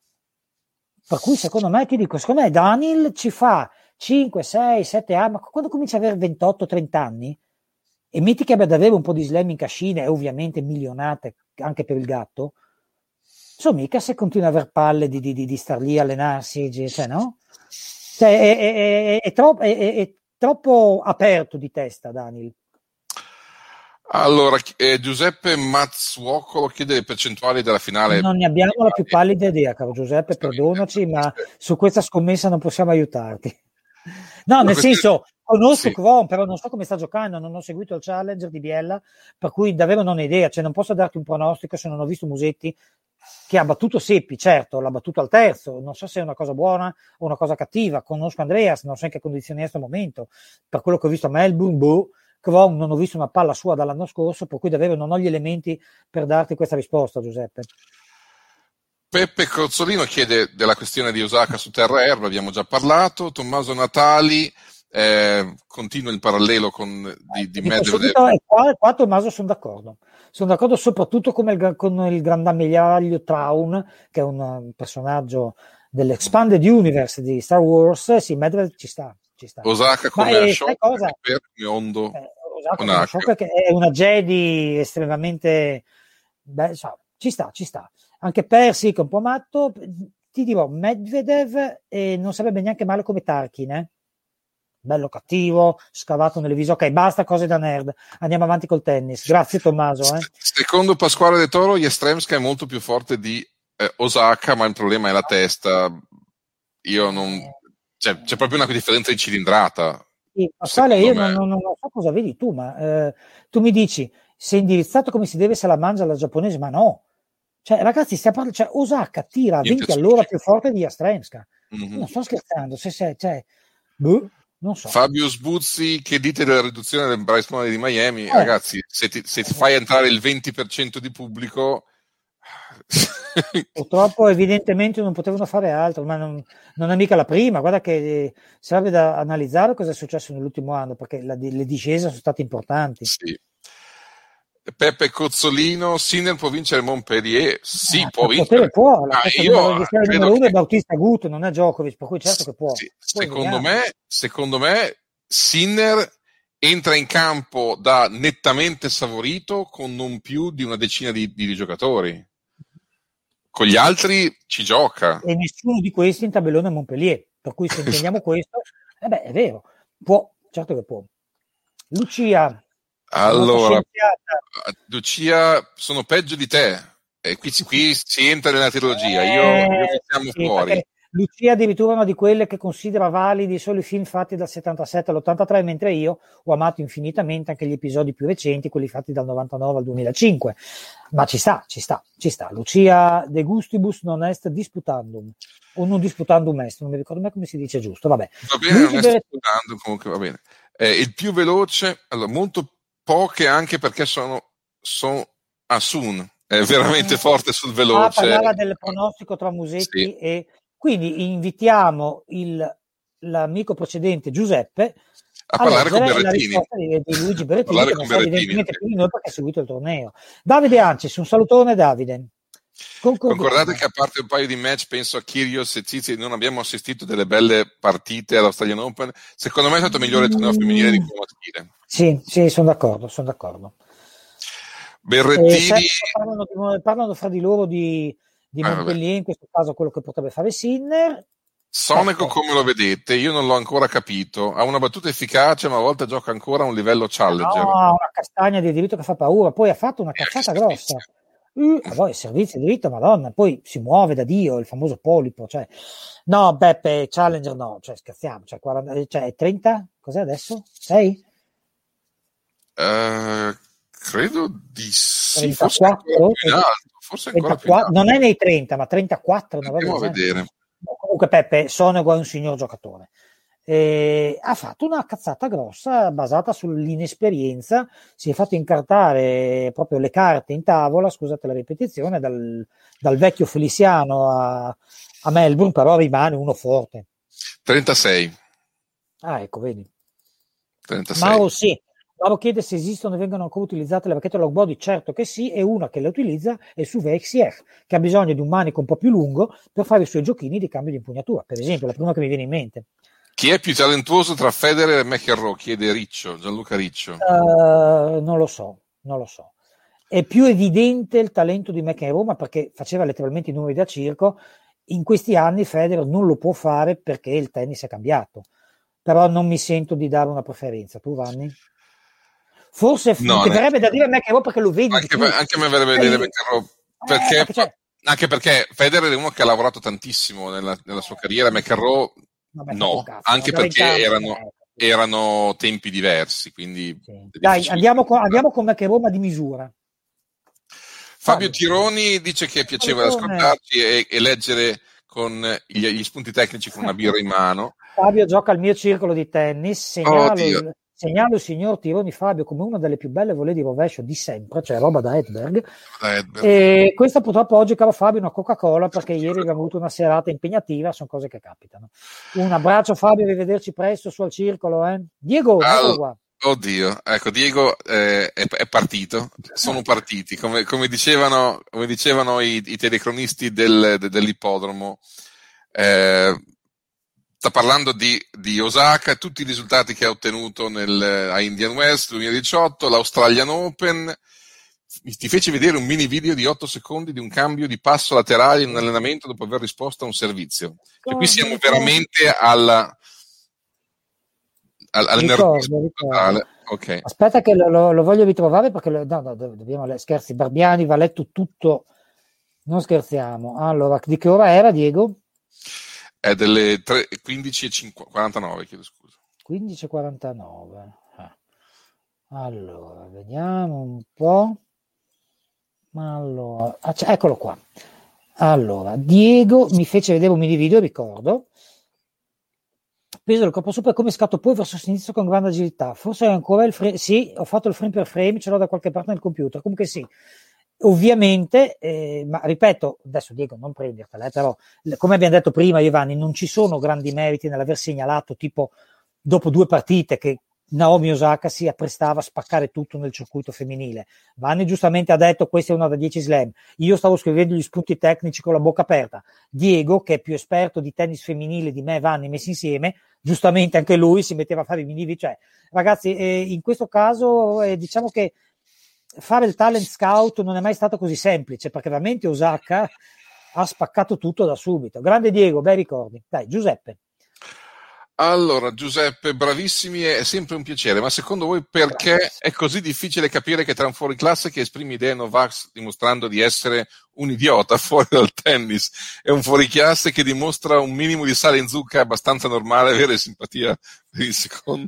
S4: per cui secondo me ti dico, secondo me Daniel ci fa cinque, sei, sette anni, ma quando comincia ad avere ventotto trenta anni e metti che abbia davvero un po' di slam in cascina e ovviamente milionate anche per il gatto, insomma mica se continua ad aver palle di, di, di, di star lì a allenarsi, cioè no? Cioè è, è, è, è, troppo, è, è troppo aperto di testa Daniel.
S3: Allora eh, Giuseppe Mazzuocolo chiede le percentuali della finale.
S4: Non ne abbiamo la più pallida idea, caro Giuseppe, perdonaci, ma su questa scommessa non possiamo aiutarti. No, nel
S3: questione...
S4: senso, conosco
S3: sì.
S4: Kvon, però non so come sta giocando, non ho seguito il Challenger di Biella, per cui davvero non ho idea, cioè non posso darti un pronostico se non ho visto Musetti, che ha battuto Seppi, certo, l'ha battuto al terzo, non so se è una cosa buona o una cosa cattiva, conosco Andreas, non so in che condizioni è in questo momento, per quello che ho visto a Melbourne, boh, Kvon non ho visto una palla sua dall'anno scorso, per cui davvero non ho gli elementi per darti questa risposta, Giuseppe.
S3: Peppe Cozzolino chiede della questione di Osaka su terra erba, abbiamo già parlato. Tommaso Natali eh, continua il parallelo con di, di Medvedev.
S4: Qua, qua Tommaso sono d'accordo. Sono d'accordo soprattutto con il, con il grandammigliaio Traun, che è un personaggio dell'Expanded Universe di Star Wars. Sì, Medvedev ci sta. Ci sta.
S3: Osaka come
S4: Ma,
S3: shock,
S4: cosa?
S3: Per Ondo.
S4: Eh, Osaka come shock, che è una Jedi estremamente... Beh, so, ci sta, ci sta. Anche Persic un po' matto, ti dirò Medvedev e non sarebbe neanche male come Tarkin, eh? Bello cattivo, scavato nelle viso. Ok, basta cose da nerd, andiamo avanti col tennis. Grazie Tommaso. Eh.
S3: Secondo Pasquale De Toro, Yastremska è molto più forte di eh, Osaka, ma il problema è la testa. Io non... Cioè, c'è proprio una differenza di cilindrata.
S4: Sì, Pasquale, io non, non, non so cosa vedi tu, ma eh, tu mi dici, sei indirizzato come si deve se la mangia la giapponese, ma no. Cioè, ragazzi, stiamo parlando, cioè, Osaka tira a venti all'ora più forte di Yastremska. Mm-hmm. Non sto scherzando, se, se, cioè, boh, non so.
S3: Fabio Sbuzzi, che dite della riduzione del price money di Miami? Eh. Ragazzi, se ti, se ti fai entrare il venti per cento di pubblico...
S4: Purtroppo evidentemente non potevano fare altro, ma non, non è mica la prima. Guarda che serve da analizzare cosa è successo nell'ultimo anno, perché la, le discese sono state importanti.
S3: Sì. Peppe Cozzolino, Sinner può vincere Montpellier? Sì,
S4: ah,
S3: può vincere.
S4: Può, la
S3: ah, io
S4: il numero uno che... è Bautista Agut, non è Djokovic, per cui certo che può.
S3: Sì, secondo, me, secondo me Sinner entra in campo da nettamente favorito con non più di una decina di, di giocatori. Con gli altri ci gioca.
S4: E nessuno di questi in tabellone Montpellier, per cui se intendiamo questo, eh beh, è vero, può, certo che può. Lucia...
S3: Allora, Lucia, sono peggio di te. E qui, qui si entra nella trilogia. Io,
S4: eh,
S3: io mi siamo
S4: sì,
S3: fuori.
S4: Lucia addirittura è una di quelle che considera validi solo i film fatti dal settantasette all'ottantatré, mentre io ho amato infinitamente anche gli episodi più recenti, quelli fatti dal novantanove al duemilacinque. Ma ci sta, ci sta, ci sta. Lucia de gustibus non est disputandum. O non disputandum est, non mi ricordo mai come si dice giusto. Vabbè.
S3: Va bene, Luigi non è disputandum, comunque va bene. Eh, il più veloce, allora, molto poche anche perché sono, sono a Sun, è veramente forte sul veloce.
S4: Ah, parlava del pronostico tra Musetti sì. E quindi invitiamo il, l'amico precedente Giuseppe
S3: a, a parlare con Berrettini.
S4: La risposta di, di Luigi Berrettini, che non sa evidentemente più di noi perché ha seguito il torneo. Davide Ancis, un salutone Davide.
S3: Concordate che a parte un paio di match penso a Kyrgios e Tsitsipas non abbiamo assistito delle belle partite all'Australian Open. Secondo me è stato migliore il torneo femminile di quello maschile.
S4: Sì, sì, sono d'accordo, sono d'accordo.
S3: Berrettini
S4: eh, parlano, di, parlano fra di loro di, di ah, Montpellier, vabbè. In questo caso quello che potrebbe fare Sinner.
S3: Sonego, come lo vedete? Io non l'ho ancora capito. Ha una battuta efficace, ma a volte gioca ancora a un livello challenger.
S4: No, una castagna di diritto che fa paura. Poi ha fatto una cazzata eh, grossa. Uh, poi servizio diritto, madonna, poi si muove da Dio, il famoso polipo, cioè no, Beppe, Challenger no, cioè scherziamo, cioè, quaranta, cioè trenta, cos'è adesso? sei?
S3: Uh, credo di sì,
S4: trentaquattro,
S3: forse ancora forse ancora più in alto.
S4: Non è nei trenta, ma trentaquattro.
S3: Andiamo a vedere.
S4: Comunque Peppe, Sonego è un signor giocatore. Eh, ha fatto una cazzata grossa basata sull'inesperienza, si è fatto incartare proprio le carte in tavola, scusate la ripetizione, dal, dal vecchio Feliciano a, a Melbourne, però rimane uno forte.
S3: trentasei.
S4: Ah, ecco, vedi.
S3: trentasei.
S4: Mauro sì. Mauro chiede se esistono e vengono ancora utilizzate le bacchette log body. Certo che sì, e una che le utilizza è Suve X R, che ha bisogno di un manico un po' più lungo per fare i suoi giochini di cambio di impugnatura, per esempio, la prima che mi viene in mente.
S3: Chi è più talentuoso tra Federer e McEnroe? Chiede Riccio, Gianluca Riccio.
S4: Uh, non lo so, non lo so. È più evidente il talento di McEnroe, ma perché faceva letteralmente i numeri da circo. In questi anni Federer non lo può fare perché il tennis è cambiato. Però non mi sento di dare una preferenza. Tu, Vanni? Forse
S3: no,
S4: ti verrebbe da dire McEnroe perché lo vedi.
S3: Anche, per, anche a me verrebbe da dire McEnroe perché, eh, perché cioè... anche perché Federer è uno che ha lavorato tantissimo nella, nella sua carriera. McEnroe
S4: Vabbè,
S3: no,
S4: cazzo,
S3: anche
S4: andare
S3: perché
S4: in campo,
S3: erano,
S4: eh.
S3: erano tempi diversi, quindi
S4: Sì.
S3: è
S4: Dai,
S3: difficile.
S4: andiamo con, andiamo con me che Roma di misura.
S3: Fabio
S4: Fabio.
S3: Tironi dice che è piacevole
S4: Salutone.
S3: ascoltarci e, e leggere con gli, gli spunti tecnici con una birra in mano.
S4: Fabio gioca al mio circolo di tennis, segnalo,
S3: Oddio.
S4: il, segnalo il signor Tironi Fabio come una delle più belle volée di rovescio di sempre, cioè roba da Edberg.
S3: Da Edberg.
S4: E questa purtroppo oggi, caro Fabio, una Coca-Cola perché ieri abbiamo avuto una serata impegnativa, sono cose che capitano. Un abbraccio Fabio, rivederci presto su al circolo. Eh? Diego,
S3: Al-
S4: eccolo qua.
S3: Oddio, ecco, Diego eh, è, è partito, sono partiti, come, come dicevano, come dicevano i, i telecronisti del, de, dell'ippodromo. Eh, sta parlando di, di Osaka, tutti i risultati che ha ottenuto nel, a Indian Wells duemiladiciotto, l'Australian Open. Ti fece vedere un mini video di otto secondi di un cambio di passo laterale in un allenamento dopo aver risposto a un servizio. Cioè, qui siamo veramente alla...
S4: Ricordo, ricordo.
S3: Okay.
S4: Aspetta che lo, lo, lo voglio ritrovare perché lo, no, no, dobbiamo scherzi. Barbiani va letto tutto, non scherziamo. Allora, di che ora era, Diego?
S3: È delle quindici e quarantanove, chiedo scusa.
S4: quindici e quarantanove. Eh. Allora, vediamo un po'. Allora, ah, cioè, eccolo qua. Allora, Diego mi fece vedere un mini video, ricordo. Peso del corpo super come scatto poi verso sinistra con grande agilità. Forse ancora il frame. Sì, ho fatto il frame per frame, ce l'ho da qualche parte nel computer. Comunque sì, ovviamente, eh, ma ripeto, adesso Diego non prendertela, eh, però come abbiamo detto prima, Giovanni, non ci sono grandi meriti nell'aver segnalato tipo dopo due partite che Naomi Osaka si apprestava a spaccare tutto nel circuito femminile. Vanni giustamente ha detto questa è una da dieci slam. Io stavo scrivendo gli spunti tecnici con la bocca aperta. Diego, che è più esperto di tennis femminile di me e Vanni messi insieme, giustamente anche lui si metteva a fare i mini. Cioè, ragazzi, eh, in questo caso eh, diciamo che fare il talent scout non è mai stato così semplice, perché veramente Osaka ha spaccato tutto da subito. Grande Diego, bei ricordi. Dai, Giuseppe.
S3: Allora, Giuseppe, bravissimi, è sempre un piacere, ma secondo voi perché è così difficile capire che tra un fuoriclasse che esprime idee Novax dimostrando di essere un idiota fuori dal tennis e un fuoriclasse che dimostra un minimo di sale in zucca abbastanza normale avere simpatia per il secondo?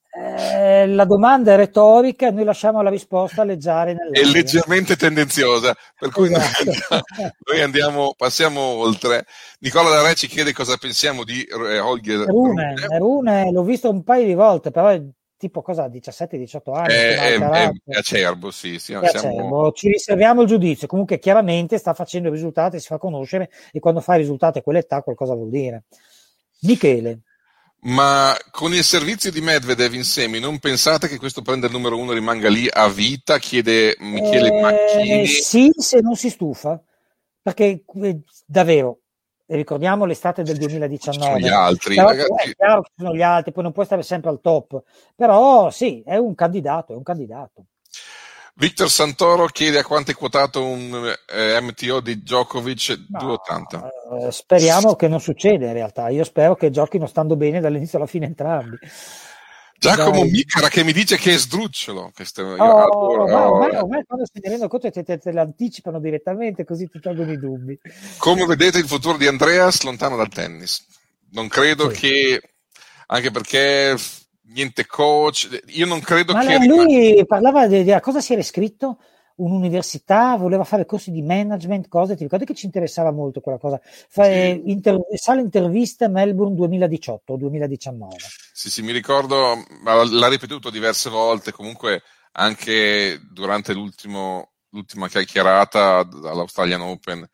S4: Eh, la domanda è retorica, noi lasciamo la risposta leggiare nell'aria.
S3: È leggermente tendenziosa, per cui
S4: esatto.
S3: noi, andiamo, noi andiamo, passiamo oltre. Nicola D'Are ci chiede cosa pensiamo di eh, Holger
S4: Rune.
S3: Rune.
S4: Rune l'ho visto un paio di volte, però è tipo cosa, diciassette diciotto anni.
S3: È, è, è, è acerbo, sì. Siamo,
S4: è acerbo. Siamo... Ci riserviamo il giudizio. Comunque chiaramente sta facendo risultati, si fa conoscere e quando fa i risultati a quell'età qualcosa vuol dire. Michele.
S3: Ma con il servizio di Medvedev in semi non pensate che questo prenda il numero uno rimanga lì a vita? Chiede Michele
S4: eh,
S3: Macchini.
S4: Sì, se non si stufa, perché eh, davvero ricordiamo l'estate del duemiladiciannove.
S3: Ci sono gli altri,
S4: però,
S3: ragazzi.
S4: È chiaro che ci sono gli altri, poi non puoi stare sempre al top, però sì, è un candidato, è un candidato.
S3: Victor Santoro chiede a quanto è quotato un eh, M T O di Djokovic, no, due ottanta.
S4: Eh, speriamo che non succeda in realtà, io spero che giochino stando bene dall'inizio alla fine entrambi.
S3: Giacomo
S4: Dai.
S3: Miccara che mi dice che è sdrucciolo. Che sto, io
S4: oh,
S3: adoro,
S4: ormai,
S3: oh,
S4: ormai, ormai quando si rendono conto te, te, te l'anticipano direttamente così ti tolgono i dubbi.
S3: Come vedete il futuro di Andreas lontano dal tennis. Non credo sì. che, anche perché niente coach, io non credo
S4: Ma
S3: che...
S4: lui rimane... parlava di, di a cosa si era iscritto? Un'università, voleva fare corsi di management, cose, ti ricordi che ci interessava molto quella cosa? Fa, sì. inter, sala interviste Melbourne duemiladiciotto o duemiladiciannove.
S3: Sì, sì, mi ricordo, l'ha ripetuto diverse volte, comunque anche durante l'ultimo, l'ultima chiacchierata all'Australian Open.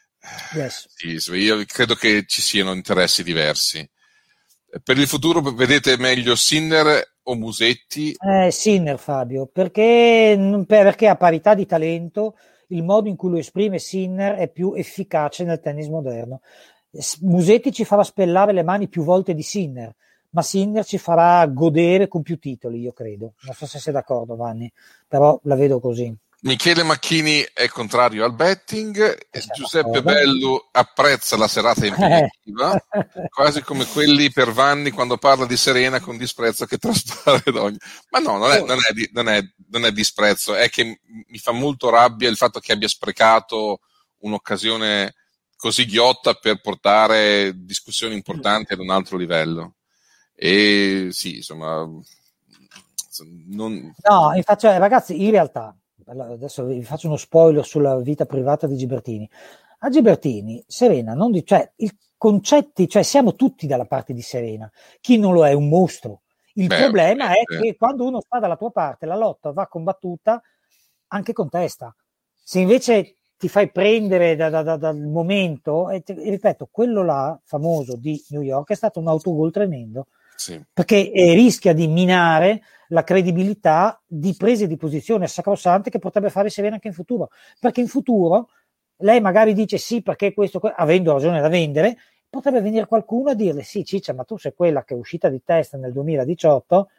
S4: Yes.
S3: Sì, io credo che ci siano interessi diversi. Per il futuro vedete meglio Sinner o Musetti?
S4: Eh, Sinner, Fabio, perché, perché a parità di talento il modo in cui lo esprime Sinner è più efficace nel tennis moderno. Musetti ci farà spellare le mani più volte di Sinner, ma Sinner ci farà godere con più titoli, io credo. Non so se sei d'accordo, Vanni, però la vedo così.
S3: Michele Macchini è contrario al betting, Giuseppe Bellu apprezza la serata impegnativa, quasi come quelli per Vanni quando parla di Serena con disprezzo che traspare da ogni... Ma no, non è, non, è, non, è, non è disprezzo, è che mi fa molto rabbia il fatto che abbia sprecato un'occasione così ghiotta per portare discussioni importanti ad un altro livello. E sì, insomma, non...
S4: No, infatti, cioè, ragazzi, in realtà, adesso vi faccio uno spoiler sulla vita privata di Gibertini. A Gibertini, Serena, non di, cioè, i concetti, cioè, siamo tutti dalla parte di Serena. Chi non lo è, è un mostro. Il
S3: Beh,
S4: problema è
S3: eh.
S4: che quando uno sta dalla tua parte, la lotta va combattuta anche con testa. Se invece ti fai prendere da, da, da, dal momento, e, e ripeto, quello là famoso di New York è stato un autogol tremendo,
S3: sì.
S4: perché eh, rischia di minare la credibilità di prese di posizione sacrosante che potrebbe fare Serena anche in futuro, perché in futuro lei magari dice sì perché questo, avendo ragione da vendere, potrebbe venire qualcuno a dirle sì Ciccia, ma tu sei quella che è uscita di testa nel duemiladiciotto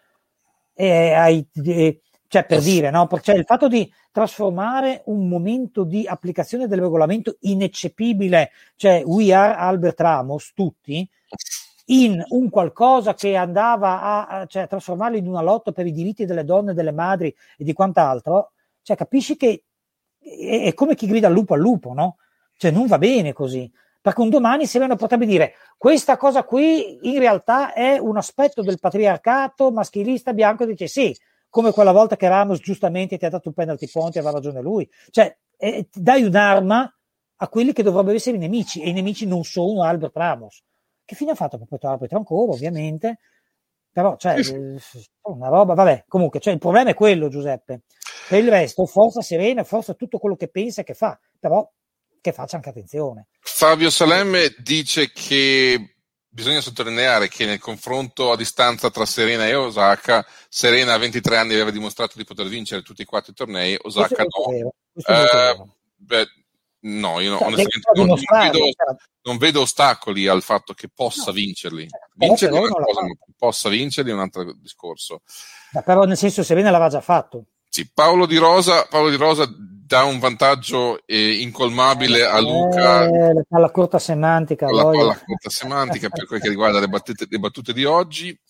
S4: e hai, e, cioè per dire, no? Perché il fatto di trasformare un momento di applicazione del regolamento ineccepibile, cioè we are Albert Ramos tutti, in un qualcosa che andava a, a cioè, trasformarlo in una lotta per i diritti delle donne, delle madri e di quant'altro, cioè capisci che è, è come chi grida al lupo al lupo, no? Cioè non va bene così, perché un domani Serena potrebbe dire questa cosa qui in realtà è un aspetto del patriarcato maschilista bianco, e dice sì, come quella volta che Ramos giustamente ti ha dato un penalty point e aveva ragione lui, cioè eh, dai un'arma a quelli che dovrebbero essere i nemici, e i nemici non sono Albert Ramos. Che fine ha fatto per portare arbitro ancora, ovviamente, però cioè una roba, vabbè, comunque cioè, il problema è quello, Giuseppe. Per il resto forza Serena, forza tutto quello che pensa e che fa, però che faccia anche attenzione.
S3: Fabio Salemme dice che bisogna sottolineare che nel confronto a distanza tra Serena e Osaka, Serena a ventitré anni aveva dimostrato di poter vincere tutti i quattro tornei, Osaka no.
S4: Vero, eh,
S3: beh, no, io no,
S4: cioè,
S3: onestamente non, non, vedo, non vedo ostacoli al fatto che possa no, vincerli. Vincerli è una cosa, ma possa vincerli è un altro discorso.
S4: Ma però nel senso Serena l'aveva già fatto.
S3: Sì, Paolo Di Rosa, Paolo Di Rosa dà un vantaggio eh, incolmabile a Luca.
S4: Eh, la palla corta semantica.
S3: La palla corta semantica per quel che riguarda le battute, le battute di oggi.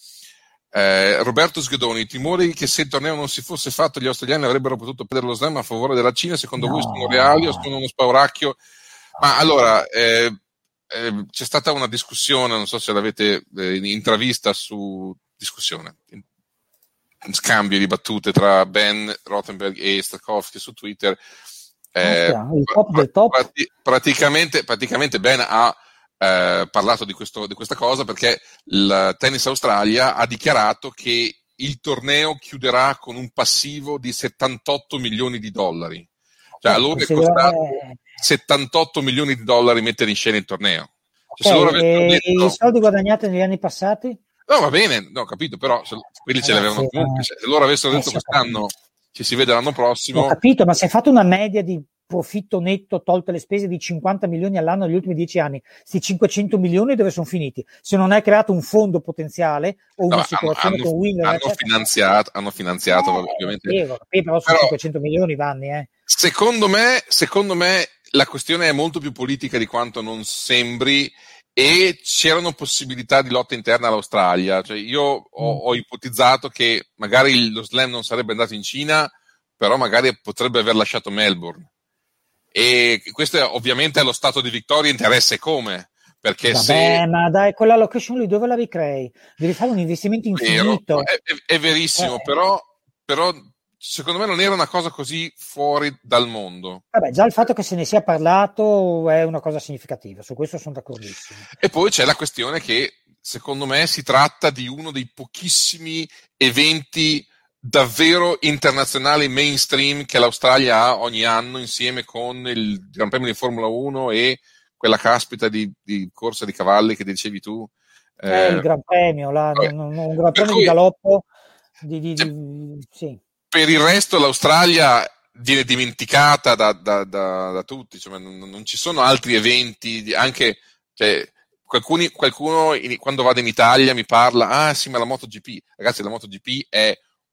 S3: Eh, Roberto Sgedoni, i timori che se il torneo non si fosse fatto gli australiani avrebbero potuto perdere lo slam a favore della Cina, secondo no. voi sono reali o sono uno spauracchio? Ma allora eh, eh, c'è stata una discussione, non so se l'avete eh, intravista su discussione in, in scambio di battute tra Ben Rothenberg e Stakowski su Twitter. Eh,
S4: ah, il top del top.
S3: Prati- praticamente, praticamente Ben ha Eh, parlato di, questo, di questa cosa perché il Tennis Australia ha dichiarato che il torneo chiuderà con un passivo di settantotto milioni di dollari, cioè a loro è costato settantotto milioni di dollari mettere in scena il torneo. Cioè,
S4: okay, se e detto, i soldi guadagnati negli anni passati?
S3: No, va bene, no, ho capito, però se, quelli ce l'avevano comunque. Se loro avessero detto eh, quest'anno ci si vede l'anno prossimo.
S4: Ho capito, ma se hai fatto una media di profitto netto tolte le spese di cinquanta milioni all'anno negli ultimi dieci anni, questi cinquecento milioni dove sono finiti? Se non hai creato un fondo potenziale o una no, situazione
S3: hanno,
S4: con Winner
S3: hanno finanziato, hanno finanziato
S4: eh,
S3: ovviamente
S4: capito, però sono cinquecento milioni vanni eh.
S3: secondo me secondo me la questione è molto più politica di quanto non sembri, e c'erano possibilità di lotta interna all'Australia, cioè io ho, mm. ho ipotizzato che magari lo slam non sarebbe andato in Cina, però magari potrebbe aver lasciato Melbourne. E questo è, ovviamente allo stato di Victoria interessa e come, perché
S4: Vabbè,
S3: se
S4: ma dai, quella location lì dove la ricrei? Devi fare un investimento infinito.
S3: È, è, è verissimo, eh. però, però secondo me non era una cosa così fuori dal mondo.
S4: Vabbè, già il fatto che se ne sia parlato è una cosa significativa, su questo sono d'accordissimo.
S3: E poi c'è la questione che secondo me si tratta di uno dei pochissimi eventi davvero internazionali mainstream che l'Australia ha ogni anno, insieme con il Gran Premio di Formula uno e quella caspita di, di corsa di cavalli che dicevi tu.
S4: Eh, eh, il Gran Premio, là, non, non, un Gran Premio cui, di galoppo. Di, di,
S3: cioè,
S4: di, sì.
S3: Per il resto l'Australia viene dimenticata da, da, da, da tutti, cioè, non, non ci sono altri eventi, anche cioè, qualcuno, qualcuno in, quando vado in Italia mi parla, ah sì, ma la MotoGP, ragazzi, la MotoGP è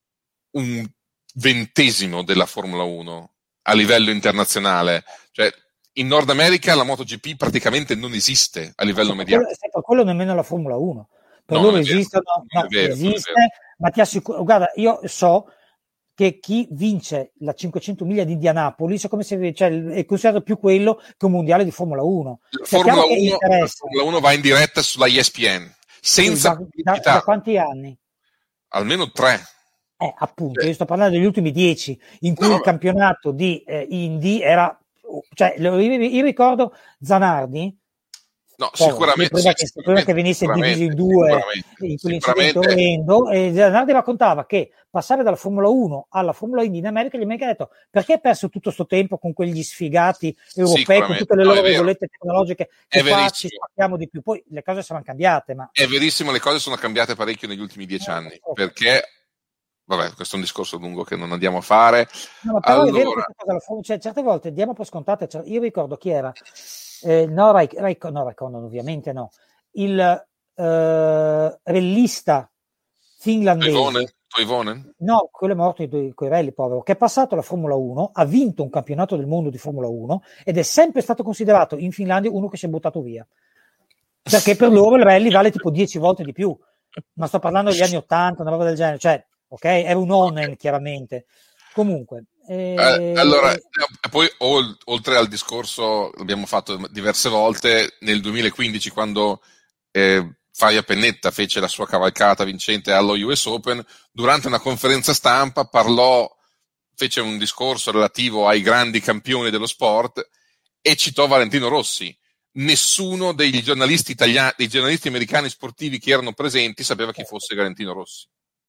S3: un ventesimo della Formula uno a livello internazionale, cioè in Nord America la MotoGP praticamente non esiste a livello
S4: per
S3: mediatico.
S4: Quello, per quello nemmeno la Formula uno, per
S3: no,
S4: loro esistono, no,
S3: vero,
S4: esiste, ma ti assicuro, guarda, io so che chi vince la cinquecento miglia di Indianapolis è come se, cioè, è considerato più quello che un mondiale di Formula uno.
S3: La Formula uno, la Formula uno va in diretta sulla E S P N senza
S4: sì, da, da, da quanti anni?
S3: Almeno tre.
S4: Eh, appunto, eh. io sto parlando degli ultimi dieci, in cui no, il campionato di eh, Indy era, cioè, io ricordo Zanardi.
S3: No, oh, sicuramente.
S4: Prima, sì, che, prima che venisse diviso in due in quell'incidente orrendo, e Zanardi raccontava che passare dalla Formula uno alla Formula Indy in America, gli americani hanno detto: perché hai perso tutto questo tempo con quegli sfigati europei, con tutte le loro no, regolette tecnologiche che qua ci spacchiamo di più? Poi le cose saranno cambiate, ma
S3: è verissimo, le cose sono cambiate parecchio negli ultimi dieci anni, eh, okay. Perché vabbè, questo è un discorso lungo che non andiamo a fare.
S4: No, ma però allora... è vero questa cosa, cioè, certe volte diamo per scontate, cioè, io ricordo chi era Eh, no, Rai, Rai, no, Raikkonen ovviamente no, il eh, rallista finlandese
S3: Toivonen? Toivonen?
S4: No, quello è morto con i rally, povero, che è passato alla Formula uno, ha vinto un campionato del mondo di Formula uno ed è sempre stato considerato in Finlandia uno che si è buttato via, perché per loro il rally vale tipo dieci volte di più, ma sto parlando degli anni ottanta, una roba del genere, cioè, ok, era un onen chiaramente. Comunque
S3: Eh, allora, poi oltre al discorso l'abbiamo fatto diverse volte nel duemilaquindici quando eh, Fabio Pennetta fece la sua cavalcata vincente allo U S Open, durante una conferenza stampa parlò, fece un discorso relativo ai grandi campioni dello sport e citò Valentino Rossi. Nessuno dei giornalisti italiani, dei giornalisti americani sportivi che erano presenti sapeva chi fosse Valentino Rossi.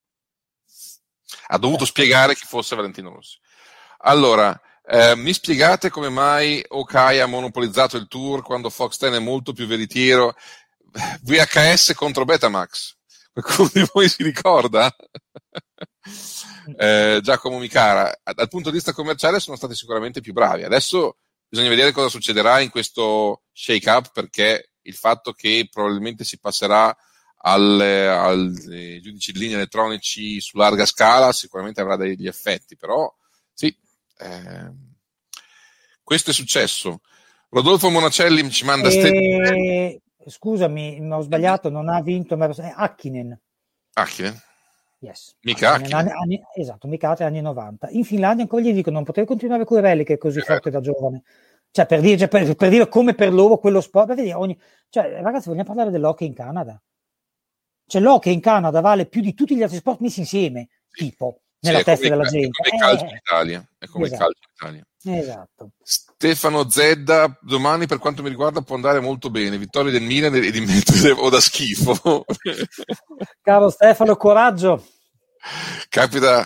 S3: Ha dovuto spiegare chi fosse Valentino Rossi. Allora, eh, mi spiegate come mai Okai ha monopolizzato il tour quando Fox dieci è molto più veritiero? V H S contro Betamax. Qualcuno di voi si ricorda? eh, Giacomo Micara, dal punto di vista commerciale sono stati sicuramente più bravi. Adesso bisogna vedere cosa succederà in questo shake-up, perché il fatto che probabilmente si passerà al, al giudici di linea elettronici su larga scala sicuramente avrà degli effetti, però sì, eh, questo è successo. Rodolfo Monacelli ci manda
S4: e... scusami, ho sbagliato, non ha vinto, ma è Hakkinen.
S3: Hakkinen?
S4: Yes.
S3: Mica
S4: Hakkinen,
S3: Hakkinen.
S4: Anni, anni, esatto, Mica anni novanta. In Finlandia ancora gli dico, non potevi continuare con Curelli che è così eh. forte da giovane. Cioè, per dire, cioè, per, per dire come per loro quello sport, per dire, ogni... cioè, ragazzi, vogliamo parlare dell'hockey in Canada? Cioè, l'hockey in Canada vale più di tutti gli altri sport messi insieme, tipo, nella sì, testa della gente.
S3: È come il calcio in Italia. È come
S4: esatto.
S3: il calcio in Italia.
S4: Esatto.
S3: Stefano Zedda, domani per quanto mi riguarda può andare molto bene. Vittoria del Milan e di mettere o da schifo.
S4: Caro Stefano, coraggio.
S3: Capita,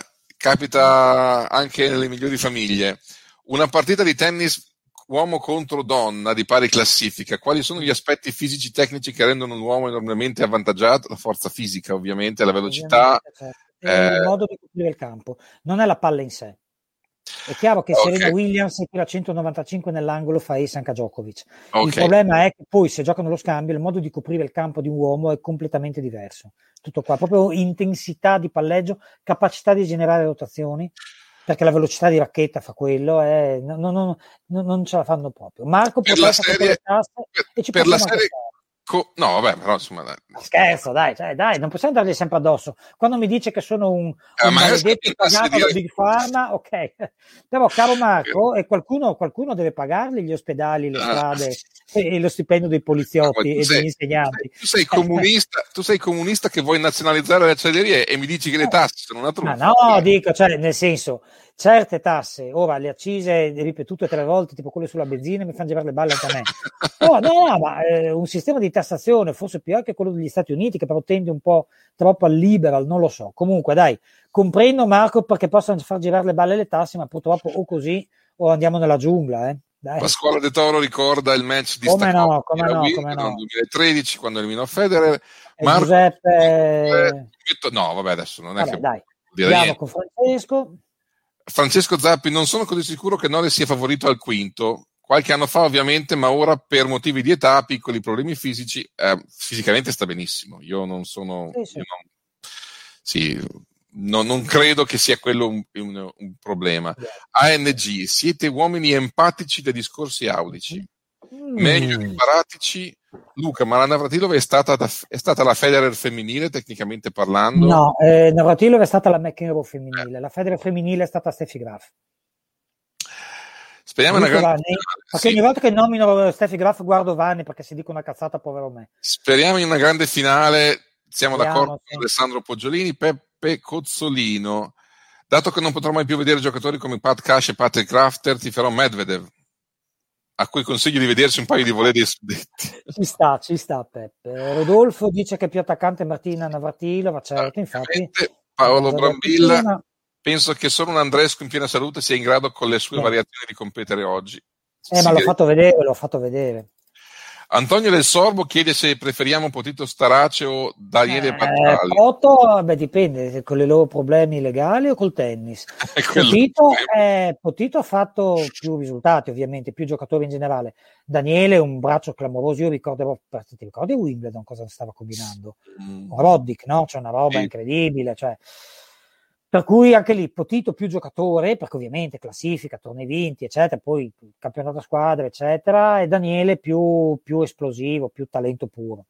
S3: capita anche nelle migliori famiglie. Una partita di tennis uomo contro donna di pari classifica, quali sono gli aspetti fisici tecnici che rendono l'uomo enormemente avvantaggiato? La forza fisica, ovviamente, la velocità,
S4: certo. eh... il modo di coprire il campo, non è la palla in sé. È chiaro che okay. Serena Williams se tira centonovantacinque nell'angolo fa ace anche a Djokovic. Okay. Il problema è che poi se giocano lo scambio il modo di coprire il campo di un uomo è completamente diverso. Tutto qua, proprio intensità di palleggio, capacità di generare rotazioni, perché la velocità di racchetta fa quello, eh, non, non, non, non ce la fanno proprio. Marco
S3: per la serie, le tasse per, e ci per la serie co- no vabbè però insomma dai.
S4: Scherzo dai, cioè, dai, non possiamo dargli sempre addosso quando mi dice che sono un, eh, un maledetto pagato da Big Pharma, ok, però caro Marco e qualcuno, qualcuno deve pagargli gli ospedali, le strade ah. e, e lo stipendio dei poliziotti e sei, degli insegnanti.
S3: Tu sei, tu sei comunista tu sei comunista che vuoi nazionalizzare le acciaierie e mi dici che le tasse sono una truffa.
S4: Ma no, dico, cioè nel senso certe tasse, ora le accise ripetute tre volte, tipo quelle sulla benzina, mi fanno girare le balle anche a me. Oh, no, no, ma eh, un sistema di tassazione, forse più anche quello degli Stati Uniti, che però tende un po' troppo al liberal, non lo so. Comunque, dai, comprendo Marco perché possono far girare le balle le tasse, ma purtroppo o così o andiamo nella giungla, eh. Dai.
S3: Pasquale De Toro ricorda il match di
S4: come no, come no, come no.
S3: nel duemilatredici quando eliminò Federer.
S4: E Marco, Giuseppe...
S3: No, vabbè, adesso non è
S4: vabbè,
S3: che...
S4: Dai, andiamo con Francesco.
S3: Francesco Zappi, non sono così sicuro che Norris sia favorito al quinto. Qualche anno fa ovviamente, ma ora per motivi di età, piccoli problemi fisici, eh, fisicamente sta benissimo. Io non sono...
S4: Sì, sì.
S3: Io non, sì, no, non credo che sia quello un, un, un problema. A N G, siete uomini empatici dai discorsi aulici.
S4: Mm.
S3: Meglio di Baratici. Luca, ma la Navratilova è stata, da, è stata la Federer femminile, tecnicamente parlando?
S4: No, eh, Navratilova è stata la McEnroe femminile, eh. La Federer femminile è stata Steffi Graf.
S3: Speriamo una grande
S4: Vanni, perché sì. Ogni volta che nomino Steffi Graf guardo Vanni perché si dice una cazzata, povero me.
S3: Speriamo in una grande finale. Siamo
S4: Speriamo,
S3: d'accordo
S4: sì.
S3: con Alessandro Poggiolini. Peppe Cozzolino, dato che non potrò mai più vedere giocatori come Pat Cash e Patrick Crafter, ti farò Medvedev, a cui consiglio di vedersi un paio di voleri suddetti.
S4: Ci sta, ci sta Peppe. Rodolfo dice che è più attaccante Martina Navratilova, certo, infatti.
S3: Paolo Brambilla, penso che solo un Andrescu in piena salute sia in grado con le sue
S4: eh.
S3: variazioni di competere oggi.
S4: Eh, sì, ma l'ho che... fatto vedere, l'ho fatto vedere.
S3: Antonio del Sorbo chiede se preferiamo Potito Starace o Daniele
S4: eh,
S3: Battali.
S4: Poto, beh, dipende, con i loro problemi legali o col tennis. Potito, eh, Potito ha fatto più risultati, ovviamente, più giocatori in generale. Daniele un braccio clamoroso, io ricordo, ti ricordi Wimbledon cosa stava combinando? Mm. Roddick, no? C'è una roba sì. incredibile, cioè... Per cui anche lì Potito più giocatore, perché ovviamente classifica, tornei vinti, eccetera, poi campionato a squadre, eccetera, e Daniele più, più esplosivo, più talento puro.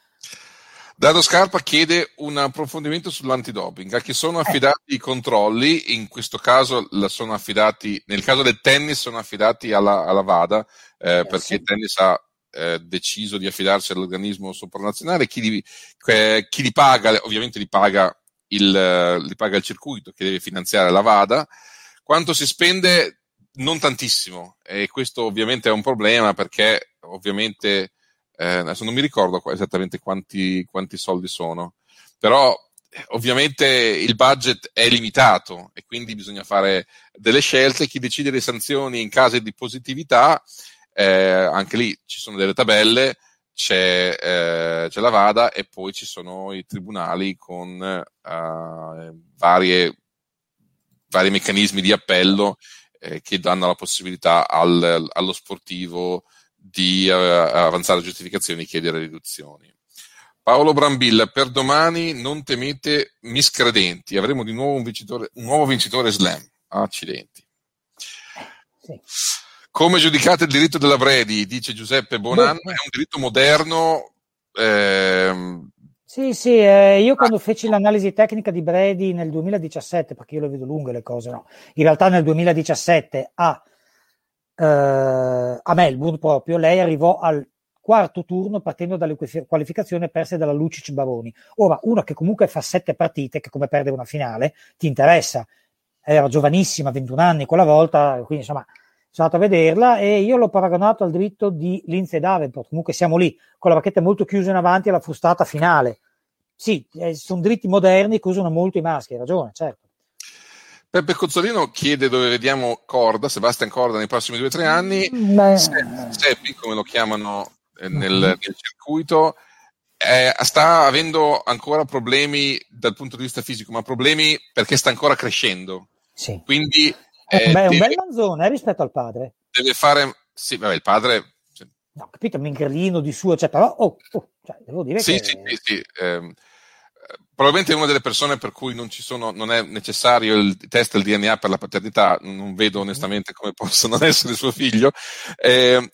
S3: Dado Scarpa chiede un approfondimento sull'antidoping. A chi sono affidati eh. i controlli? In questo caso sono affidati, nel caso del tennis sono affidati alla, alla VADA, eh, eh, perché sì. il tennis ha eh, deciso di affidarsi all'organismo sopranazionale. Chi li, eh, chi li paga, ovviamente li paga Il, li paga il circuito che deve finanziare la VADA. Quanto si spende? Non tantissimo, e questo ovviamente è un problema perché ovviamente eh, adesso non mi ricordo esattamente quanti, quanti soldi sono, però ovviamente il budget è limitato e quindi bisogna fare delle scelte. Chi decide le sanzioni in caso di positività, eh, anche lì ci sono delle tabelle. C'è, eh, c'è la VADA e poi ci sono i tribunali con uh, varie, vari meccanismi di appello eh, che danno la possibilità al, allo sportivo di uh, avanzare giustificazioni e chiedere riduzioni. Paolo Brambilla, per domani non temete miscredenti, avremo di nuovo un vincitore, un nuovo vincitore slam. Accidenti. Sì. Come giudicate il diritto della Brady? Dice Giuseppe Bonanno, è un diritto moderno. Ehm...
S4: Sì, sì, eh, io quando feci l'analisi tecnica di Brady nel duemiladiciassette, perché io le vedo lunghe le cose, no? In realtà nel duemiladiciassette a, eh, a Melbourne proprio, lei arrivò al quarto turno partendo dalle qualificazioni perse dalla Lucic Baroni. Ora, uno che comunque fa sette partite, che come perdere una finale, ti interessa. Era giovanissima, ventuno anni quella volta, quindi insomma... sono andato a vederla e io l'ho paragonato al diritto di Lindsay Davenport. Comunque siamo lì con la bacchetta molto chiusa in avanti alla frustata finale. Sì, eh, sono diritti moderni che usano molto i maschi, hai ragione, certo.
S3: Peppe Cozzolino chiede dove vediamo Corda, Sebastian Corda nei prossimi due o tre anni.
S4: Beh...
S3: Seppi, come lo chiamano eh, nel, nel circuito, eh, sta avendo ancora problemi dal punto di vista fisico, ma problemi perché sta ancora crescendo.
S4: Sì.
S3: Quindi
S4: Eh, Beh, è un bel manzone eh, rispetto al padre.
S3: Deve fare, sì, vabbè, il padre. Sì.
S4: No, capito, mincherlino di suo, cioè, però, oh, oh, cioè, devo dire
S3: sì,
S4: che.
S3: Sì, sì, sì. Eh, probabilmente è una delle persone per cui non ci sono, non è necessario il test del D N A per la paternità. Non vedo onestamente come possa non essere suo figlio. Eh,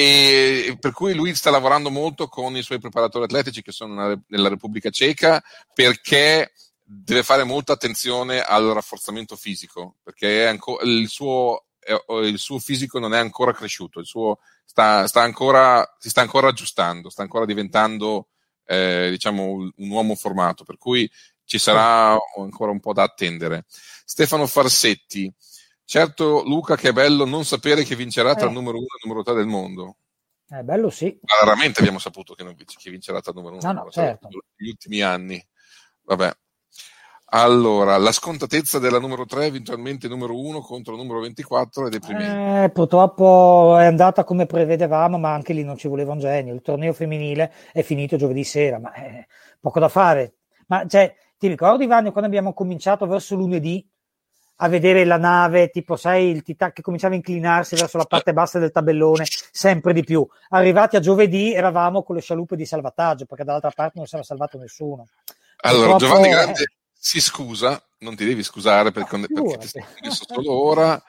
S3: e per cui lui sta lavorando molto con i suoi preparatori atletici che sono nella Repubblica Ceca, perché deve fare molta attenzione al rafforzamento fisico, perché è ancora, il, suo, il suo fisico non è ancora cresciuto, il suo sta, sta ancora, si sta ancora aggiustando, sta ancora diventando eh, diciamo un, un uomo formato, per cui ci sarà ancora un po' da attendere. Stefano Farsetti, certo Luca che è bello non sapere che vincerà tra il numero uno e il numero tre del mondo.
S4: È bello, sì.
S3: Ma raramente abbiamo saputo che, non, che vincerà tra il numero uno
S4: no, no, certo.
S3: negli ultimi anni. Vabbè. Allora, la scontatezza della numero tre, eventualmente numero uno contro il numero ventiquattro è deprimente.
S4: Eh, purtroppo è andata come prevedevamo, ma anche lì non ci voleva un genio. Il torneo femminile è finito giovedì sera, ma è poco da fare. Ma cioè, ti ricordi, Vanni, quando abbiamo cominciato verso lunedì a vedere la nave, tipo sai, il Titanic che cominciava a inclinarsi verso la parte bassa del tabellone, sempre di più. Arrivati a giovedì eravamo con le scialuppe di salvataggio, perché dall'altra parte non si era salvato nessuno.
S3: Allora, purtroppo, Giovanni Grande... Eh, si scusa, non ti devi scusare perché, perché ti sei messo solo ora,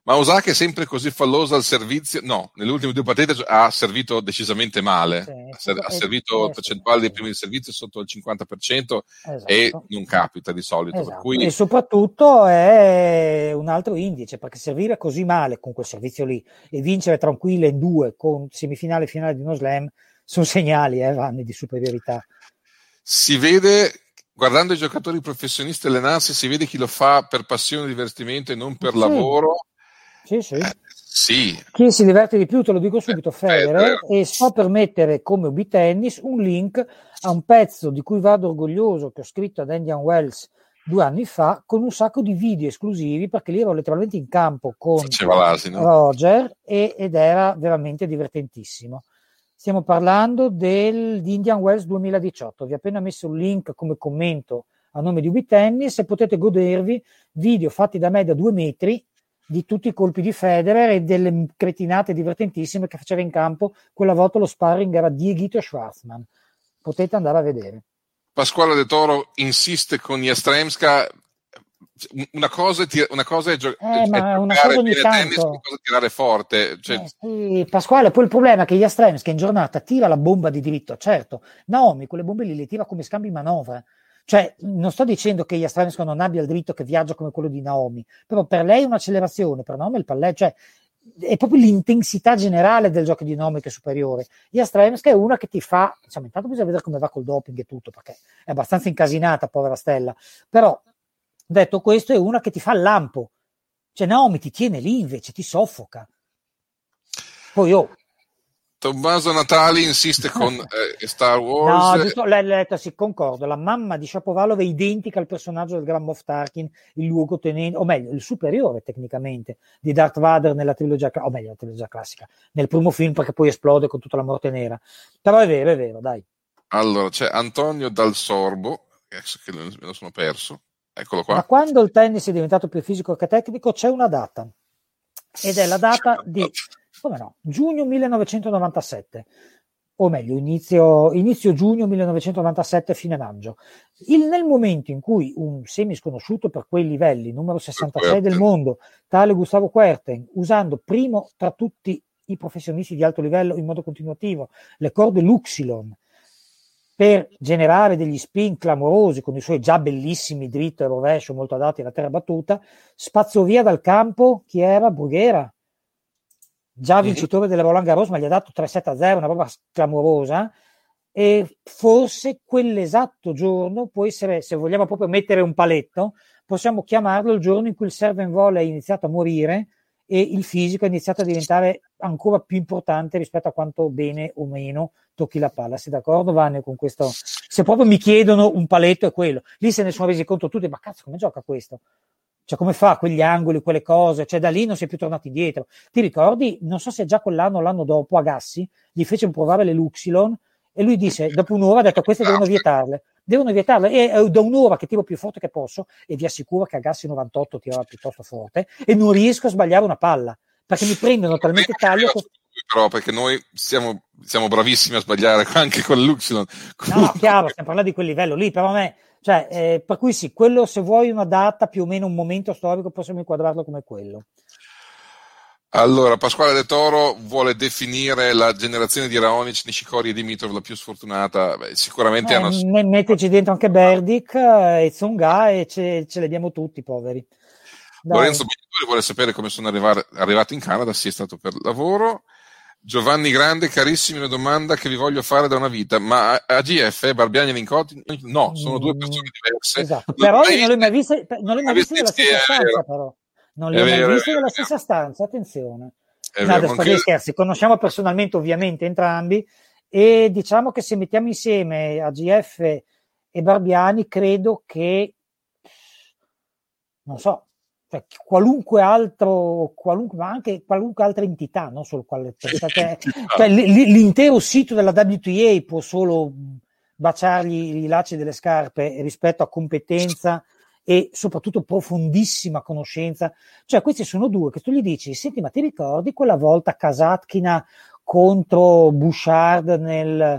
S3: Ma Osaka è sempre così fallosa al servizio? No, nelle ultime due partite ha servito decisamente male,
S4: Sì,
S3: ha servito
S4: eh,
S3: percentuali
S4: sì,
S3: dei
S4: sì.
S3: primi servizi sotto il cinquanta per cento
S4: Esatto.
S3: e non capita di solito.
S4: Esatto.
S3: Per cui...
S4: E soprattutto è un altro indice, perché servire così male con quel servizio lì e vincere tranquille in due con semifinale e finale di uno slam sono segnali, eh, Vanni, di superiorità.
S3: Si vede, guardando i giocatori professionisti allenarsi, si vede chi lo fa per passione, divertimento e non per
S4: Sì.
S3: lavoro.
S4: Sì, sì.
S3: Eh, sì.
S4: Chi si diverte di più, te lo dico subito,
S3: Eh,
S4: Federer,
S3: Federer.
S4: e sto per mettere come Ubi Tennis un link a un pezzo di cui vado orgoglioso che ho scritto ad Indian Wells due anni fa, con un sacco di video esclusivi, perché lì ero letteralmente in campo con
S3: Faceva l'asino.
S4: Roger e, ed era veramente divertentissimo. Stiamo parlando del, di Indian Wells duemiladiciotto. Vi ho appena messo un link come commento a nome di Ubi Tennis e potete godervi video fatti da me da due metri di tutti i colpi di Federer e delle cretinate divertentissime che faceva in campo. Quella volta lo sparring era Dieguito Schwartzman. Potete andare a vedere.
S3: Pasquale De Toro insiste con Jastremska. Una cosa è, tir- una cosa è, gio-
S4: Eh,
S3: è
S4: ma una
S3: giocare
S4: cosa ogni
S3: bene a tennis,
S4: tanto.
S3: una cosa è tirare forte. Cioè,
S4: Eh, sì, Pasquale, poi il problema è che Jastremska in giornata tira la bomba di dritto, certo. Naomi quelle bombe lì le tira come scambi manovra. Cioè, non sto dicendo che Jastremska non abbia il dritto che viaggia come quello di Naomi, però per lei è un'accelerazione, per Naomi è il palleggio, cioè è proprio l'intensità generale del gioco di Naomi che è superiore. Jastremska è una che ti fa, diciamo, intanto bisogna vedere come va col doping e tutto, perché è abbastanza incasinata, povera Stella, però detto questo è una che ti fa il lampo, cioè Naomi ti tiene lì invece, ti soffoca. Poi oh,
S3: Tommaso Natali insiste con eh, Star Wars.
S4: no, giusto, l'hai letto, sì, concordo. La mamma di Shapovalov è identica al personaggio del Grand Moff Tarkin, il luogotenente, o meglio, il superiore tecnicamente di Darth Vader nella trilogia, o meglio, la trilogia classica, nel primo film, perché poi esplode con tutta la morte nera. Però è vero, è vero, dai.
S3: Allora, c'è Antonio Dal Sorbo, che me lo sono perso. Eccolo qua.
S4: Da quando il tennis è diventato più fisico che tecnico c'è una data, ed è la data di, come no, giugno millenovecentonovantasette, o meglio, inizio, inizio giugno millenovecentonovantasette, fine maggio. Il, nel momento in cui un semi sconosciuto per quei livelli, numero sessantasei del mondo, tale Gustavo Kuerten, usando primo tra tutti i professionisti di alto livello in modo continuativo le corde Luxilon, per generare degli spin clamorosi con i suoi già bellissimi dritto e rovescio molto adatti alla terra battuta, spazzò via dal campo chi era? Brughera, già vincitore della Roland Garros, ma gli ha dato tre sette a zero, una roba clamorosa, e forse quell'esatto giorno può essere, se vogliamo proprio mettere un paletto, possiamo chiamarlo il giorno in cui il serve and volley è iniziato a morire e il fisico è iniziato a diventare ancora più importante rispetto a quanto bene o meno tocchi la palla. Sei d'accordo, Vanni, con questo? Se proprio mi chiedono un paletto è quello. Lì se ne sono resi conto tutti, ma cazzo, come gioca questo? Cioè, come fa quegli angoli, quelle cose? Cioè, da lì non si è più tornati indietro. Ti ricordi, non so se già quell'anno o l'anno dopo, Agassi gli fece provare le Luxilon e lui disse, dopo un'ora, ha detto, queste devono vietarle. Devono vietarle, e eh, da un'ora che tiro più forte che posso, e vi assicuro che Agassi novantotto tirava piuttosto forte, e non riesco a sbagliare una palla, perché mi prendono talmente taglio che...
S3: Però perché noi siamo, siamo bravissimi a sbagliare anche con l'Uxilon.
S4: No, chiaro, stiamo parlando di quel livello lì, però a me, cioè, eh, per cui sì, quello, se vuoi una data, più o meno un momento storico, possiamo inquadrarlo come quello.
S3: Allora, Pasquale De Toro vuole definire la generazione di Raonic, Nishikori e Dimitrov la più sfortunata. Beh, sicuramente
S4: Eh,
S3: hanno...
S4: me- metteci dentro anche Berdic eh, e Tsonga e ce, ce li abbiamo tutti, poveri. Dai.
S3: Lorenzo Bigliatore vuole sapere come sono arrivar- arrivato in Canada, sì, è stato per lavoro. Giovanni Grande, carissimi, una domanda che vi voglio fare da una vita, ma A G F, Barbiani e Lincotti, no, sono due persone diverse.
S4: Esatto, però io non le ho mai viste, non le ho mai viste nella stessa stanza, però. Non le ho mai viste nella stessa stanza, attenzione. No, adesso per gli scherzi, conosciamo personalmente ovviamente entrambi, e diciamo che se mettiamo insieme A G F e Barbiani, credo che, non so, cioè, qualunque altro, qualunque, ma anche qualunque altra entità, non solo quale, pensate, cioè, l'intero sito della W T A può solo baciargli i lacci delle scarpe rispetto a competenza e soprattutto profondissima conoscenza. Cioè, questi sono due che tu gli dici, senti, ma ti ricordi quella volta Kasatkina contro Bouchard nel,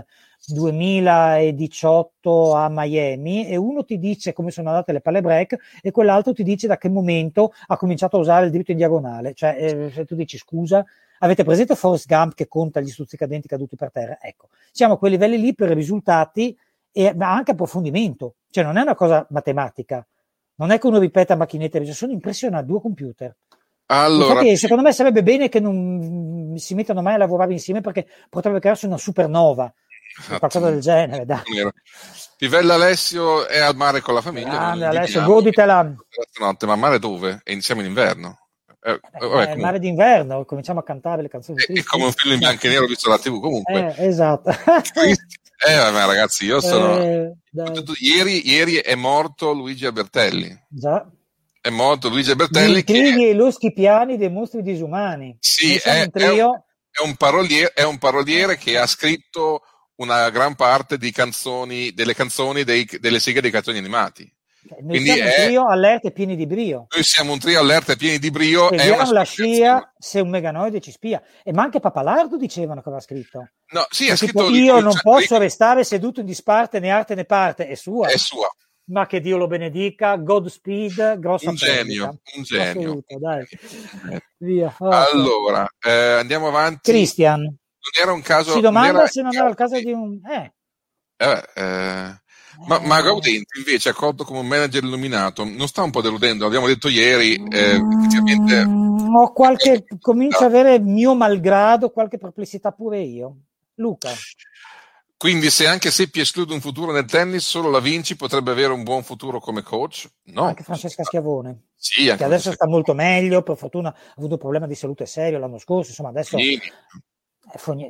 S4: duemiladiciotto a Miami, e uno ti dice come sono andate le palle break e quell'altro ti dice da che momento ha cominciato a usare il dritto in diagonale. Cioè, eh, se tu dici scusa, avete presente Forrest Gump che conta gli stuzzicadenti caduti per terra? Ecco, siamo a quei livelli lì per i risultati, e ma anche approfondimento, cioè non è una cosa matematica, non è che uno ripeta a macchinetta, sono impressionati, due computer.
S3: Allora,
S4: infatti secondo me sarebbe bene che non si mettano mai a lavorare insieme, perché potrebbe crearsi una supernova o qualcosa del genere. Dai.
S3: Pivella Alessio è al mare con la famiglia.
S4: Grande, Alessio, goditela.
S3: Notte, ma mare dove? E iniziamo in inverno. Eh,
S4: eh, vabbè, il mare d'inverno, cominciamo a cantare le canzoni.
S3: È, è come un film in bianco e nero visto la tivù, comunque.
S4: Eh, esatto.
S3: Eh, vabbè, ragazzi, io sono.
S4: Eh,
S3: ieri, ieri è morto Luigi Albertelli.
S4: Già.
S3: È morto Luigi Albertelli.
S4: Gli intrighi
S3: che...
S4: e i loschi piani dei mostri disumani.
S3: Sì, è un, trio... è, un, è, un paroliere, è un paroliere che ha scritto una gran parte di canzoni, delle canzoni dei, delle sigle dei cartoni animati.
S4: Noi Quindi siamo è... un trio allerta e pieni di brio.
S3: Noi siamo un trio allerta e pieni di brio.
S4: Vediamo la scia se un meganoide ci spia. E ma anche Papalardo dicevano che aveva scritto.
S3: No, sì, ha scritto
S4: io non posso restare seduto in disparte né arte né parte. È sua.
S3: È sua.
S4: Ma che Dio lo benedica. Godspeed, grossa
S3: un genio, un genio.
S4: Assoluto, dai. Via. Oh,
S3: allora, eh, andiamo avanti.
S4: Cristian.
S3: Non era un caso.
S4: Si domanda
S3: non era...
S4: se non era il caso di un. Eh.
S3: Eh, eh. Ma, ma Gaudenti invece accolto come un manager illuminato non sta un po' deludendo, abbiamo detto ieri, eh, effettivamente
S4: mm, ho qualche comincio a avere mio malgrado qualche perplessità pure io. Luca,
S3: quindi se anche Seppi esclude un futuro nel tennis, solo la Vinci potrebbe avere un buon futuro come coach? No.
S4: Anche Francesca Schiavone,
S3: sì, anche
S4: che adesso sta molto meglio, per fortuna ha avuto un problema di salute serio l'anno scorso, insomma adesso
S3: sì.
S4: Fogni...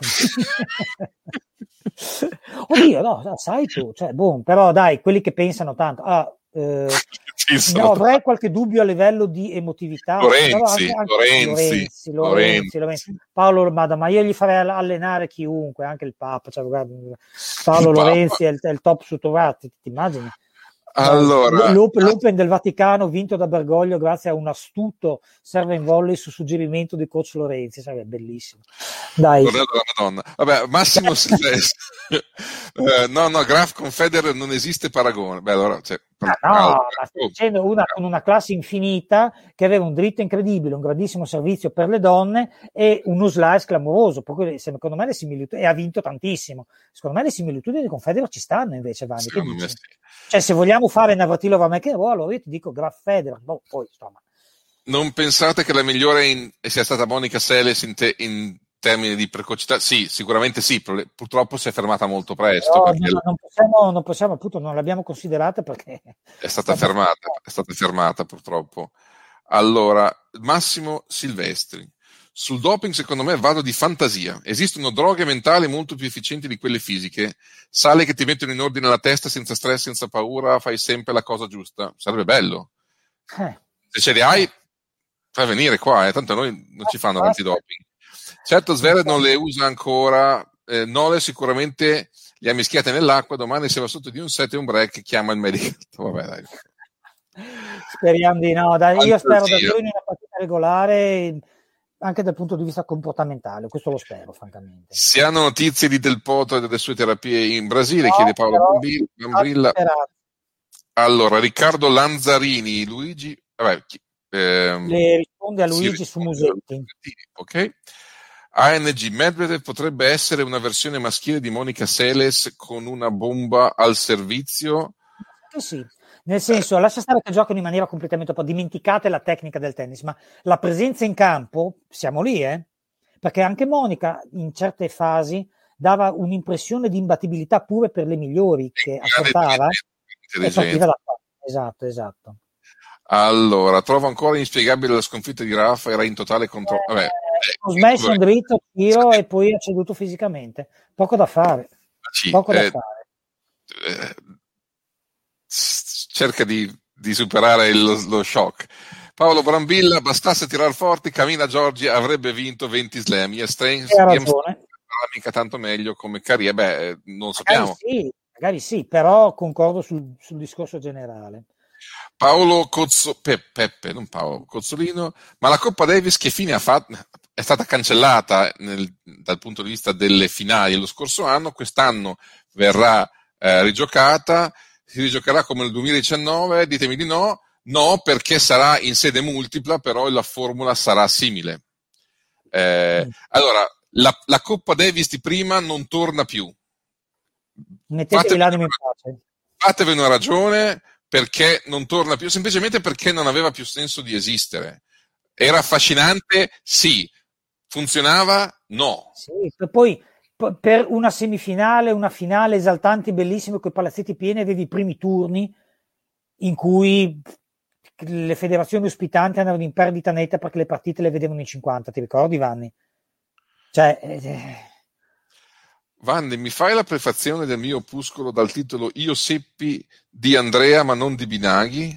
S4: Oddio, no, sai tu, cioè, boom, però dai, quelli che pensano tanto, ah, eh, no, avrei qualche dubbio a livello di emotività.
S3: Lorenzi,
S4: però anche, anche
S3: Lorenzi,
S4: Lorenzi, Lorenzi, Lorenzi, Paolo, ma, ma io gli farei allenare chiunque, anche il Papa, cioè, guarda, Paolo il Lorenzi Papa. È, il, è il top su Toratti, ti immagini?
S3: Allora,
S4: L'open, l'Open del Vaticano vinto da Bergoglio grazie a un astuto serve in volley su suggerimento di coach Lorenzi, sarebbe bellissimo. Dai.
S3: Madonna. Vabbè, Massimo Silvestri. uh, no, no, Graf con Federer non esiste paragone. Beh, allora, cioè,
S4: ah, no, allora, ma stai dicendo una con una classe infinita che aveva un dritto incredibile, un grandissimo servizio per le donne e uno slice clamoroso. Poi, secondo me le similitudini, e ha vinto tantissimo. Secondo me le similitudini con Federer ci stanno invece, Vanni. Che dici? Sì. Cioè, se vogliamo fare Navratilova McEnroe, allora io ti dico Graf Federer. No, poi, insomma.
S3: Non pensate che la migliore in, sia stata Monica Seles in, te, in termini di precocità? Sì, sicuramente sì, purtroppo si è fermata molto presto.
S4: No,
S3: perché
S4: no, non possiamo, non possiamo, appunto, non l'abbiamo considerata perché
S3: è stata fermata, è stata fermata purtroppo. Allora, Massimo Silvestri. Sul doping, secondo me, vado di fantasia. Esistono droghe mentali molto più efficienti di quelle fisiche. Sale che ti mettono in ordine la testa senza stress, senza paura, fai sempre la cosa giusta. Sarebbe bello.
S4: Eh.
S3: Se ce le hai, fai venire qua, eh. Tanto noi non ci fanno l'antidoping. Certo, Zverev non le usa ancora. Eh, Nole sicuramente li ha mischiate nell'acqua. Domani se va sotto di un set e un break, chiama il medico. Vabbè, dai.
S4: Speriamo di no. Dai, io spero davvero in una partita regolare, anche dal punto di vista comportamentale, questo lo spero francamente.
S3: Se hanno notizie di Del Potro e delle sue terapie in Brasile, no, chiede Paolo Gambrilla. Allora, Riccardo Lanzarini, Luigi, vabbè, chi, ehm,
S4: le risponde a Luigi sì, su Musetti.
S3: Ok. A N G Medvedev potrebbe essere una versione maschile di Monica Seles con una bomba al servizio?
S4: Eh sì. Nel senso, lascia stare che giocano in maniera completamente poi dimenticate la tecnica del tennis, ma la presenza in campo, siamo lì, eh? Perché anche Monica in certe fasi dava un'impressione di imbattibilità pure per le migliori che affrontava e partiva da qua. Esatto, esatto.
S3: Allora, trovo ancora inspiegabile la sconfitta di Rafa, era in totale controllo.
S4: Eh, un smash, un dritto, tiro e poi ha ceduto fisicamente. Poco da fare.
S3: Sì,
S4: Poco
S3: eh,
S4: da fare.
S3: Eh, cerca di, di superare il, lo, lo shock. Paolo Brambilla, bastasse tirar forti, Camila Giorgi avrebbe vinto venti slam.
S4: Ha ragione.
S3: Mica tanto meglio come carriera, beh, non lo
S4: magari
S3: sappiamo.
S4: Sì, magari sì, però concordo sul, sul discorso generale.
S3: Paolo Cozzo, Pe, Peppe, non Paolo Cozzolino, ma la Coppa Davis che fine ha fatto? è stata cancellata nel, dal punto di vista delle finali lo scorso anno, quest'anno verrà eh, rigiocata, si rigiocherà come nel duemiladiciannove, ditemi di no, no perché sarà in sede multipla, però la formula sarà simile. Eh, mm. Allora, la, la Coppa Davis di prima non torna più.
S4: Mettetevi l'animo in pace.
S3: Fatevi una ragione perché non torna più, semplicemente perché non aveva più senso di esistere. Era affascinante? Sì. Funzionava? No.
S4: Sì, poi per una semifinale, una finale esaltanti, bellissime, con i palazzetti pieni, avevi i primi turni in cui le federazioni ospitanti andavano in perdita netta perché le partite le vedevano in cinquanta, ti ricordi, Vanni? Cioè... Eh...
S3: Vanni, mi fai la prefazione del mio opuscolo dal titolo Io seppi di Andrea ma non di Binaghi?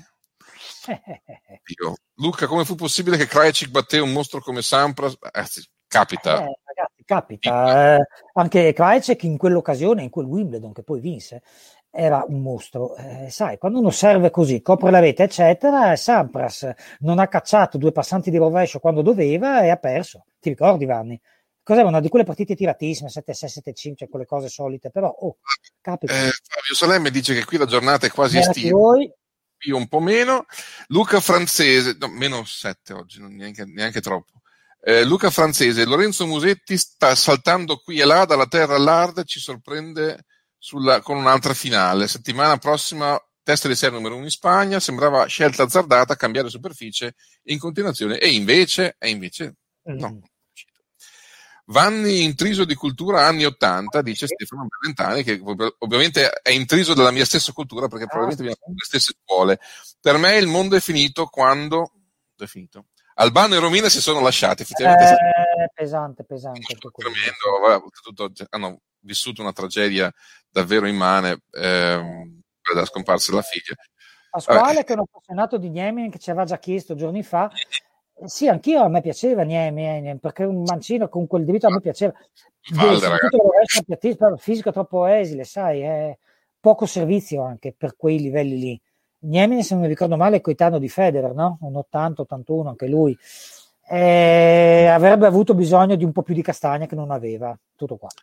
S3: Io. Luca, come fu possibile che Krajicek batté un mostro come Sampras? Eh, capita.
S4: Eh, ragazzi, capita. Eh, anche Krajicek in quell'occasione, in quel Wimbledon che poi vinse, era un mostro. Eh, sai, quando uno serve così, copre la rete, eccetera, Sampras non ha cacciato due passanti di rovescio quando doveva e ha perso. Ti ricordi, Vanni? Cos'era una di quelle partite tiratissime, sette sei sette cinque, cioè quelle cose solite, però, oh, capita.
S3: Eh, Fabio Salemme dice che qui la giornata è quasi estiva. Io un po' meno. Luca Francese, no, meno sette oggi, non neanche, neanche troppo. Eh, Luca Francese, Lorenzo Musetti sta saltando qui e là dalla terra all'Hard, ci sorprende sulla, con un'altra finale. Settimana prossima, testa di serie numero uno in Spagna, sembrava scelta azzardata cambiare superficie in continuazione, e invece, e invece, no. Mm. Vanni intriso di cultura anni ottanta, dice Stefano Berlentani, che ovviamente è intriso della mia stessa cultura perché probabilmente viene dalle stesse scuole. Per me il mondo è finito quando è finito. Albano e Romina si sono lasciati, effettivamente.
S4: Eh, pesante, pesante.
S3: Tremendo, tutto, hanno vissuto una tragedia davvero immane ehm, per la scomparsa della figlia.
S4: Pasquale, che è un appassionato di Niemen, che ci aveva già chiesto giorni fa. Sì, anch'io, a me piaceva Niemi, perché un mancino con quel debito a me piaceva. Il fisico troppo esile, sai, è poco servizio anche per quei livelli lì. Niemi, se non mi ricordo male, è coetaneo di Federer, no? Un ottanta ottantuno anche lui. E avrebbe avuto bisogno di un po' più di castagna che non aveva. Tutto qua.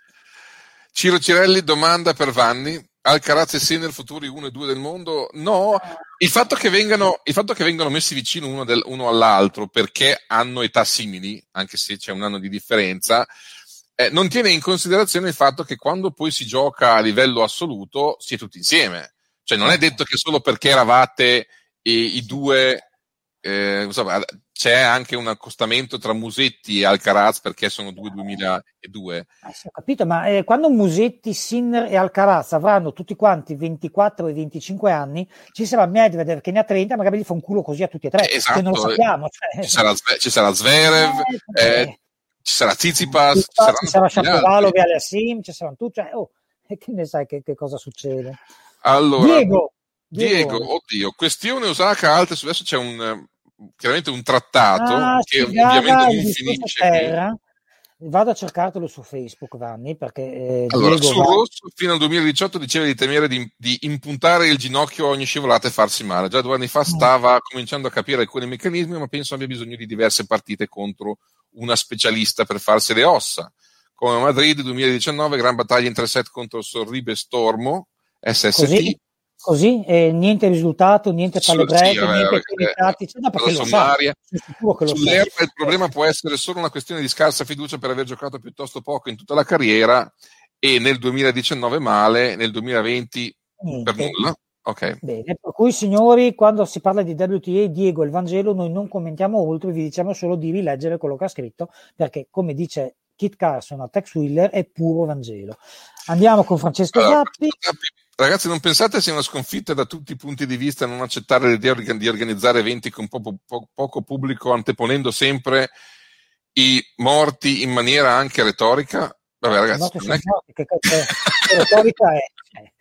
S3: Ciro Cirelli domanda per Vanni: Alcaraz e Sinner futuri uno e due del mondo? No, il fatto che vengano, il fatto che vengano messi vicino uno, del, uno all'altro perché hanno età simili, anche se c'è un anno di differenza, eh, non tiene in considerazione il fatto che quando poi si gioca a livello assoluto si è tutti insieme. Cioè non è detto che solo perché eravate i, i due, eh, insomma, c'è anche un accostamento tra Musetti e Alcaraz perché sono due duemiladue.
S4: Eh, sì, ho capito, ma eh, quando Musetti, Sinner e Alcaraz avranno tutti quanti ventiquattro e venticinque anni, ci sarà Medvedev che ne ha trenta, magari gli fa un culo così a tutti e tre,
S3: eh, esatto.
S4: che non lo sappiamo. Cioè.
S3: Ci, sarà, ci sarà Zverev, eh, eh, ci sarà Tsitsipas, ci,
S4: ci sarà Shapovalov e Aliassim, ci saranno tutti, cioè, oh, che ne sai che, che cosa succede?
S3: Allora,
S4: Diego,
S3: Diego, Diego, oddio, questione Osaka, altre, su adesso c'è un... chiaramente un trattato
S4: ah,
S3: che ovviamente non finisce
S4: terra. Vado a cercartelo su Facebook, Vanni, perché eh,
S3: allora,
S4: Diego
S3: sul
S4: va...
S3: rosso fino al duemiladiciotto diceva di temere di, di impuntare il ginocchio a ogni scivolata e farsi male. Già due anni fa stava mm. cominciando a capire alcuni meccanismi, ma penso abbia bisogno di diverse partite contro una specialista per farsi le ossa. Come a Madrid duemiladiciannove, gran battaglia in tre set contro Sorribe Stormo S S T.
S4: Così? Così, e niente risultato, niente palle break, sì, niente penetrati, cioè, no, perché lo sa,
S3: sull'erba sa. Il problema può essere solo una questione di scarsa fiducia per aver giocato piuttosto poco in tutta la carriera, e nel duemiladiciannove male, nel duemilaventi niente. Per nulla. Ok.
S4: Bene, per cui signori, quando si parla di W T A, Diego, il Vangelo, noi non commentiamo oltre, vi diciamo solo di rileggere quello che ha scritto, perché come dice Kit Carson a Tex Willer è puro Vangelo. Andiamo con Francesco allora, Zappi.
S3: Ragazzi, non pensate sia una sconfitta da tutti i punti di vista non accettare l'idea di organizzare eventi con poco, po- poco pubblico, anteponendo sempre i morti in maniera anche retorica? Vabbè, ragazzi, non è che...
S4: morti, che, che, che retorica è?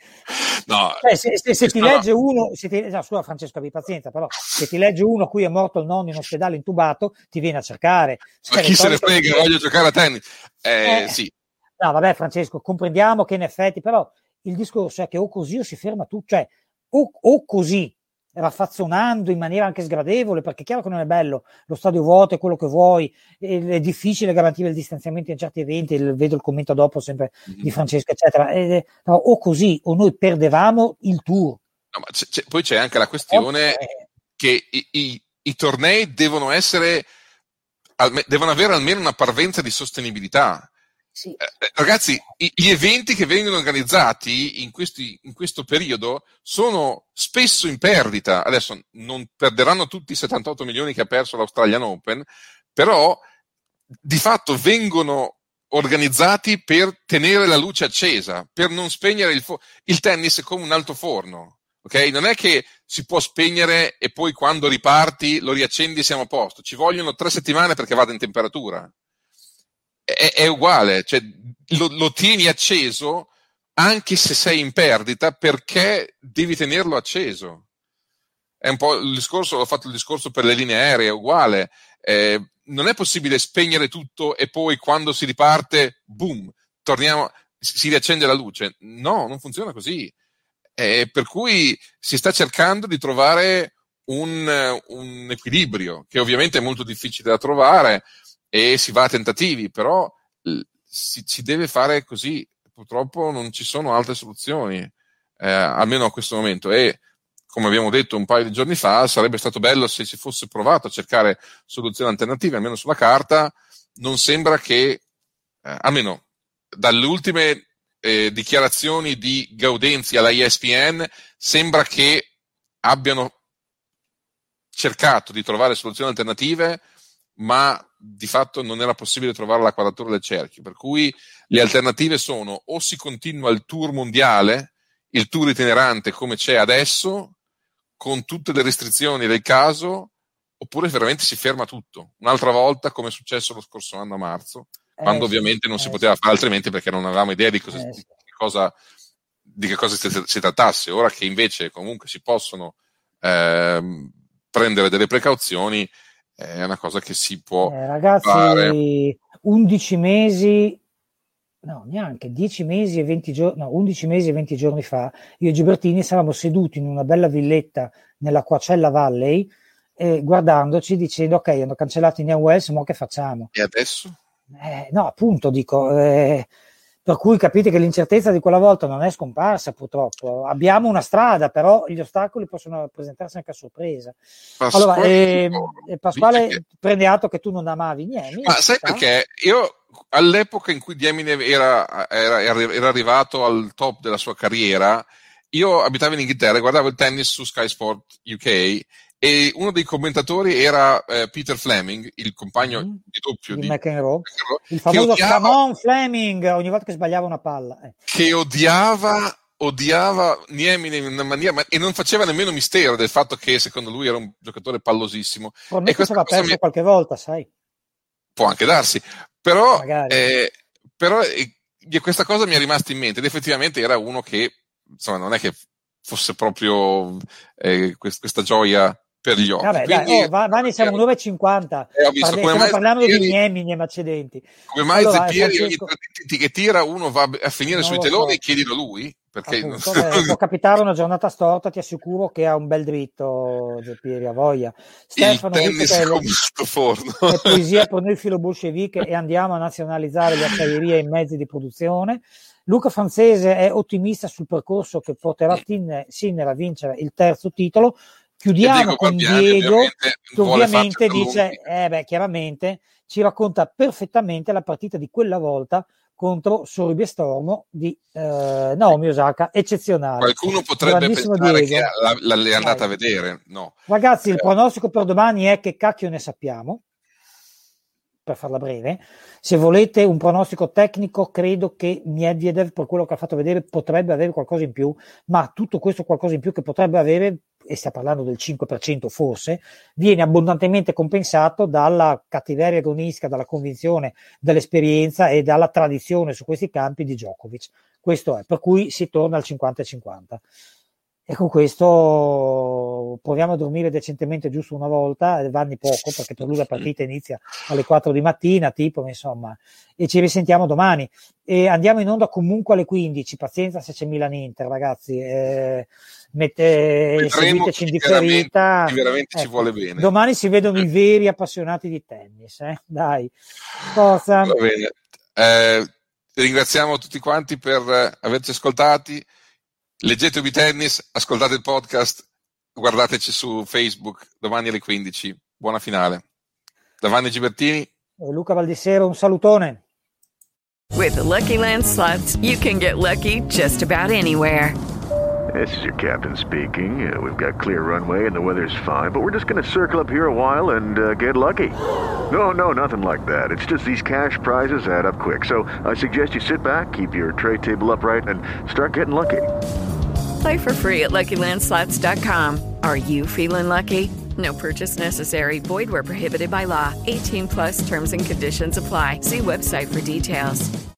S3: No,
S4: cioè, se, se, se ti no. legge uno, se ti, no, scusa Francesco, abbi pazienza, però se ti legge uno a cui è morto il nonno in ospedale intubato, ti viene a cercare.
S3: Cioè, ma chi se ne frega, voglio giocare a tennis. Eh, eh, sì.
S4: No, vabbè, Francesco, comprendiamo che in effetti, però il discorso è che o così o si ferma tutto, cioè o, o così raffazzonando in maniera anche sgradevole, perché è chiaro che non è bello, lo stadio vuoto è quello che vuoi, è difficile garantire il distanziamento in certi eventi, vedo il commento dopo sempre di Francesco eccetera, e, no, o così o noi perdevamo il tour.
S3: No, ma c'è, c'è, poi c'è anche la questione
S4: okay.
S3: che i, i, i tornei devono essere alme, devono avere almeno una parvenza di sostenibilità.
S4: Sì.
S3: Eh, ragazzi, i, gli eventi che vengono organizzati in, questi, in questo periodo sono spesso in perdita. Adesso non perderanno tutti i settantotto milioni che ha perso l'Australian Open, però di fatto vengono organizzati per tenere la luce accesa, per non spegnere il, fo- il tennis è come un alto forno. Ok? Non è che si può spegnere e poi quando riparti lo riaccendi e siamo a posto. Ci vogliono tre settimane perché vada in temperatura. È, è uguale, cioè lo, lo tieni acceso anche se sei in perdita perché devi tenerlo acceso. È un po' il discorso, ho fatto il discorso per le linee aeree, è uguale. Eh, non è possibile spegnere tutto e poi quando si riparte, boom, torniamo, si riaccende la luce. No, non funziona così. Eh, per cui si sta cercando di trovare un, un equilibrio che ovviamente è molto difficile da trovare e si va a tentativi, però si, si deve fare così. Purtroppo non ci sono altre soluzioni, eh, almeno a questo momento. E come abbiamo detto un paio di giorni fa, sarebbe stato bello se si fosse provato a cercare soluzioni alternative, almeno sulla carta. Non sembra che, eh, almeno dalle ultime eh, dichiarazioni di Gaudenzi alla E S P N, sembra che abbiano cercato di trovare soluzioni alternative, ma di fatto non era possibile trovare la quadratura del cerchio, per cui le alternative sono o si continua il tour mondiale, il tour itinerante come c'è adesso, con tutte le restrizioni del caso, oppure veramente si ferma tutto, un'altra volta come è successo lo scorso anno a marzo,
S4: eh,
S3: quando
S4: sì,
S3: ovviamente non
S4: eh,
S3: si poteva
S4: sì.
S3: fare altrimenti perché non avevamo idea di cosa,
S4: eh,
S3: di
S4: sì.
S3: cosa, di che cosa si, si trattasse. Ora che invece comunque si possono eh, prendere delle precauzioni, è una cosa che si può
S4: eh, ragazzi,
S3: fare.
S4: undici mesi, no, neanche dieci mesi e venti giorni, no, undici mesi e venti giorni fa, io e Gibertini stavamo seduti in una bella villetta nella Coachella Valley, eh, guardandoci, dicendo ok, hanno cancellato Indian Wells, ma che facciamo?
S3: E adesso?
S4: Eh, no, appunto, dico, eh, per cui capite che l'incertezza di quella volta non è scomparsa, purtroppo. Abbiamo una strada, però gli ostacoli possono presentarsi anche a sorpresa.
S3: Pasquale,
S4: allora, eh, Pasquale
S3: che...
S4: prende atto che tu non amavi Niemi.
S3: Ma sai
S4: sa?
S3: perché? Io all'epoca in cui Niemi era, era, era arrivato al top della sua carriera, io abitavo in Inghilterra e guardavo il tennis su Sky Sport U K e uno dei commentatori era eh, Peter Fleming, il compagno
S4: mm-hmm.
S3: di doppio
S4: di,
S3: di
S4: McEnroe,
S3: McEnroe,
S4: il famoso
S3: odiava,
S4: come on Fleming ogni volta che sbagliava una palla, eh.
S3: che odiava odiava Nieminen in una maniera, ma, e non faceva nemmeno mistero del fatto che secondo lui era un giocatore pallosissimo.
S4: Probabilmente ci aveva perso mi... qualche volta, sai?
S3: Può anche darsi, però, eh, però eh, questa cosa mi è rimasta in mente ed effettivamente era uno che, insomma, non è che fosse proprio eh, questa gioia per gli occhi.
S4: Vabbè,
S3: quindi,
S4: dai, oh, Vanni, siamo un'ora e cinquanta.
S3: Eh, ho visto,
S4: Parli, stiamo parlando Zeppieri, di Nieminen accedenti.
S3: Come mai
S4: allora,
S3: Zeppieri
S4: Francesco...
S3: ogni che tira uno va a finire
S4: non
S3: sui teloni,
S4: so.
S3: chiedilo lui. Perché
S4: Appunto, beh, può capitare una giornata storta, ti assicuro che ha un bel dritto Zeppieri, a voglia. Stefano
S3: il tennis
S4: dice
S3: come
S4: che
S3: sto forno.
S4: è poesia per noi filo bolsceviche e andiamo a nazionalizzare le acciaierie e i mezzi di produzione. Luca Francese è ottimista sul percorso che porterà Sinner a vincere il terzo titolo. Chiudiamo con
S3: Barbiani,
S4: Diego,
S3: ovviamente
S4: che ovviamente dice, eh beh, chiaramente ci racconta perfettamente la partita di quella volta contro Sorby e Stormo di eh, Naomi Osaka, eccezionale.
S3: Qualcuno potrebbe pensare
S4: Diego.
S3: che la, la, l'è andata Vai. a vedere, no.
S4: Ragazzi,
S3: eh.
S4: il pronostico per domani è che cacchio ne sappiamo, per farla breve. Se volete un pronostico tecnico, credo che Medvedev, per quello che ha fatto vedere, potrebbe avere qualcosa in più, ma tutto questo qualcosa in più che potrebbe avere, e stiamo parlando del cinque per cento forse, viene abbondantemente compensato dalla cattiveria agonistica, dalla convinzione, dall'esperienza e dalla tradizione su questi campi di Djokovic. Questo è, per cui si torna al cinquanta cinquanta. e con questo proviamo a dormire decentemente giusto una volta, Vanni poco perché per lui la partita inizia alle quattro di mattina tipo, insomma, e ci risentiamo domani e andiamo in onda comunque alle quindici, pazienza se c'è Milan-Inter ragazzi, eh, mette, seguiteci in differita,
S3: chi veramente
S4: ecco,
S3: ci vuole bene.
S4: Domani si vedono i veri appassionati di tennis, eh? Dai, forza.
S3: Va bene. Eh, ringraziamo tutti quanti per averci ascoltati. Leggete Ubi Tennis, ascoltate il podcast, guardateci su Facebook domani alle quindici. Buona finale. Da Vanni Gibertini
S4: e Luca Valdisero, un salutone.
S5: With the Lucky Land Slots, you can get lucky just about anywhere.
S6: This is your captain speaking. Uh, we've got clear runway and the weather's fine, but we're just going to circle up here a while and uh, get lucky. No, no, nothing like that. It's just these cash prizes add up quick. So I suggest you sit back, keep your tray table upright, and start getting lucky.
S5: Play for free at Lucky Land Slots dot com. Are you feeling lucky? No purchase necessary. Void where prohibited by law. eighteen plus terms and conditions apply. See website for details.